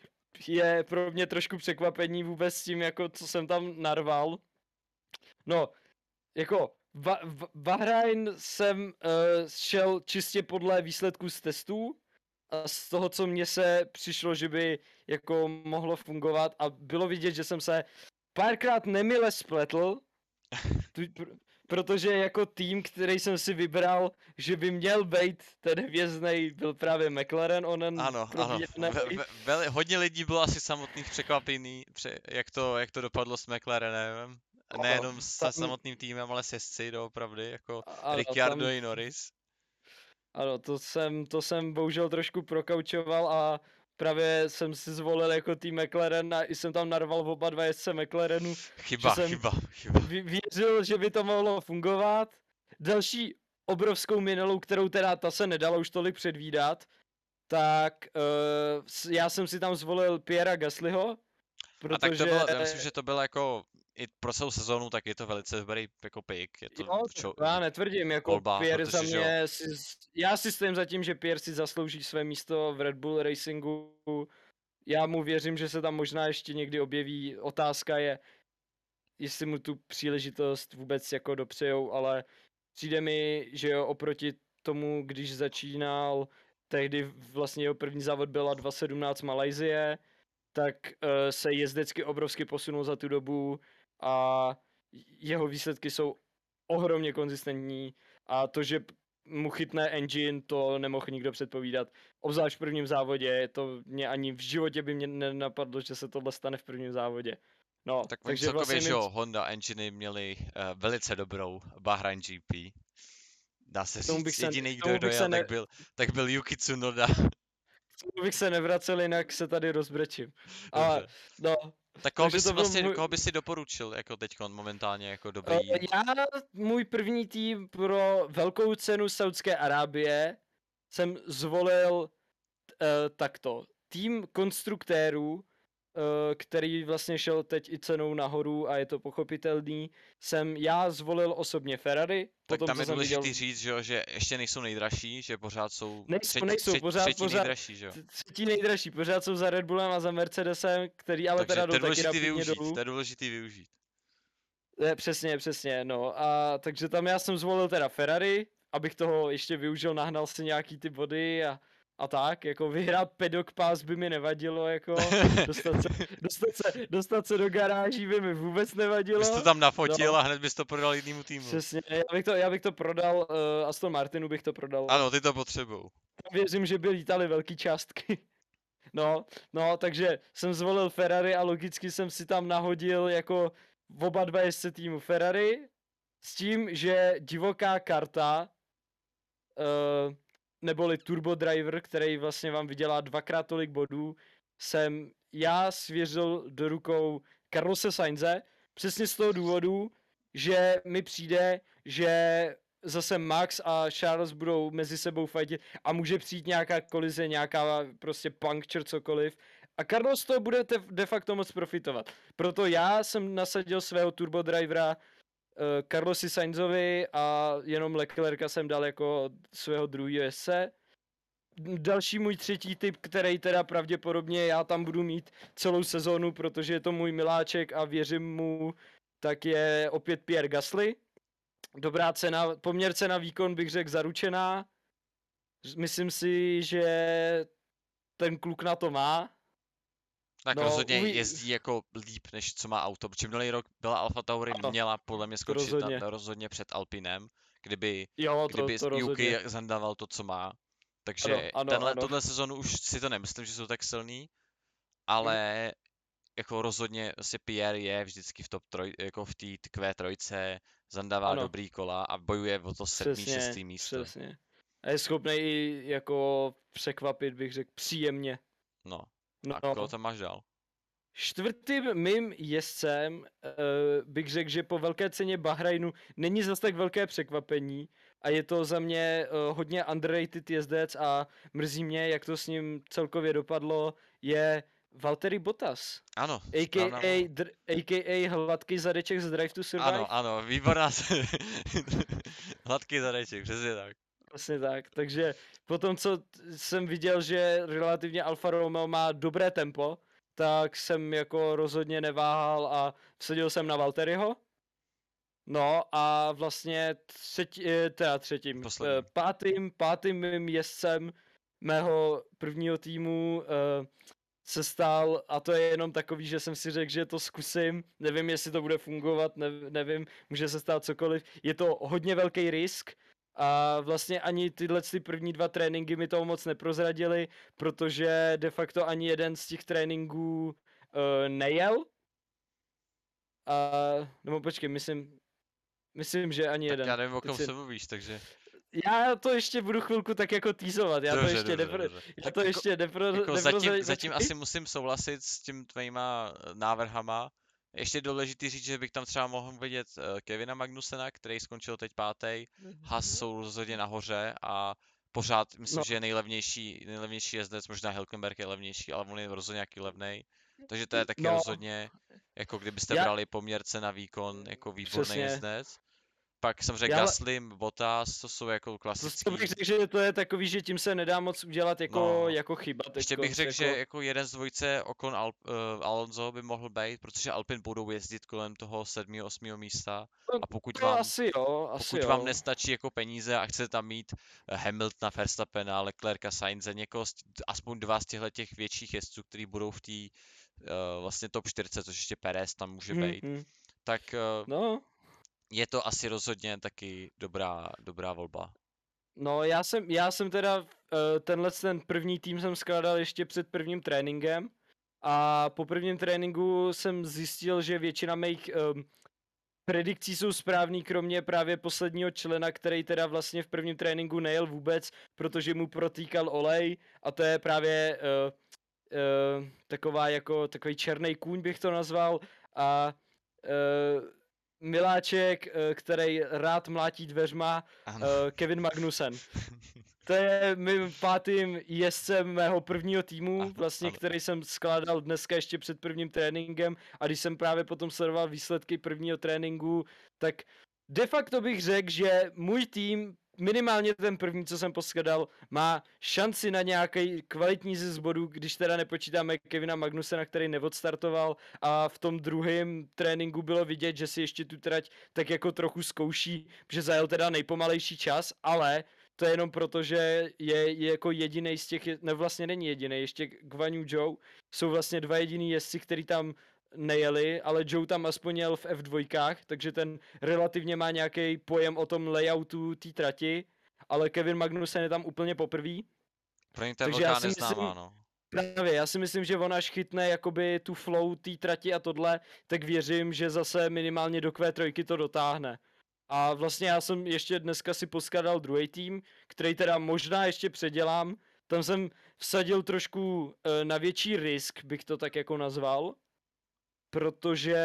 [SPEAKER 2] je pro mě trošku překvapení vůbec s tím, jako co jsem tam narval. No, jako v, v Bahrajn jsem uh, šel čistě podle výsledků z testů a z toho, co mně se přišlo, že by jako mohlo fungovat a bylo vidět, že jsem se párkrát nemile spletl, tu, pr- protože jako tým, který jsem si vybral, že by měl být ten hvězdnej, byl právě McLaren, onen
[SPEAKER 1] Ano, ano.
[SPEAKER 2] probíjený.
[SPEAKER 1] Ve, ve, veli, hodně lidí bylo asi samotných překvapený, pře, jak, to, jak to dopadlo s McLarenem.
[SPEAKER 2] Ano,
[SPEAKER 1] Nejenom se
[SPEAKER 2] tam-
[SPEAKER 1] samotným týmem, ale s jezdci, doopravdy, jako
[SPEAKER 2] Ano,
[SPEAKER 1] Ricciardo
[SPEAKER 2] tam-
[SPEAKER 1] i Norris.
[SPEAKER 2] Ano, to jsem, to jsem bohužel trošku prokaučoval a právě jsem si zvolil jako tým McLaren a i jsem tam narval v oba dva jezdce McLarenu.
[SPEAKER 1] Chyba,
[SPEAKER 2] jsem-
[SPEAKER 1] chyba, chyba.
[SPEAKER 2] Vě- Věřil, že by to mohlo fungovat. Další obrovskou minulou, kterou teda ta se nedalo už tolik předvídat, tak uh, já jsem si tam zvolil Pierra Gaslyho, protože...
[SPEAKER 1] A tak to bylo, já myslím, že to bylo jako i pro celou sezónu, tak je to velice dobrý jako pick. Je to
[SPEAKER 2] Jo,
[SPEAKER 1] čo,
[SPEAKER 2] to já netvrdím, jako
[SPEAKER 1] volba,
[SPEAKER 2] Pierre za
[SPEAKER 1] protože, že jo.
[SPEAKER 2] mě, si, já si stojím za tím, že Pierre si zaslouží své místo v Red Bull Racingu. Já mu věřím, že se tam možná ještě někdy objeví. Otázka je, jestli mu tu příležitost vůbec jako dopřejou, ale přijde mi, že jo, oproti tomu, když začínal, tehdy vlastně jeho první závod byla dva sedmnáct Malajzie, tak uh, se jezdecky obrovsky posunul za tu dobu a jeho výsledky jsou ohromně konzistentní a to, že p- mu chytne engine, to nemohl nikdo předpovídat. Obzvlášť v prvním závodě, to mě ani v životě by mě nenapadlo, že se tohle stane v prvním závodě. No,
[SPEAKER 1] Tak oni
[SPEAKER 2] takže
[SPEAKER 1] celkově,
[SPEAKER 2] vlastně
[SPEAKER 1] že
[SPEAKER 2] mým,
[SPEAKER 1] jo, Honda enginy měli uh, velice dobrou Bahrain G P. Dá se
[SPEAKER 2] k tomu bych
[SPEAKER 1] říct,
[SPEAKER 2] se,
[SPEAKER 1] jediný,
[SPEAKER 2] k
[SPEAKER 1] kdo
[SPEAKER 2] tomu bych se
[SPEAKER 1] dojel, tak
[SPEAKER 2] ne,
[SPEAKER 1] byl, tak byl Yuki Tsunoda.
[SPEAKER 2] k tomu bych se nevracel, jinak se tady rozbrečím. A
[SPEAKER 1] Dobře.
[SPEAKER 2] no,
[SPEAKER 1] Tak koho
[SPEAKER 2] takže
[SPEAKER 1] bys
[SPEAKER 2] to byl
[SPEAKER 1] vlastně,
[SPEAKER 2] můj,
[SPEAKER 1] koho bys si doporučil jako teďkon momentálně jako
[SPEAKER 2] Eh,
[SPEAKER 1] dobrý?
[SPEAKER 2] Já, můj první tým pro velkou cenu Saudské Arábie jsem zvolil uh, takto. Tým konstruktérů, uh, který vlastně šel teď i cenou nahoru a je to pochopitelný, jsem já zvolil osobně Ferrari.
[SPEAKER 1] Tak
[SPEAKER 2] Potom,
[SPEAKER 1] tam
[SPEAKER 2] co
[SPEAKER 1] je
[SPEAKER 2] jsem
[SPEAKER 1] důležitý
[SPEAKER 2] viděl,
[SPEAKER 1] říct, že, jo, že ještě nejsou nejdražší, že pořád jsou
[SPEAKER 2] nejsou,
[SPEAKER 1] třetí,
[SPEAKER 2] nejsou,
[SPEAKER 1] třetí,
[SPEAKER 2] pořád,
[SPEAKER 1] třetí
[SPEAKER 2] pořád,
[SPEAKER 1] nejdražší, že jo?
[SPEAKER 2] třetí nejdražší, pořád jsou za Red Bullem a za Mercedesem, který ale
[SPEAKER 1] Takže
[SPEAKER 2] teda
[SPEAKER 1] to je
[SPEAKER 2] jdou taky
[SPEAKER 1] důležitý
[SPEAKER 2] rapidně
[SPEAKER 1] využít,
[SPEAKER 2] dolů.
[SPEAKER 1] to je důležitý využít.
[SPEAKER 2] Ne, přesně, přesně, no a takže tam já jsem zvolil teda Ferrari, abych toho ještě využil, nahnal si nějaký ty body a, a tak, jako vyhrát pedok pass by mi nevadilo, jako dostat se, dostat se, dostat se do garáží by mi vůbec nevadilo.
[SPEAKER 1] Bys to tam nafotil
[SPEAKER 2] no,
[SPEAKER 1] a hned bys to prodal jinému týmu.
[SPEAKER 2] přesně, já bych to, já bych to prodal, uh, Aston Martinu bych to prodal.
[SPEAKER 1] Ano, ty to potřebujou.
[SPEAKER 2] Věřím, že by lítali velký částky. No, no, takže jsem zvolil Ferrari a logicky jsem si tam nahodil jako oba dva jezdce týmu Ferrari s tím, že divoká karta uh, neboli Turbo Driver, který vlastně vám vydělá dvakrát tolik bodů, jsem já svěřil do rukou Carlose Sainze, přesně z toho důvodu, že mi přijde, že zase Max a Charles budou mezi sebou fightit a může přijít nějaká kolize, nějaká prostě puncture, cokoliv. A Carlos z toho bude te- de facto moc profitovat. Proto já jsem nasadil svého Turbo Drivera uh, Carlosi Sainzovi a jenom Leclerca jsem dal jako svého druhého jezdce. Další můj třetí typ, který teda pravděpodobně já tam budu mít celou sezónu, protože je to můj miláček a věřím mu, tak je opět Pierre Gasly. Dobrá cena, poměr cena výkon bych řekl zaručená. Myslím si, že ten kluk na to má.
[SPEAKER 1] Tak
[SPEAKER 2] No,
[SPEAKER 1] rozhodně
[SPEAKER 2] uví-
[SPEAKER 1] jezdí jako líp, než co má auto, protože minulý rok byla Alfa Tauri,
[SPEAKER 2] Ano,
[SPEAKER 1] měla podle mě skončit
[SPEAKER 2] rozhodně.
[SPEAKER 1] Na, rozhodně před Alpinem, kdyby,
[SPEAKER 2] Jo, to,
[SPEAKER 1] kdyby
[SPEAKER 2] to rozhodně.
[SPEAKER 1] Yuki zandával to, co má. Takže
[SPEAKER 2] Ano, ano,
[SPEAKER 1] tenhle,
[SPEAKER 2] ano.
[SPEAKER 1] tohle sezonu už si to nemyslím, že jsou tak silný, ale jako rozhodně asi Pierre je vždycky v top troj, jako v té Q trojce, zandává
[SPEAKER 2] Ano.
[SPEAKER 1] dobrý kola a bojuje o to sedmý,
[SPEAKER 2] Přesně,
[SPEAKER 1] šestý místo.
[SPEAKER 2] přesně. A je schopný i jako překvapit, bych řekl, příjemně.
[SPEAKER 1] No,
[SPEAKER 2] No.
[SPEAKER 1] a koho tam máš dál?
[SPEAKER 2] Čtvrtým mým jezdcem uh, bych řekl, že po velké ceně Bahrajnu není zas tak velké překvapení a je to za mě uh, hodně underrated jezdec a mrzí mě, jak to s ním celkově dopadlo, je Valtteri Bottas.
[SPEAKER 1] Ano,
[SPEAKER 2] A K A,
[SPEAKER 1] správná
[SPEAKER 2] dr- A K A hladký zadeček z Drive to Survive.
[SPEAKER 1] Ano, ano, výborná se... Hladký zadeček, přesně tak.
[SPEAKER 2] Vlastně tak, takže potom, co t- jsem viděl, že relativně Alfa Romeo má dobré tempo, tak jsem jako rozhodně neváhal a vsadil jsem na Valtteriho. No a vlastně třetí, eh, teda třetím,
[SPEAKER 1] Posledním.
[SPEAKER 2] eh, pátým, pátým mým jezdcem mého prvního týmu eh, se stal, a to je jenom takový, že jsem si řekl, že to zkusím, nevím, jestli to bude fungovat, ne, nevím, může se stát cokoliv, je to hodně velký risk a vlastně ani tyhle ty první dva tréninky mi toho moc neprozradili, protože de facto ani jeden z těch tréninků uh, nejel. A, nebo počkej, myslím, myslím, že ani
[SPEAKER 1] Tak
[SPEAKER 2] jeden.
[SPEAKER 1] já nevím, o
[SPEAKER 2] Teď
[SPEAKER 1] kom
[SPEAKER 2] si-
[SPEAKER 1] se mluvíš, takže...
[SPEAKER 2] Já to ještě budu chvilku tak jako týzovat, já
[SPEAKER 1] Dobře,
[SPEAKER 2] to ještě
[SPEAKER 1] dobře,
[SPEAKER 2] nepro...
[SPEAKER 1] dobře.
[SPEAKER 2] Já
[SPEAKER 1] Tak
[SPEAKER 2] to
[SPEAKER 1] jako-
[SPEAKER 2] ještě nepro...
[SPEAKER 1] Jako
[SPEAKER 2] nepro...
[SPEAKER 1] zatím, zatím asi musím souhlasit s tím tvýma eh, návrhama. Ještě je důležitý říct, že bych tam třeba mohl vidět eh, Kevina Magnusena, který skončil teď pátý. Haas jsou rozhodně nahoře a pořád myslím,
[SPEAKER 2] No.
[SPEAKER 1] že je nejlevnější, nejlevnější jezdec, možná Hülkenberg je levnější, ale on je rozhodně nějaký levnej. Takže to je taky
[SPEAKER 2] No.
[SPEAKER 1] rozhodně, jako kdybyste
[SPEAKER 2] Já-
[SPEAKER 1] brali poměr cena výkon, jako výborný
[SPEAKER 2] Přesně.
[SPEAKER 1] jezdec. Pak jsem řekl
[SPEAKER 2] Já ale-
[SPEAKER 1] Gasly, Bottas, to jsou jako
[SPEAKER 2] To,
[SPEAKER 1] klasický.
[SPEAKER 2] to bych řekl, že to je takový, že tím se nedá moc udělat jako,
[SPEAKER 1] No.
[SPEAKER 2] jako chyba.
[SPEAKER 1] Ještě
[SPEAKER 2] teďkonc,
[SPEAKER 1] bych řekl,
[SPEAKER 2] jako...
[SPEAKER 1] že jako jeden z dvojice Ocon Al, uh, Alonso by mohl být, protože Alpin budou jezdit kolem toho sedmého, osmého místa.
[SPEAKER 2] No,
[SPEAKER 1] A pokud
[SPEAKER 2] to
[SPEAKER 1] vám,
[SPEAKER 2] asi jo, asi
[SPEAKER 1] pokud
[SPEAKER 2] jo.
[SPEAKER 1] vám nestačí jako peníze a chcete tam mít eh, Hamiltona, Verstappena, Leclerca, Sainze, někoho, z, aspoň dva z těchto těch větších jezdců, kteří budou v té uh, vlastně top čtyři, což ještě Perez tam může
[SPEAKER 2] Hm,
[SPEAKER 1] být,
[SPEAKER 2] hm.
[SPEAKER 1] tak uh,
[SPEAKER 2] No,
[SPEAKER 1] je to asi rozhodně taky dobrá, dobrá volba.
[SPEAKER 2] No, já jsem, já jsem teda uh, tenhle ten první tým jsem skládal ještě před prvním tréninkem a po prvním tréninku jsem zjistil, že většina mých um, predikcí jsou správný, kromě právě posledního člena, který teda vlastně v prvním tréninku nejel vůbec, protože mu protýkal olej a to je právě uh, uh, taková jako takový černý kůň bych to nazval a uh, miláček, uh, který rád mlátí dveřma,
[SPEAKER 1] Ano.
[SPEAKER 2] uh, Kevin Magnussen. To je mým pátým jezdcem mého prvního týmu,
[SPEAKER 1] Ano,
[SPEAKER 2] vlastně,
[SPEAKER 1] ano.
[SPEAKER 2] který jsem skládal dneska ještě před prvním tréninkem a když jsem právě potom sledoval výsledky prvního tréninku, tak de facto bych řekl, že můj tým, minimálně ten první, co jsem poskladal, má šanci na nějaký kvalitní zisk bodů, když teda nepočítáme Kevina Magnusena, který neodstartoval a v tom druhém tréninku bylo vidět, že si ještě tu trať tak jako trochu zkouší, že zajel teda nejpomalejší čas, ale to je jenom proto, že je, je jako jediný z těch, ne vlastně není jediný, ještě Guan Yu Zhou jsou vlastně dva jediný jezdci, který tam nejeli, ale Joe tam aspoň jel v F dva, takže ten relativně má nějaký pojem o tom layoutu té trati, ale Kevin Magnussen je tam úplně poprvý.
[SPEAKER 1] Pro ně to je
[SPEAKER 2] Takže já
[SPEAKER 1] velká
[SPEAKER 2] si
[SPEAKER 1] neznámá,
[SPEAKER 2] myslím,
[SPEAKER 1] no.
[SPEAKER 2] právě, já si myslím, že on až chytne jakoby tu flow té trati a tohle, tak věřím, že zase minimálně do Q tři to dotáhne. A vlastně já jsem ještě dneska si poskladal druhý tým, který teda možná ještě předělám. Tam jsem vsadil trošku uh, na větší risk, bych to tak jako nazval. Protože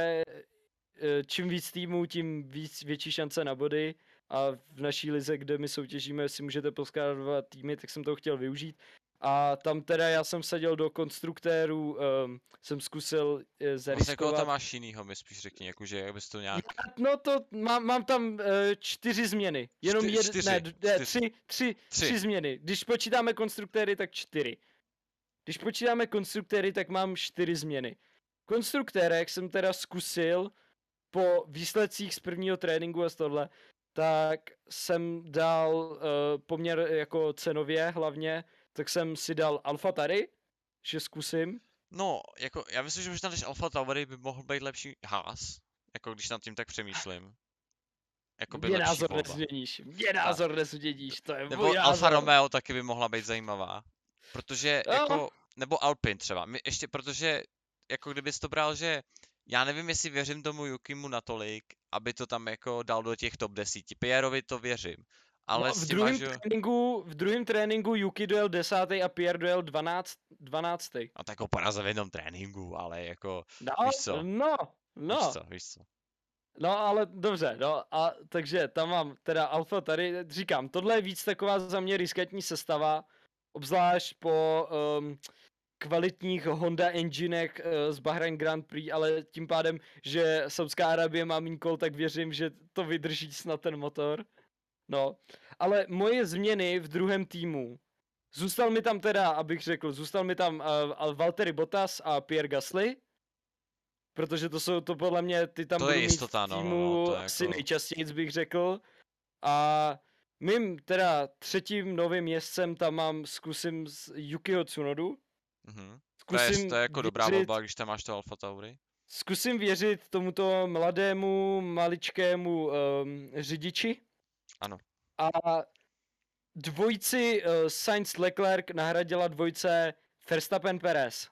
[SPEAKER 2] uh, čím víc týmů, tím víc větší šance na body. A v naší lize, kde my soutěžíme, si můžete poskládat dva týmy, tak jsem to chtěl využít. A tam teda já jsem vsadil do konstruktérů, um, jsem zkusil uh, zariskovat.
[SPEAKER 1] Vlastně koho tam máš jinýho, mi spíš řekni, jakože jak bys to nějak...
[SPEAKER 2] Já, no to mám, mám tam uh, čtyři změny. Jenom
[SPEAKER 1] Čty,
[SPEAKER 2] jed,
[SPEAKER 1] čtyři,
[SPEAKER 2] ne, d- ne,
[SPEAKER 1] čtyři.
[SPEAKER 2] tři, tři,
[SPEAKER 1] Tři.
[SPEAKER 2] tři změny. Když počítáme konstruktéry, tak čtyři. Když počítáme konstruktéry, tak mám čtyři změny. Konstruktérek jsem teda zkusil po výsledcích z prvního tréninku a z tohle, tak jsem dal uh, poměr jako cenově hlavně, tak jsem si dal AlphaTauri, že zkusím.
[SPEAKER 1] No, jako, já myslím, že možná než Alpha Tauri by mohl být lepší Haas, jako když nad tím tak přemýšlím. Jako by
[SPEAKER 2] Mě
[SPEAKER 1] lepší
[SPEAKER 2] názor
[SPEAKER 1] volba.
[SPEAKER 2] nezměníš, mě názor nezměníš, to je
[SPEAKER 1] Nebo
[SPEAKER 2] můj
[SPEAKER 1] Alfa
[SPEAKER 2] názor.
[SPEAKER 1] Romeo taky by mohla být zajímavá. Protože
[SPEAKER 2] No.
[SPEAKER 1] jako, nebo Alpine třeba, my ještě protože, jako kdybys to bral, že já nevím, jestli věřím tomu Yukimu natolik, aby to tam jako dal do těch top deseti. Pierrovi to věřím. Ale
[SPEAKER 2] No,
[SPEAKER 1] s
[SPEAKER 2] v
[SPEAKER 1] těma,
[SPEAKER 2] druhém
[SPEAKER 1] že...
[SPEAKER 2] tréninku, v druhém tréninku Yuki dojel desátý a Pierre dojel dvanáct, dvanáctý.
[SPEAKER 1] A tak ho porazil v jednom tréninku, ale jako,
[SPEAKER 2] No,
[SPEAKER 1] víš co,
[SPEAKER 2] no,
[SPEAKER 1] víš
[SPEAKER 2] no.
[SPEAKER 1] co, víš co.
[SPEAKER 2] No, ale dobře, no a takže tam mám teda Alfa tady, říkám, tohle je víc taková za mě riskantní sestava, obzvlášť po um, kvalitních Honda enginech uh, z Bahrain Grand Prix, ale tím pádem, že Saudská Arábie má míň kol, tak věřím, že to vydrží snad ten motor. No, ale moje změny v druhém týmu. Zůstal mi tam teda, abych řekl, zůstal mi tam uh, Valtteri Bottas a Pierre Gasly. Protože to jsou, to podle mě, ty tam
[SPEAKER 1] To
[SPEAKER 2] budou
[SPEAKER 1] je
[SPEAKER 2] mít
[SPEAKER 1] jistota,
[SPEAKER 2] v
[SPEAKER 1] no, no,
[SPEAKER 2] týmu
[SPEAKER 1] no, to je
[SPEAKER 2] asi
[SPEAKER 1] jako...
[SPEAKER 2] nejčastěji, bych řekl. A mým teda třetím novým jezdcem tam mám, zkusím z Yukiho Tsunodu.
[SPEAKER 1] Mhm. To je,
[SPEAKER 2] Zkusím
[SPEAKER 1] to je jako dobrá
[SPEAKER 2] věřit,
[SPEAKER 1] volba, když tam máš to Alfa Tauri.
[SPEAKER 2] zkusím věřit tomuto mladému, maličkému um, řidiči.
[SPEAKER 1] Ano.
[SPEAKER 2] A dvojci uh, Sainz Leclerc nahradila dvojce Verstappen Perez.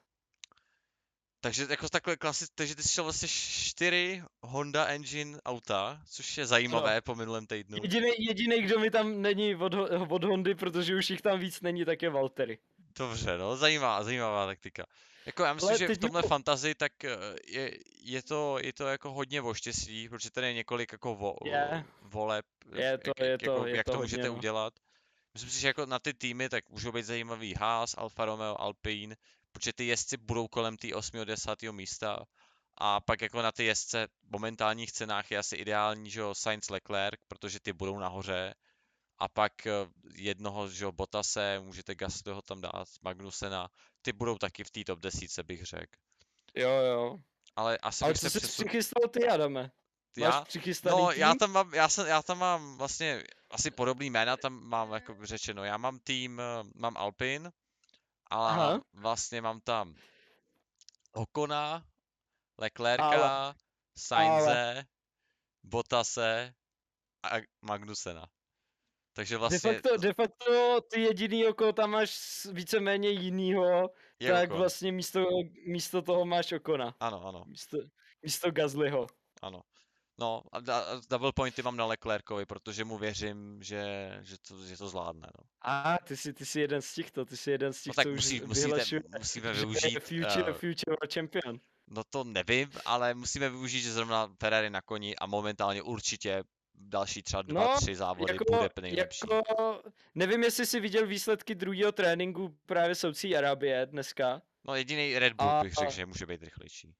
[SPEAKER 1] Takže jako takhle klasic, takže ty jsi šel vlastně čtyři Honda Engine auta, což je zajímavé
[SPEAKER 2] Ano.
[SPEAKER 1] po minulém týdnu.
[SPEAKER 2] Jediný, jediný, kdo mi tam není od, od Hondy, protože už jich tam víc není, tak je Valtteri.
[SPEAKER 1] Dobře, no, zajímavá, zajímavá taktika. Jako já myslím,
[SPEAKER 2] Ale
[SPEAKER 1] že
[SPEAKER 2] teď
[SPEAKER 1] v tomhle
[SPEAKER 2] mi to-
[SPEAKER 1] fantasy tak eh, je, je, to, je to jako hodně o štěstí, protože tady je několik jako vo,
[SPEAKER 2] Je.
[SPEAKER 1] voleb,
[SPEAKER 2] Je to,
[SPEAKER 1] jak,
[SPEAKER 2] je
[SPEAKER 1] jak,
[SPEAKER 2] to,
[SPEAKER 1] jako,
[SPEAKER 2] je
[SPEAKER 1] jak
[SPEAKER 2] to
[SPEAKER 1] to
[SPEAKER 2] hodně,
[SPEAKER 1] můžete
[SPEAKER 2] no.
[SPEAKER 1] udělat. Myslím si, že jako na ty týmy tak můžou být zajímavý Haas, Alfa Romeo, Alpine, protože ty jezdci budou kolem té osmého desátého místa. A pak jako na ty jezdce v momentálních cenách je asi ideální, že jo, Sainz Leclerc, protože ty budou nahoře. A pak eh, jednoho, že jo, Bottase, můžete Gaslyho tam dát, Magnusena, ty budou taky v té top desítce, bych řekl.
[SPEAKER 2] Jo, jo.
[SPEAKER 1] Ale asi
[SPEAKER 2] Ale
[SPEAKER 1] bych
[SPEAKER 2] co
[SPEAKER 1] se
[SPEAKER 2] jsi
[SPEAKER 1] přesunul...
[SPEAKER 2] přichystal ty, Adame? Máš
[SPEAKER 1] Já?
[SPEAKER 2] přichystaný
[SPEAKER 1] No,
[SPEAKER 2] tým?
[SPEAKER 1] já tam mám, já, jsem, já tam mám vlastně asi podobný jména, tam mám jako řečeno. Já mám tým, eh, mám Alpine, ale
[SPEAKER 2] Aha.
[SPEAKER 1] vlastně mám tam Ocona, Leclerca,
[SPEAKER 2] Ale-
[SPEAKER 1] Sainze, Bottase a Magnusena. Takže
[SPEAKER 2] De
[SPEAKER 1] vlastně
[SPEAKER 2] facto, de facto ty jedinýho, koho tam máš s- víceméně jinýho,
[SPEAKER 1] je
[SPEAKER 2] tak
[SPEAKER 1] Ocon.
[SPEAKER 2] vlastně místo, místo toho máš Okona.
[SPEAKER 1] Ano, ano,
[SPEAKER 2] Místo, místo Gaslyho.
[SPEAKER 1] ano. No a, da, a double pointy mám na Leclercovi, protože mu věřím, že, že, to, že to zvládne. No.
[SPEAKER 2] A ty jsi, ty jsi jeden z těchto, ty jsi jeden z
[SPEAKER 1] No
[SPEAKER 2] těch,
[SPEAKER 1] tak
[SPEAKER 2] co už
[SPEAKER 1] musí, musíte,
[SPEAKER 2] vyhlašuje,
[SPEAKER 1] musíme
[SPEAKER 2] že je
[SPEAKER 1] využít,
[SPEAKER 2] future,
[SPEAKER 1] uh,
[SPEAKER 2] future world champion.
[SPEAKER 1] no to nevím, ale musíme využít, že zrovna Ferrari na koni a momentálně určitě další třeba dva,
[SPEAKER 2] No,
[SPEAKER 1] tři závody
[SPEAKER 2] jako,
[SPEAKER 1] bude nejlepší.
[SPEAKER 2] jako, nevím, jestli jsi viděl výsledky druhého tréninku právě Saudské Arábie dneska.
[SPEAKER 1] No jediný Red Bull
[SPEAKER 2] A-
[SPEAKER 1] bych řekl, že může být rychlejší.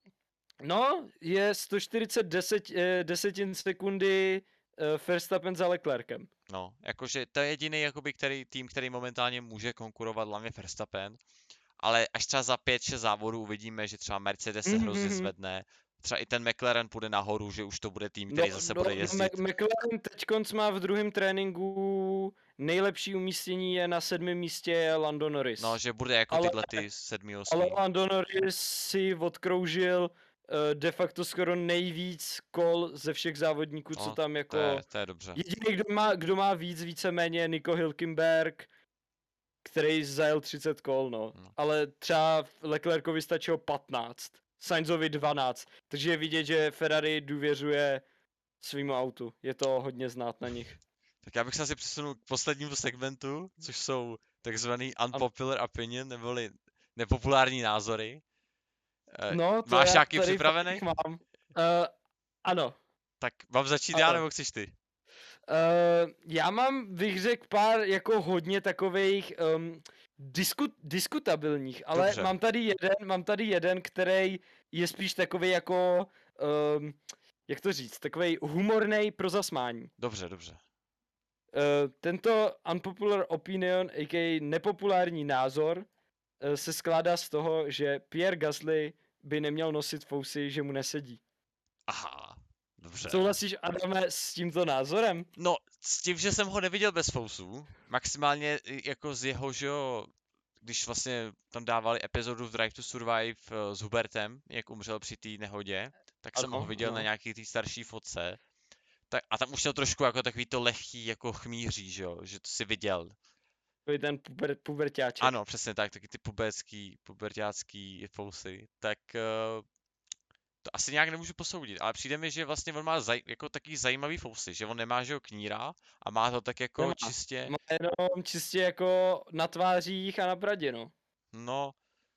[SPEAKER 2] No, je sto čtyřicet deset, eh, desetin sekundy eh, Verstappen za Leclerkem.
[SPEAKER 1] No, jakože to je jediný jakoby, který, tým, který momentálně může konkurovat hlavně Verstappen, ale až třeba za pět šest závodů uvidíme, že třeba Mercedes se hrozně
[SPEAKER 2] Mhm.
[SPEAKER 1] zvedne, třeba i ten McLaren půjde nahoru, že už to bude tým, který
[SPEAKER 2] No,
[SPEAKER 1] zase
[SPEAKER 2] no,
[SPEAKER 1] bude
[SPEAKER 2] no,
[SPEAKER 1] jezdit.
[SPEAKER 2] Mac- McLaren teďkonc má v druhém tréninku nejlepší umístění je na sedmém místě je Lando Norris.
[SPEAKER 1] No, že bude jako
[SPEAKER 2] Ale-
[SPEAKER 1] tyhle ty sedmý,
[SPEAKER 2] Ale
[SPEAKER 1] osmý.
[SPEAKER 2] Lando Norris si odkroužil uh, de facto skoro nejvíc kol ze všech závodníků, co
[SPEAKER 1] No,
[SPEAKER 2] tam
[SPEAKER 1] To
[SPEAKER 2] jako...
[SPEAKER 1] je, to je dobře.
[SPEAKER 2] Jediný, kdo má, kdo má víc, víceméně je Nico Hülkenberg, který zajel třicet kol, no.
[SPEAKER 1] No.
[SPEAKER 2] Ale třeba Leclercovi stačilo patnáct, Sainzovi dvanáct, takže je vidět, že Ferrari důvěřuje svýmu autu. Je to hodně znát na nich.
[SPEAKER 1] Tak já bych se asi přesunul k poslednímu segmentu, což jsou takzvaný unpopular opinion, neboli nepopulární názory. Eh,
[SPEAKER 2] No, to
[SPEAKER 1] Máš
[SPEAKER 2] já
[SPEAKER 1] nějaký
[SPEAKER 2] tady
[SPEAKER 1] připravený?
[SPEAKER 2] fakt mám. Uh, ano.
[SPEAKER 1] Tak mám začít já,
[SPEAKER 2] Ano.
[SPEAKER 1] nebo chceš ty?
[SPEAKER 2] Uh, já mám, bych řekl, pár jako hodně takových um, disku, diskutabilních, ale
[SPEAKER 1] Dobře.
[SPEAKER 2] mám tady jeden, mám tady jeden, který je spíš takový jako, um, jak to říct, takový humornej pro zasmání.
[SPEAKER 1] Dobře, dobře.
[SPEAKER 2] Uh, tento unpopular opinion, a k a nepopulární názor, uh, se skládá z toho, že Pierre Gasly by neměl nosit fousy, že mu nesedí.
[SPEAKER 1] Aha, dobře.
[SPEAKER 2] Souhlasíš, Adame, s tímto názorem?
[SPEAKER 1] No, s tím, že jsem ho neviděl bez fousů, maximálně i jako z jeho, že jo, když vlastně tam dávali epizodu v Drive to Survive eh, s Hubertem, jak umřel při té nehodě, tak jsem
[SPEAKER 2] Ano,
[SPEAKER 1] ho viděl na
[SPEAKER 2] ano.
[SPEAKER 1] nějaký té starší fotce. Tak, a tam už měl trošku jako takový to lehký jako chmíří, že jo, že to si viděl.
[SPEAKER 2] Takový ten puber, puberťáček.
[SPEAKER 1] Ano, přesně tak, taky ty puberský, puberťácký fousy. Tak eh, to asi nějak nemůžu posoudit, ale přijde mi, že vlastně on má zaj, jako takový zajímavý fousy, že on nemá, že jo, kníra a má to tak jako
[SPEAKER 2] Nemá.
[SPEAKER 1] čistě,
[SPEAKER 2] Má jenom čistě jako na tvářích a na bradě, no.
[SPEAKER 1] no,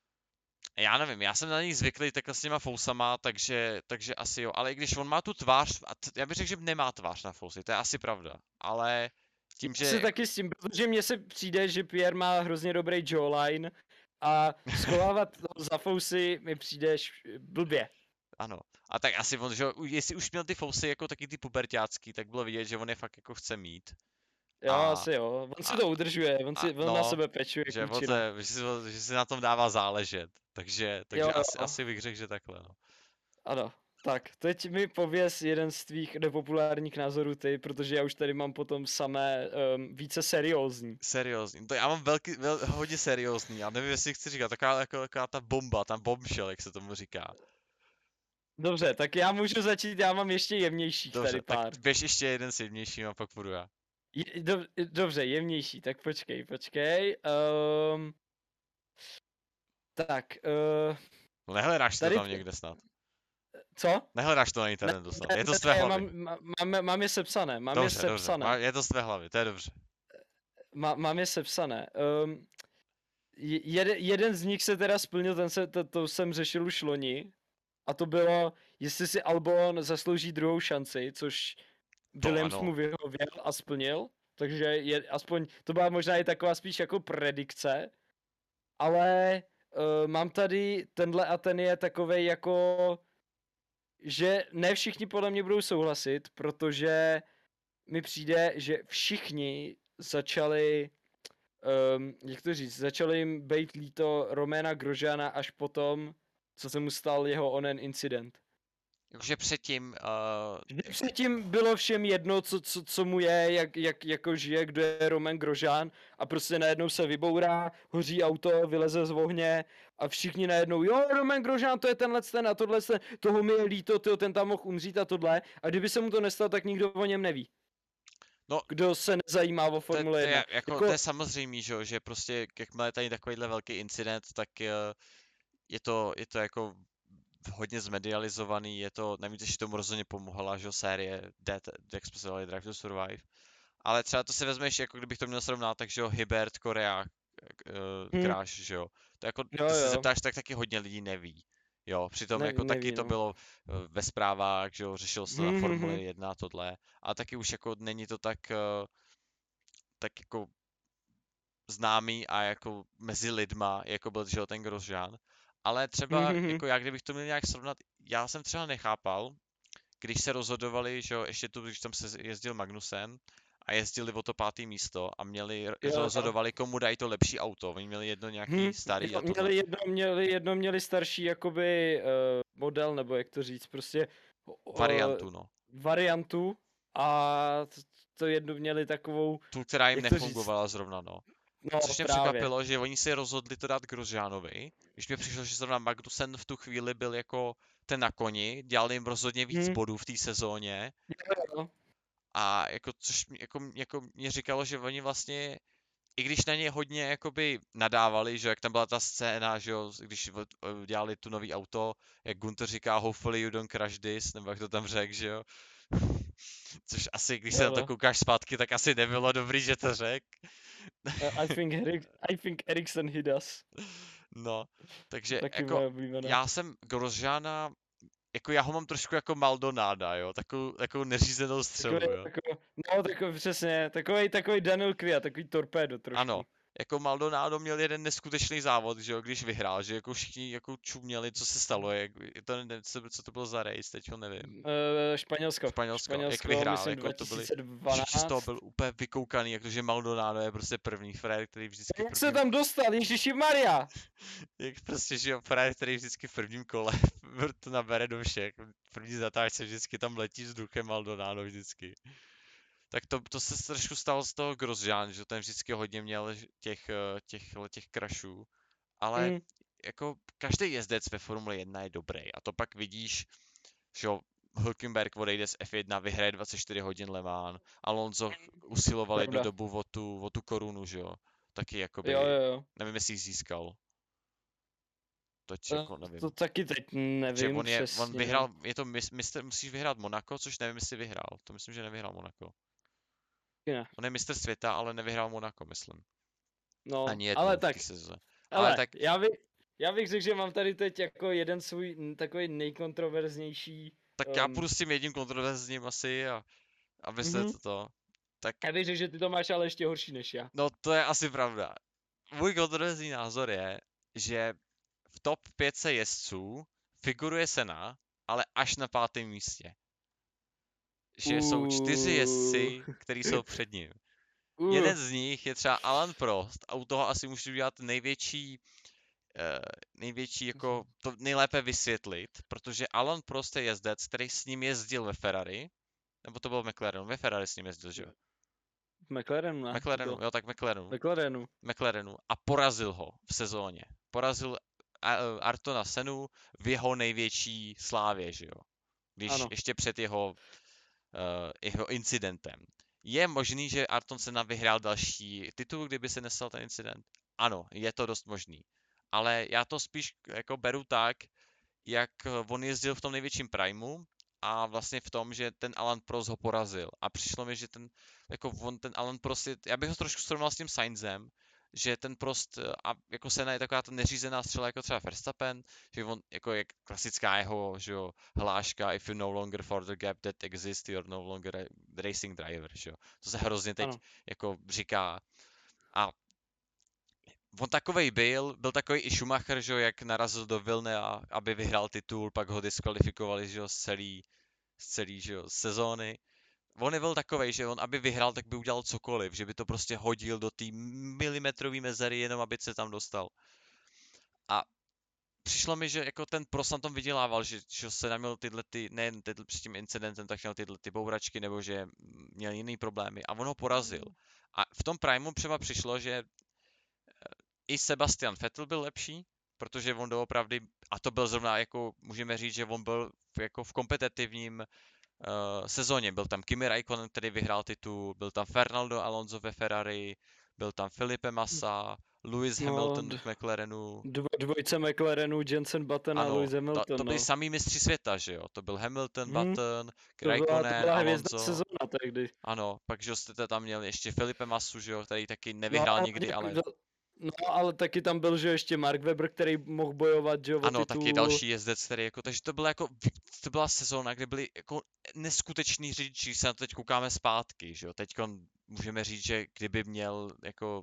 [SPEAKER 1] já nevím, já jsem na něj zvyklý takhle s těma fousama, takže, takže asi jo, ale i když on má tu tvář, a t- já bych řekl, že nemá tvář na fousy, to je asi pravda, ale tím,
[SPEAKER 2] Já se
[SPEAKER 1] že,
[SPEAKER 2] taky s tím, protože mně se přijde, že Pierre má hrozně dobrý jawline a schovávat to za fousy mi přijde š- blbě.
[SPEAKER 1] ano, a tak asi on, že jo, u- jestli už měl ty fousy jako taky ty puberťácký, tak bylo vidět, že on je fakt jako chce mít,
[SPEAKER 2] Jo,
[SPEAKER 1] A-
[SPEAKER 2] asi jo. On si
[SPEAKER 1] a-
[SPEAKER 2] to udržuje, on, si,
[SPEAKER 1] a-
[SPEAKER 2] on
[SPEAKER 1] no,
[SPEAKER 2] na sebe pečuje
[SPEAKER 1] že, o
[SPEAKER 2] klučina.
[SPEAKER 1] té, že, si, to- že si na tom dává záležet, takže, takže
[SPEAKER 2] Jo,
[SPEAKER 1] asi,
[SPEAKER 2] jo.
[SPEAKER 1] asi bych řekl, že takhle, no.
[SPEAKER 2] Ano. Tak, teď mi pověz jeden z tvých nepopulárních názorů ty, protože já už tady mám potom samé um, více seriózní.
[SPEAKER 1] Seriózní. To já mám velký, vel, hodně seriózní. Já nevím, jestli chci říkat. Taková, jako, taková ta bomba, tam bombshell, jak se tomu říká.
[SPEAKER 2] Dobře, tak já můžu začít, já mám ještě jemnějších
[SPEAKER 1] Dobře,
[SPEAKER 2] tady pár.
[SPEAKER 1] tak běž ještě jeden s jemnějším a pak půjdu já.
[SPEAKER 2] Je, do, dobře, jemnější, tak počkej, počkej. Um, tak, uh,
[SPEAKER 1] No nehledáš to
[SPEAKER 2] Tady
[SPEAKER 1] tam
[SPEAKER 2] t-
[SPEAKER 1] někde snad.
[SPEAKER 2] Co?
[SPEAKER 1] Nehledáš to na internetu snad. Je to z tvé
[SPEAKER 2] Ne,
[SPEAKER 1] hlavy.
[SPEAKER 2] mám, má- mám, mám je sepsané, mám je
[SPEAKER 1] Dobře, dobře.
[SPEAKER 2] sepsané.
[SPEAKER 1] Má- Je to z tvé hlavy, to je dobře.
[SPEAKER 2] Má, mám je sepsané. Um, jede, jeden z nich se teda splnil, ten se, to, to jsem řešil už loni. A to bylo, jestli si Albon zaslouží druhou šanci, což
[SPEAKER 1] To
[SPEAKER 2] Williams
[SPEAKER 1] ano.
[SPEAKER 2] mu vyhověl a splnil. Takže je, aspoň to byla možná i taková spíš jako predikce. Ale uh, mám tady tenhle a ten je takovej jako, že ne všichni podle mě budou souhlasit, protože mi přijde, že všichni začali, um, jak to říct, začali jim být líto Roména Grosjeana až potom, co se mu stal jeho onen incident.
[SPEAKER 1] Jakože předtím, uh,
[SPEAKER 2] Že předtím bylo všem jedno, co, co, co mu je, jak, jak jako žije, kdo je Roman Grosjean a prostě najednou se vybourá, hoří auto, vyleze z ohně a všichni najednou, jo, Roman Grosjean, to je tenhle ten a tohle ten, toho mi je líto, tyjo, ten tam mohl umřít a tohle a kdyby se mu to nestalo, tak nikdo o něm neví.
[SPEAKER 1] No,
[SPEAKER 2] Kdo se nezajímá o
[SPEAKER 1] to, je-
[SPEAKER 2] Formule
[SPEAKER 1] to, je,
[SPEAKER 2] jedna.
[SPEAKER 1] jako,
[SPEAKER 2] Jako,
[SPEAKER 1] to je samozřejmé, že, jo, že prostě jakmile je tady takovýhle velký incident, tak uh, je to, je to jako hodně zmedializovaný, je to, navíc ještě tomu rozhodně pomohla, že jo, série Dead, jak jsme se dali Drive to Survive. Ale třeba to si vezmeš, jako kdybych to měl srovnat, tak že jo, Hibert, Korea, uh,
[SPEAKER 2] hm,
[SPEAKER 1] Crash, že jo. To jako,
[SPEAKER 2] jo,
[SPEAKER 1] to se
[SPEAKER 2] jo,
[SPEAKER 1] zeptáš, tak taky hodně lidí neví. Jo, přitom
[SPEAKER 2] ne,
[SPEAKER 1] jako taky
[SPEAKER 2] neví,
[SPEAKER 1] to
[SPEAKER 2] no.
[SPEAKER 1] bylo uh, ve zprávách, že jo, řešilo se to na
[SPEAKER 2] Hm, hm,
[SPEAKER 1] Formule
[SPEAKER 2] hm.
[SPEAKER 1] jedna tohle. A taky už jako není to tak, uh, tak jako známý a jako mezi lidma, jako byl, že jo, ten Grosjean. Ale třeba,
[SPEAKER 2] Hm, hm, hm.
[SPEAKER 1] jako já, kdybych to měl nějak srovnat, já jsem třeba nechápal, když se rozhodovali, že jo, ještě tu, když tam se jezdil Magnussen a jezdili o to pátý místo a měli,
[SPEAKER 2] Jo, jo.
[SPEAKER 1] rozhodovali, komu dají to lepší auto. Oni měli jedno nějaký
[SPEAKER 2] Hm,
[SPEAKER 1] starý
[SPEAKER 2] jo,
[SPEAKER 1] a tohle.
[SPEAKER 2] měli jedno, měli jedno, měli starší jakoby uh, model, nebo jak to říct, prostě uh,
[SPEAKER 1] Variantu, no.
[SPEAKER 2] variantu a to, to jednu měli takovou,
[SPEAKER 1] Tu, která jim
[SPEAKER 2] jak to říct,
[SPEAKER 1] nefungovala zrovna, no.
[SPEAKER 2] no
[SPEAKER 1] Což mě
[SPEAKER 2] právě.
[SPEAKER 1] překvapilo, že oni si rozhodli to dát Grosjeanovi, když mi přišlo, že zrovna Magnussen v tu chvíli byl jako ten na koni, dělal jim rozhodně víc
[SPEAKER 2] Hm,
[SPEAKER 1] bodů v té sezóně
[SPEAKER 2] jo, jo.
[SPEAKER 1] a jako, což mě- jako, jako mě říkalo, že oni vlastně, i když na ně hodně jakoby nadávali, že jak tam byla ta scéna, že jo, když v- v- dělali tu nový auto, jak Gunther říká hopefully you don't crash this, nebo jak to tam řekl, že jo. Což asi, když se
[SPEAKER 2] Jo,
[SPEAKER 1] na to
[SPEAKER 2] no.
[SPEAKER 1] koukáš zpátky, tak asi nebylo dobrý, že to řekl.
[SPEAKER 2] Uh, I think Erik, I think Eriksen he does.
[SPEAKER 1] No, takže
[SPEAKER 2] Taky
[SPEAKER 1] jako
[SPEAKER 2] moje oblíbená.
[SPEAKER 1] já jsem Grosjeana, jako já ho mám trošku jako Maldonáda, jo, takovou, takovou neřízenou střelu,
[SPEAKER 2] Takový,
[SPEAKER 1] jo.
[SPEAKER 2] takový, no takový, přesně, takový, takový Daniel Kvia, takový torpédo trošku.
[SPEAKER 1] Ano, jako Maldonado měl jeden neskutečný závod, že jo, když vyhrál, že jako všichni jako čuměli, co se stalo, jak, to, ne, co, co to bylo za race, teď ho nevím.
[SPEAKER 2] Uh, Španělsko.
[SPEAKER 1] Španělsko, jak
[SPEAKER 2] Španělsko,
[SPEAKER 1] vyhrál,
[SPEAKER 2] myslím
[SPEAKER 1] jako to byli,
[SPEAKER 2] dva tisíce dvanáct.
[SPEAKER 1] všichni z toho byl úplně vykoukaný, jakože Maldonado je prostě první frér, který vždycky v
[SPEAKER 2] Jak se
[SPEAKER 1] prvním,
[SPEAKER 2] tam dostal, Ježiši Maria?
[SPEAKER 1] jak prostě, že jo, frér, který vždycky v prvním kole to nabere do všech, první zatáčce vždycky tam letí vzduchem Maldonado vždycky. Tak to, to se trošku stalo z toho Grosjean, že ten vždycky hodně měl těch, eh, těch, těch crashů, ale
[SPEAKER 2] Mm.
[SPEAKER 1] jako každý jezdec ve Formule jedna je dobrý a to pak vidíš, že jo, Hülkenberg odejde z F jedna, vyhraje dvacet čtyři hodin Le Mans, Alonso usiloval jednu
[SPEAKER 2] Pravda.
[SPEAKER 1] dobu o tu, o tu korunu, že jo, taky jakoby,
[SPEAKER 2] Jo, jo, jo.
[SPEAKER 1] nevím, jestli ji získal. Teď
[SPEAKER 2] To,
[SPEAKER 1] jako nevím.
[SPEAKER 2] to taky teď
[SPEAKER 1] Že
[SPEAKER 2] nevím
[SPEAKER 1] on, je,
[SPEAKER 2] přesně.
[SPEAKER 1] on vyhrál, je to mis, mistr, musíš vyhrát Monako, což nevím, jestli vyhrál. To myslím, že nevyhrál Monako.
[SPEAKER 2] Ne.
[SPEAKER 1] On je mistr světa, ale nevyhrál Monako, myslím.
[SPEAKER 2] No,
[SPEAKER 1] Ani jednou
[SPEAKER 2] ale
[SPEAKER 1] v
[SPEAKER 2] tak,
[SPEAKER 1] té sezóně.
[SPEAKER 2] ale
[SPEAKER 1] Ale tak,
[SPEAKER 2] já, by, já bych řekl, že mám tady teď jako jeden svůj mm, takový nejkontroverznější.
[SPEAKER 1] tak já
[SPEAKER 2] Um,
[SPEAKER 1] půjdu s tím jedním kontroverzním asi a, a vysvětlete
[SPEAKER 2] Mhm.
[SPEAKER 1] to. Tak,
[SPEAKER 2] já bych řekl, že ty to máš ale ještě horší než já.
[SPEAKER 1] no to je asi pravda. Můj kontroverzní názor je, že v top pět jezdců figuruje Senna, ale až na pátém místě. Že jsou čtyři jezdci, kteří jsou před ním.
[SPEAKER 2] Uh,
[SPEAKER 1] Jeden z nich je třeba Alan Prost a u toho asi můžu udělat největší, uh, největší jako to nejlépe vysvětlit, protože Alan Prost je jezdec, který s ním jezdil ve Ferrari, nebo to byl McLaren, ve Ferrari s ním jezdil, že jo?
[SPEAKER 2] v McLarenu, ne?
[SPEAKER 1] McLarenu,
[SPEAKER 2] To-
[SPEAKER 1] jo, tak McLarenu,
[SPEAKER 2] McLarenu.
[SPEAKER 1] McLarenu a porazil ho v sezóně. Porazil A- Artona Senu v jeho největší slávě, že jo? Když
[SPEAKER 2] Ano.
[SPEAKER 1] ještě před jeho, uh, jeho incidentem. Je možný, že Ayrton Senna vyhrál další titul, kdyby se nestal ten incident? Ano, je to dost možný. Ale já to spíš jako beru tak, jak on jezdil v tom největším primu a vlastně v tom, že ten Alan Prost ho porazil. A přišlo mi, že ten, jako on, ten Alan Prost, je, já bych ho trošku srovnal s tím Sainzem, že ten Prost a jako Senna je taková ta neřízená střela jako třeba Verstappen, že on jako je klasická jeho, že jo, hláška if you no longer for the gap that exists, you're no longer a racing driver, že jo. To se hrozně teď
[SPEAKER 2] Ano.
[SPEAKER 1] jako říká. A on takovej byl, byl takový i Schumacher, že jo, jak narazil do Vilna, aby vyhrál titul, pak ho diskvalifikovali, že jo, z celý, z celý, že jo, sezóny. On je byl takovej, že on, aby vyhrál, tak by udělal cokoliv, že by to prostě hodil do té milimetrové mezery, jenom aby se tam dostal. A přišlo mi, že jako ten Prost na tom vydělával, že, že se neměl tyhle ty, nejen tyhle, před tím incidentem, tak měl tyhle ty bouračky, nebo že měl jiný problémy a on ho porazil. A v tom Primu třeba přišlo, že i Sebastian Vettel byl lepší, protože on doopravdy, a to byl zrovna jako, můžeme říct, že on byl v, jako v kompetitivním uh, sezóně. Byl tam Kimi Raikkonen, který vyhrál titul, byl tam Fernando Alonso ve Ferrari, byl tam Felipe Massa, Lewis
[SPEAKER 2] No,
[SPEAKER 1] Hamilton
[SPEAKER 2] d-
[SPEAKER 1] v McLarenu.
[SPEAKER 2] Dvo, dvojce McLarenu, Jensen Button a
[SPEAKER 1] Ano,
[SPEAKER 2] Lewis
[SPEAKER 1] to,
[SPEAKER 2] Hamilton,
[SPEAKER 1] to byli
[SPEAKER 2] no.
[SPEAKER 1] samý mistři světa, že jo? To byl Hamilton,
[SPEAKER 2] Hmm,
[SPEAKER 1] Button,
[SPEAKER 2] to byla, to
[SPEAKER 1] Raikkonen,
[SPEAKER 2] byla hvězda
[SPEAKER 1] Alonso.
[SPEAKER 2] sezóna tehdy.
[SPEAKER 1] Ano, pak že jste tam měli ještě Felipe Massu, že jo, který taky
[SPEAKER 2] No,
[SPEAKER 1] nevyhrál
[SPEAKER 2] ale
[SPEAKER 1] nikdy,
[SPEAKER 2] jako
[SPEAKER 1] ale
[SPEAKER 2] do- no, ale taky tam byl, že ještě Mark Webber, který mohl bojovat, že jo, o
[SPEAKER 1] ano,
[SPEAKER 2] titul.
[SPEAKER 1] taky další jezdec, který jako, takže to byla jako, vy- to byla sezóna, kde byli jako neskuteční řidiči, se na to teď koukáme zpátky, že jo, teďko můžeme říct, že kdyby měl jako,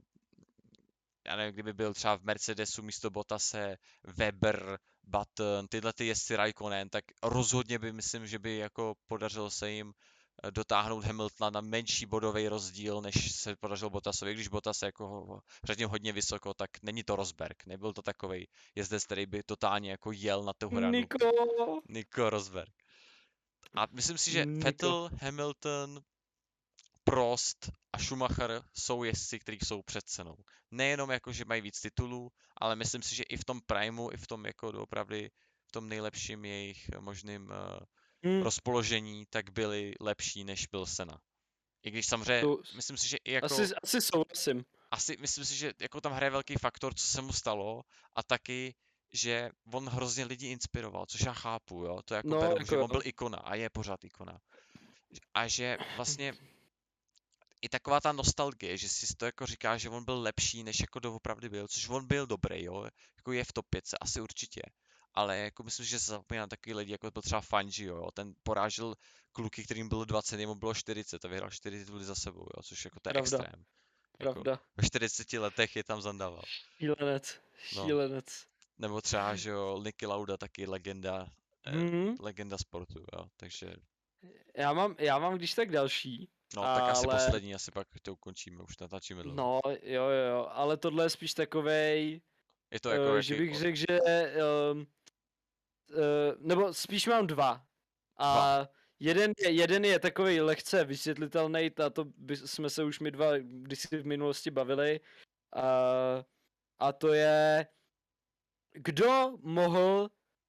[SPEAKER 1] já nevím, kdyby byl třeba v Mercedesu místo Bottase, Weber, Button, tyhle ty jezdci Raikkonen, tak rozhodně by myslím, že by jako podařilo se jim eh, dotáhnout Hamiltona na menší bodový rozdíl, než se podařilo Bottasovi. Když Bottas je jako ho- ho- řadím hodně vysoko, tak není to Rosberg. Nebyl to takovej jezdec, který by totálně jako jel na tu hranu.
[SPEAKER 2] Niko!
[SPEAKER 1] Nico Rosberg. A myslím si, že
[SPEAKER 2] Nico.
[SPEAKER 1] Vettel, Hamilton, Prost a Schumacher jsou jezdci, kteří jsou před cenou. Nejenom jako, že mají víc titulů, ale myslím si, že i v tom primu, i v tom jako doopravdy v tom nejlepším jejich možným uh,
[SPEAKER 2] Hmm,
[SPEAKER 1] rozpoložení, tak byli lepší, než byl Senna. I když samozřejmě,
[SPEAKER 2] to,
[SPEAKER 1] myslím si, že i jako,
[SPEAKER 2] asi, asi souhlasím.
[SPEAKER 1] asi myslím si, že jako tam hraje velký faktor, co se mu stalo a taky, že on hrozně lidi inspiroval, což já chápu, jo, to jako
[SPEAKER 2] No,
[SPEAKER 1] beru,
[SPEAKER 2] jako
[SPEAKER 1] že
[SPEAKER 2] jo.
[SPEAKER 1] on byl ikona a je pořád ikona. A že vlastně i taková ta nostalgie, že si to jako říká, že on byl lepší, než jako doopravdy byl, což on byl dobrý, jo, jako je v top pět, asi určitě. Ale jako myslím, že se zapomíná na takový lidi, jako byl třeba Fangio, jo, ten porážel kluky, kterým bylo dvacet, jemu bylo čtyřicet a vyhrál čtyři tituly za sebou, jo, což jako to je
[SPEAKER 2] Pravda.
[SPEAKER 1] extrém. Jako,
[SPEAKER 2] Pravda.
[SPEAKER 1] ve čtyřiceti letech je tam zandával.
[SPEAKER 2] Šílenec.
[SPEAKER 1] No.
[SPEAKER 2] Šílenec.
[SPEAKER 1] Nebo třeba, že jo, Niki Lauda, taky legenda, eh,
[SPEAKER 2] Hmm.
[SPEAKER 1] legenda sportu, jo, takže,
[SPEAKER 2] Já mám, já mám když tak další.
[SPEAKER 1] no, tak asi
[SPEAKER 2] Ale-
[SPEAKER 1] poslední, asi pak to ukončíme, už natáčíme dlouho.
[SPEAKER 2] No, jo, jo, jo, ale tohle je spíš takovej,
[SPEAKER 1] Je to jako,
[SPEAKER 2] uh,
[SPEAKER 1] jaký,
[SPEAKER 2] že bych
[SPEAKER 1] o-
[SPEAKER 2] řekl, že, um, uh, nebo spíš mám dva. A
[SPEAKER 1] Dva.
[SPEAKER 2] jeden je, jeden je takový lehce vysvětlitelný, a to by jsme se už my dva kdysi v minulosti bavili. A, a to je, kdo mohl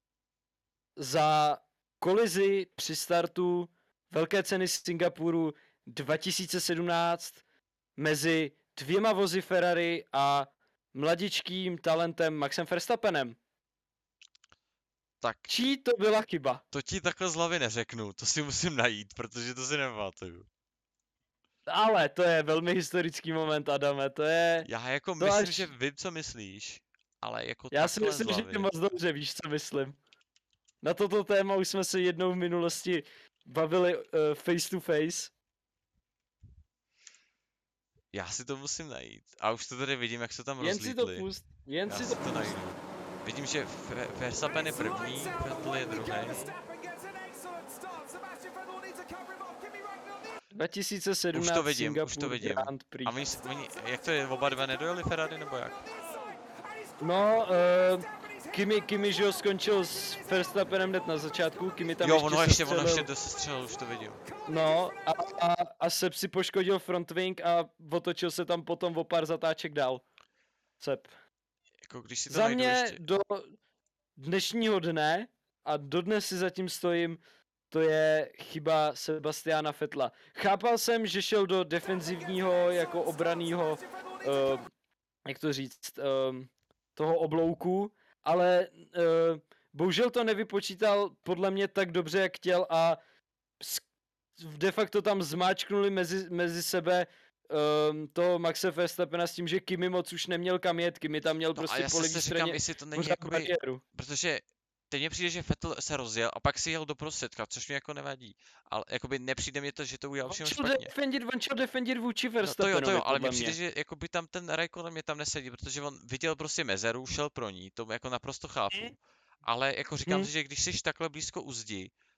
[SPEAKER 2] za kolizi při startu Velké ceny Singapuru dva tisíce sedmnáct mezi dvěma vozy Ferrari a mladičkým talentem Maxem Verstappenem.
[SPEAKER 1] tak
[SPEAKER 2] Čí to byla chyba?
[SPEAKER 1] to ti takhle z hlavy neřeknu, to si musím najít, protože to si nepamatuju.
[SPEAKER 2] Ale to je velmi historický moment, Adame, to je...
[SPEAKER 1] Já jako
[SPEAKER 2] To
[SPEAKER 1] myslím,
[SPEAKER 2] až-
[SPEAKER 1] že vím, co myslíš, ale jako
[SPEAKER 2] Já si
[SPEAKER 1] takhle z
[SPEAKER 2] myslím, že
[SPEAKER 1] hlavy.
[SPEAKER 2] ty moc dobře víš, co myslím. Na toto téma už jsme se jednou v minulosti bavili uh, face to face.
[SPEAKER 1] Já si to musím najít. A už to tady vidím, jak se tam
[SPEAKER 2] Jen si to
[SPEAKER 1] rozlítli.
[SPEAKER 2] pust, jen
[SPEAKER 1] Já
[SPEAKER 2] si
[SPEAKER 1] si
[SPEAKER 2] to
[SPEAKER 1] to
[SPEAKER 2] pust.
[SPEAKER 1] najdu. Vidím, že Fe- Verstappen je první, Vettel je druhý.
[SPEAKER 2] dva tisíce sedmnáct
[SPEAKER 1] vidím, už to
[SPEAKER 2] Singapur
[SPEAKER 1] vidím.
[SPEAKER 2] Grand Prix.
[SPEAKER 1] A oni, s- oni, jak to je, oba dva nedojeli Ferrari, nebo jak?
[SPEAKER 2] No, uh, Kimi, Kimi, že jo, skončil s Verstappenem hned na začátku, Kimi tam
[SPEAKER 1] Jo,
[SPEAKER 2] ještě
[SPEAKER 1] ono ještě, ono
[SPEAKER 2] sestřelil.
[SPEAKER 1] ještě dostřelil, už to vidím.
[SPEAKER 2] No, a, a, a Seb si poškodil frontwing a otočil se tam potom o pár zatáček dál. Seb.
[SPEAKER 1] Jako když si to
[SPEAKER 2] Za
[SPEAKER 1] najdu
[SPEAKER 2] mě
[SPEAKER 1] ještě.
[SPEAKER 2] do dnešního dne, a dodnes si zatím stojím, to je chyba Sebastiana Vettela. Chápal jsem, že šel do defenzivního, jako obraného, uh, jak to říct, um, toho oblouku, ale uh, bohužel to nevypočítal podle mě tak dobře, jak chtěl a s- de facto tam zmáčknuli mezi, mezi sebe um, toho Maxe Verstappena s tím, že Kimi moc už neměl kam jet, Kimi tam měl
[SPEAKER 1] No a
[SPEAKER 2] prostě
[SPEAKER 1] já
[SPEAKER 2] po
[SPEAKER 1] se
[SPEAKER 2] levý
[SPEAKER 1] si říkám,
[SPEAKER 2] straně
[SPEAKER 1] jestli to není
[SPEAKER 2] pořád
[SPEAKER 1] jakoby,
[SPEAKER 2] bariéru.
[SPEAKER 1] protože teď mně přijde, že Vettel se rozjel a pak si jel do prostředka, což mi jako nevadí. Ale jakoby nepřijde mi to, že to udělal
[SPEAKER 2] On
[SPEAKER 1] všechno
[SPEAKER 2] šel
[SPEAKER 1] špatně.
[SPEAKER 2] defendit, on šel defendit vůči
[SPEAKER 1] No to jo,
[SPEAKER 2] Verstappenovi,
[SPEAKER 1] to jo, ale mně
[SPEAKER 2] podle
[SPEAKER 1] přijde,
[SPEAKER 2] mě.
[SPEAKER 1] že jakoby tam ten Raikkonen mě tam nesedí, protože on viděl prostě mezeru, šel pro ní, to jako naprosto chápu.
[SPEAKER 2] Hmm.
[SPEAKER 1] Ale jako říkám
[SPEAKER 2] Hmm.
[SPEAKER 1] si, že když jsi takhle blízko u zdi,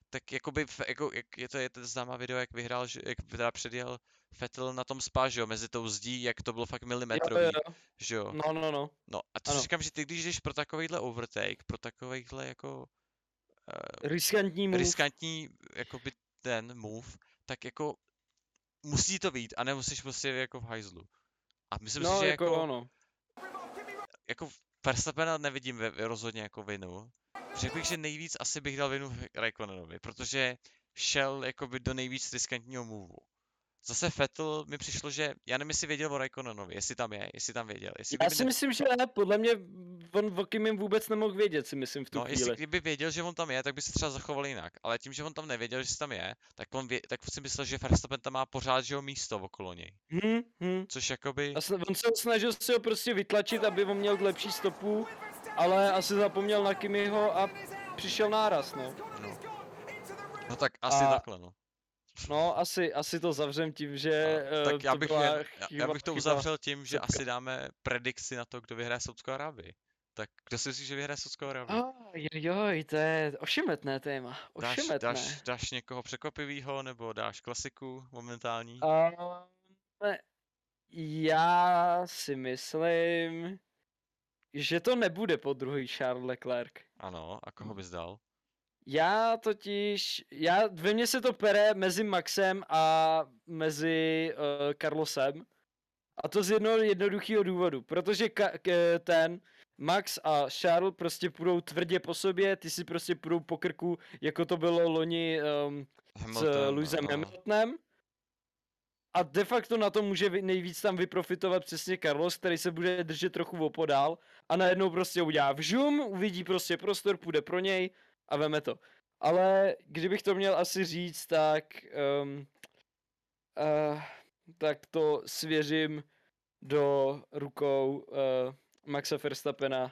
[SPEAKER 1] tak jakoby, f- jako, jak je to je to známá video, jak vyhrál, že, jak teda předjel Vettel na tom Spa, že jo, mezi tou zdí, jak to bylo fakt
[SPEAKER 2] Jo, jo,
[SPEAKER 1] milimetrový,
[SPEAKER 2] jo.
[SPEAKER 1] že jo.
[SPEAKER 2] No, no, no.
[SPEAKER 1] No a to si
[SPEAKER 2] Ano.
[SPEAKER 1] říkám, že ty když jdeš pro takovýhle overtake, pro takovýhle jako uh,
[SPEAKER 2] Riskantní move.
[SPEAKER 1] riskantní jakoby ten move, tak jako musí to být a nemusíš prostě jako v hajzlu. A myslím si,
[SPEAKER 2] No,
[SPEAKER 1] že
[SPEAKER 2] jako
[SPEAKER 1] jako,
[SPEAKER 2] ono.
[SPEAKER 1] jako Verstappena nevidím ve, rozhodně jako vinu. Řekl bych, že nejvíc asi bych dal vinu Raikkonenovi, protože šel jakoby do nejvíc riskantního movu. Zase Vettel mi přišlo, že já nevím, jestli věděl o Raikkonenovi, jestli tam je, jestli tam věděl. Jestli
[SPEAKER 2] Já
[SPEAKER 1] kdyby
[SPEAKER 2] si
[SPEAKER 1] ne...
[SPEAKER 2] myslím, že ne, podle mě on o Kimim vůbec nemohl vědět, si myslím v tu
[SPEAKER 1] No, jestli
[SPEAKER 2] chvíli.
[SPEAKER 1] kdyby věděl, že on tam je, tak by se třeba zachoval jinak. Ale tím, že on tam nevěděl, že tam je, tak on vě... tak si myslel, že Verstappen tam má pořád že jo, místo okolo něj.
[SPEAKER 2] Hm, hm.
[SPEAKER 1] Což jakoby...
[SPEAKER 2] A sna- on se snažil si ho prostě vytlačit, aby on měl lepší stopu, ale asi zapomněl na Kimiho a přišel náraz, no.
[SPEAKER 1] No, no tak asi
[SPEAKER 2] A-
[SPEAKER 1] takhle, no.
[SPEAKER 2] No, asi, asi to zavřem tím, že
[SPEAKER 1] A,
[SPEAKER 2] uh,
[SPEAKER 1] tak já
[SPEAKER 2] to
[SPEAKER 1] bych,
[SPEAKER 2] byla
[SPEAKER 1] jen, já,
[SPEAKER 2] chyba,
[SPEAKER 1] já bych to
[SPEAKER 2] chyba.
[SPEAKER 1] uzavřel tím, že
[SPEAKER 2] Sepka.
[SPEAKER 1] asi dáme predikci na to, kdo vyhraje Saudskou Arábii. Tak kdo si myslí, že vyhraje Saudskou Arábii?
[SPEAKER 2] Oh, joj, to je ošemetné téma,
[SPEAKER 1] Dáš,
[SPEAKER 2] ošemetné.
[SPEAKER 1] dáš, dáš někoho překvapivého, nebo dáš klasiku momentální?
[SPEAKER 2] A, ne, já si myslím, že to nebude po druhý Charles Leclerc.
[SPEAKER 1] Ano, a koho bys dal?
[SPEAKER 2] Já totiž, já, ve mně se to pere mezi Maxem a mezi uh, Carlosem. A to z jednoho jednoduchého důvodu, protože ka- k- ten Max a Charles prostě půjdou tvrdě po sobě, ty si prostě půjdou po krku, jako to bylo loni um, s
[SPEAKER 1] Hamilton,
[SPEAKER 2] Lewisem
[SPEAKER 1] no.
[SPEAKER 2] Hamiltonem. A de facto na to může vy- nejvíc tam vyprofitovat přesně Carlos, který se bude držet trochu opodál a najednou prostě udělá vžum, uvidí prostě prostor, půjde pro něj a veme to. Ale kdybych to měl asi říct, tak um, uh, tak to svěřím do rukou uh, Maxa Verstappena,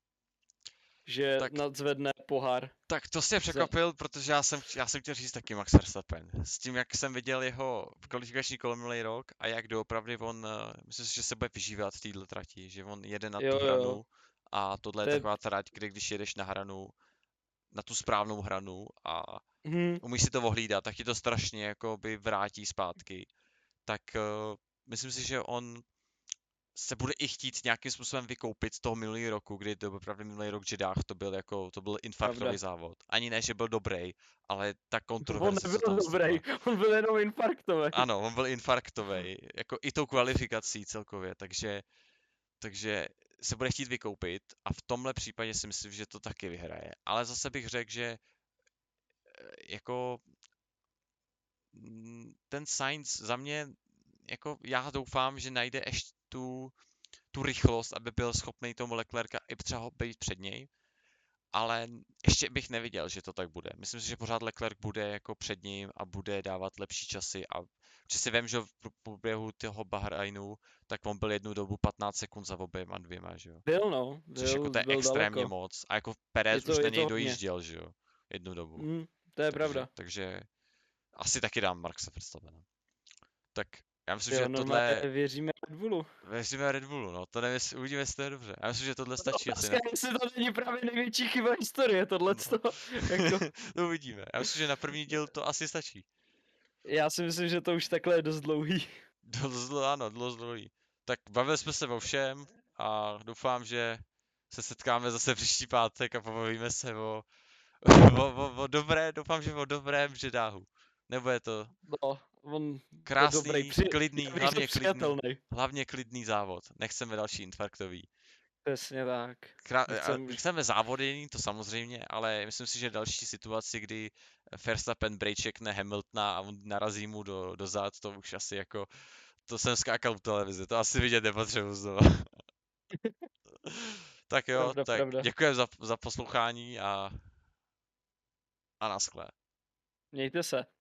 [SPEAKER 2] že
[SPEAKER 1] Tak-
[SPEAKER 2] nadzvedne pohár.
[SPEAKER 1] Tak to jsi překvapil, protože já jsem, já jsem chtěl říct taky Max Verstappen. S tím, jak jsem viděl jeho kvalifikační kolo minulý rok a jak doopravdy on, eh, myslím si, že se bude vyžívat v této trati, že on jede na
[SPEAKER 2] Jo,
[SPEAKER 1] tu
[SPEAKER 2] jo.
[SPEAKER 1] hranu a tohle
[SPEAKER 2] To
[SPEAKER 1] je
[SPEAKER 2] je-
[SPEAKER 1] taková trať, kde když jedeš na hranu, na tu správnou hranu a
[SPEAKER 2] Hm,
[SPEAKER 1] umíš si to ohlídat, tak ti to strašně jako by vrátí zpátky. Tak uh, myslím si, že on se bude i chtít nějakým způsobem vykoupit z toho minulý roku, kdy to byl opravdu minulý rok Jeddah, to byl jako, to byl infarktový
[SPEAKER 2] Pravda.
[SPEAKER 1] závod. Ani ne, že byl dobrý, ale ta
[SPEAKER 2] on
[SPEAKER 1] kontroverze, co
[SPEAKER 2] nebyl
[SPEAKER 1] tam
[SPEAKER 2] dobrý,
[SPEAKER 1] vznikla.
[SPEAKER 2] on byl jenom infarktový.
[SPEAKER 1] Ano, on byl infarktový, jako i tou kvalifikací celkově, takže, takže se bude chtít vykoupit a v tomhle případě si myslím, že to taky vyhraje. Ale zase bych řekl, že eh, jako mm, ten Sainz za mě, jako já doufám, že najde ještě tu, tu rychlost, aby byl schopný tomu Leclerca i třeba ho být před něj, ale ještě bych neviděl, že to tak bude. Myslím si, že pořád Leclerc bude jako před ním a bude dávat lepší časy a že si vím, že v průběhu toho Bahrajnu, tak on byl jednu dobu patnáct sekund za oběma dvěma, že jo.
[SPEAKER 2] Byl no, byl,
[SPEAKER 1] Což jako to je
[SPEAKER 2] byl
[SPEAKER 1] extrémně
[SPEAKER 2] daleko.
[SPEAKER 1] moc. A jako Perez
[SPEAKER 2] to-
[SPEAKER 1] už
[SPEAKER 2] je
[SPEAKER 1] na
[SPEAKER 2] to
[SPEAKER 1] něj
[SPEAKER 2] hodně.
[SPEAKER 1] dojížděl, že jo, jednu dobu.
[SPEAKER 2] Hm, to je
[SPEAKER 1] takže,
[SPEAKER 2] pravda.
[SPEAKER 1] Takže asi taky dám Maxa Verstappena. Tak já myslím,
[SPEAKER 2] Jo,
[SPEAKER 1] že
[SPEAKER 2] normálně
[SPEAKER 1] tohle
[SPEAKER 2] věříme Red Bullu.
[SPEAKER 1] věříme Red Bullu, no, to nevím, jestli- uvidíme, jestli to je dobře. Já myslím, že tohle stačí asi.
[SPEAKER 2] Otázka je, jestli to není právě největší chyba historie, tohle
[SPEAKER 1] No.
[SPEAKER 2] to, jako,
[SPEAKER 1] To uvidíme. Já myslím, že na první díl to asi stačí.
[SPEAKER 2] já si myslím, že to už takhle je dost dlouhý.
[SPEAKER 1] Dost, dlouho- ano, dost dlouhý. Tak bavili jsme se o všem a doufám, že se setkáme zase příští pátek a pobavíme se o, o, o, o dobré, doufám, že o dobrém Jeddahu. Nebo je to
[SPEAKER 2] No, on je
[SPEAKER 1] krásný,
[SPEAKER 2] dobrý, při,
[SPEAKER 1] klidný,
[SPEAKER 2] navíc
[SPEAKER 1] hlavně
[SPEAKER 2] je
[SPEAKER 1] klidný,
[SPEAKER 2] přijatelný.
[SPEAKER 1] hlavně klidný závod. Nechceme další infarktový.
[SPEAKER 2] Přesně tak.
[SPEAKER 1] Krá-
[SPEAKER 2] Nechcem-
[SPEAKER 1] a chceme závody, to samozřejmě, ale myslím si, že další situaci, kdy Verstappen breakcheckne Hamiltona a on narazí mu do, do zad, to už asi jako, to jsem skákal v televizi, to asi vidět nepotřebuji znovu. Tak jo,
[SPEAKER 2] Pravda,
[SPEAKER 1] tak
[SPEAKER 2] pravda.
[SPEAKER 1] děkujem za, za poslouchání a, a naschle.
[SPEAKER 2] Mějte se.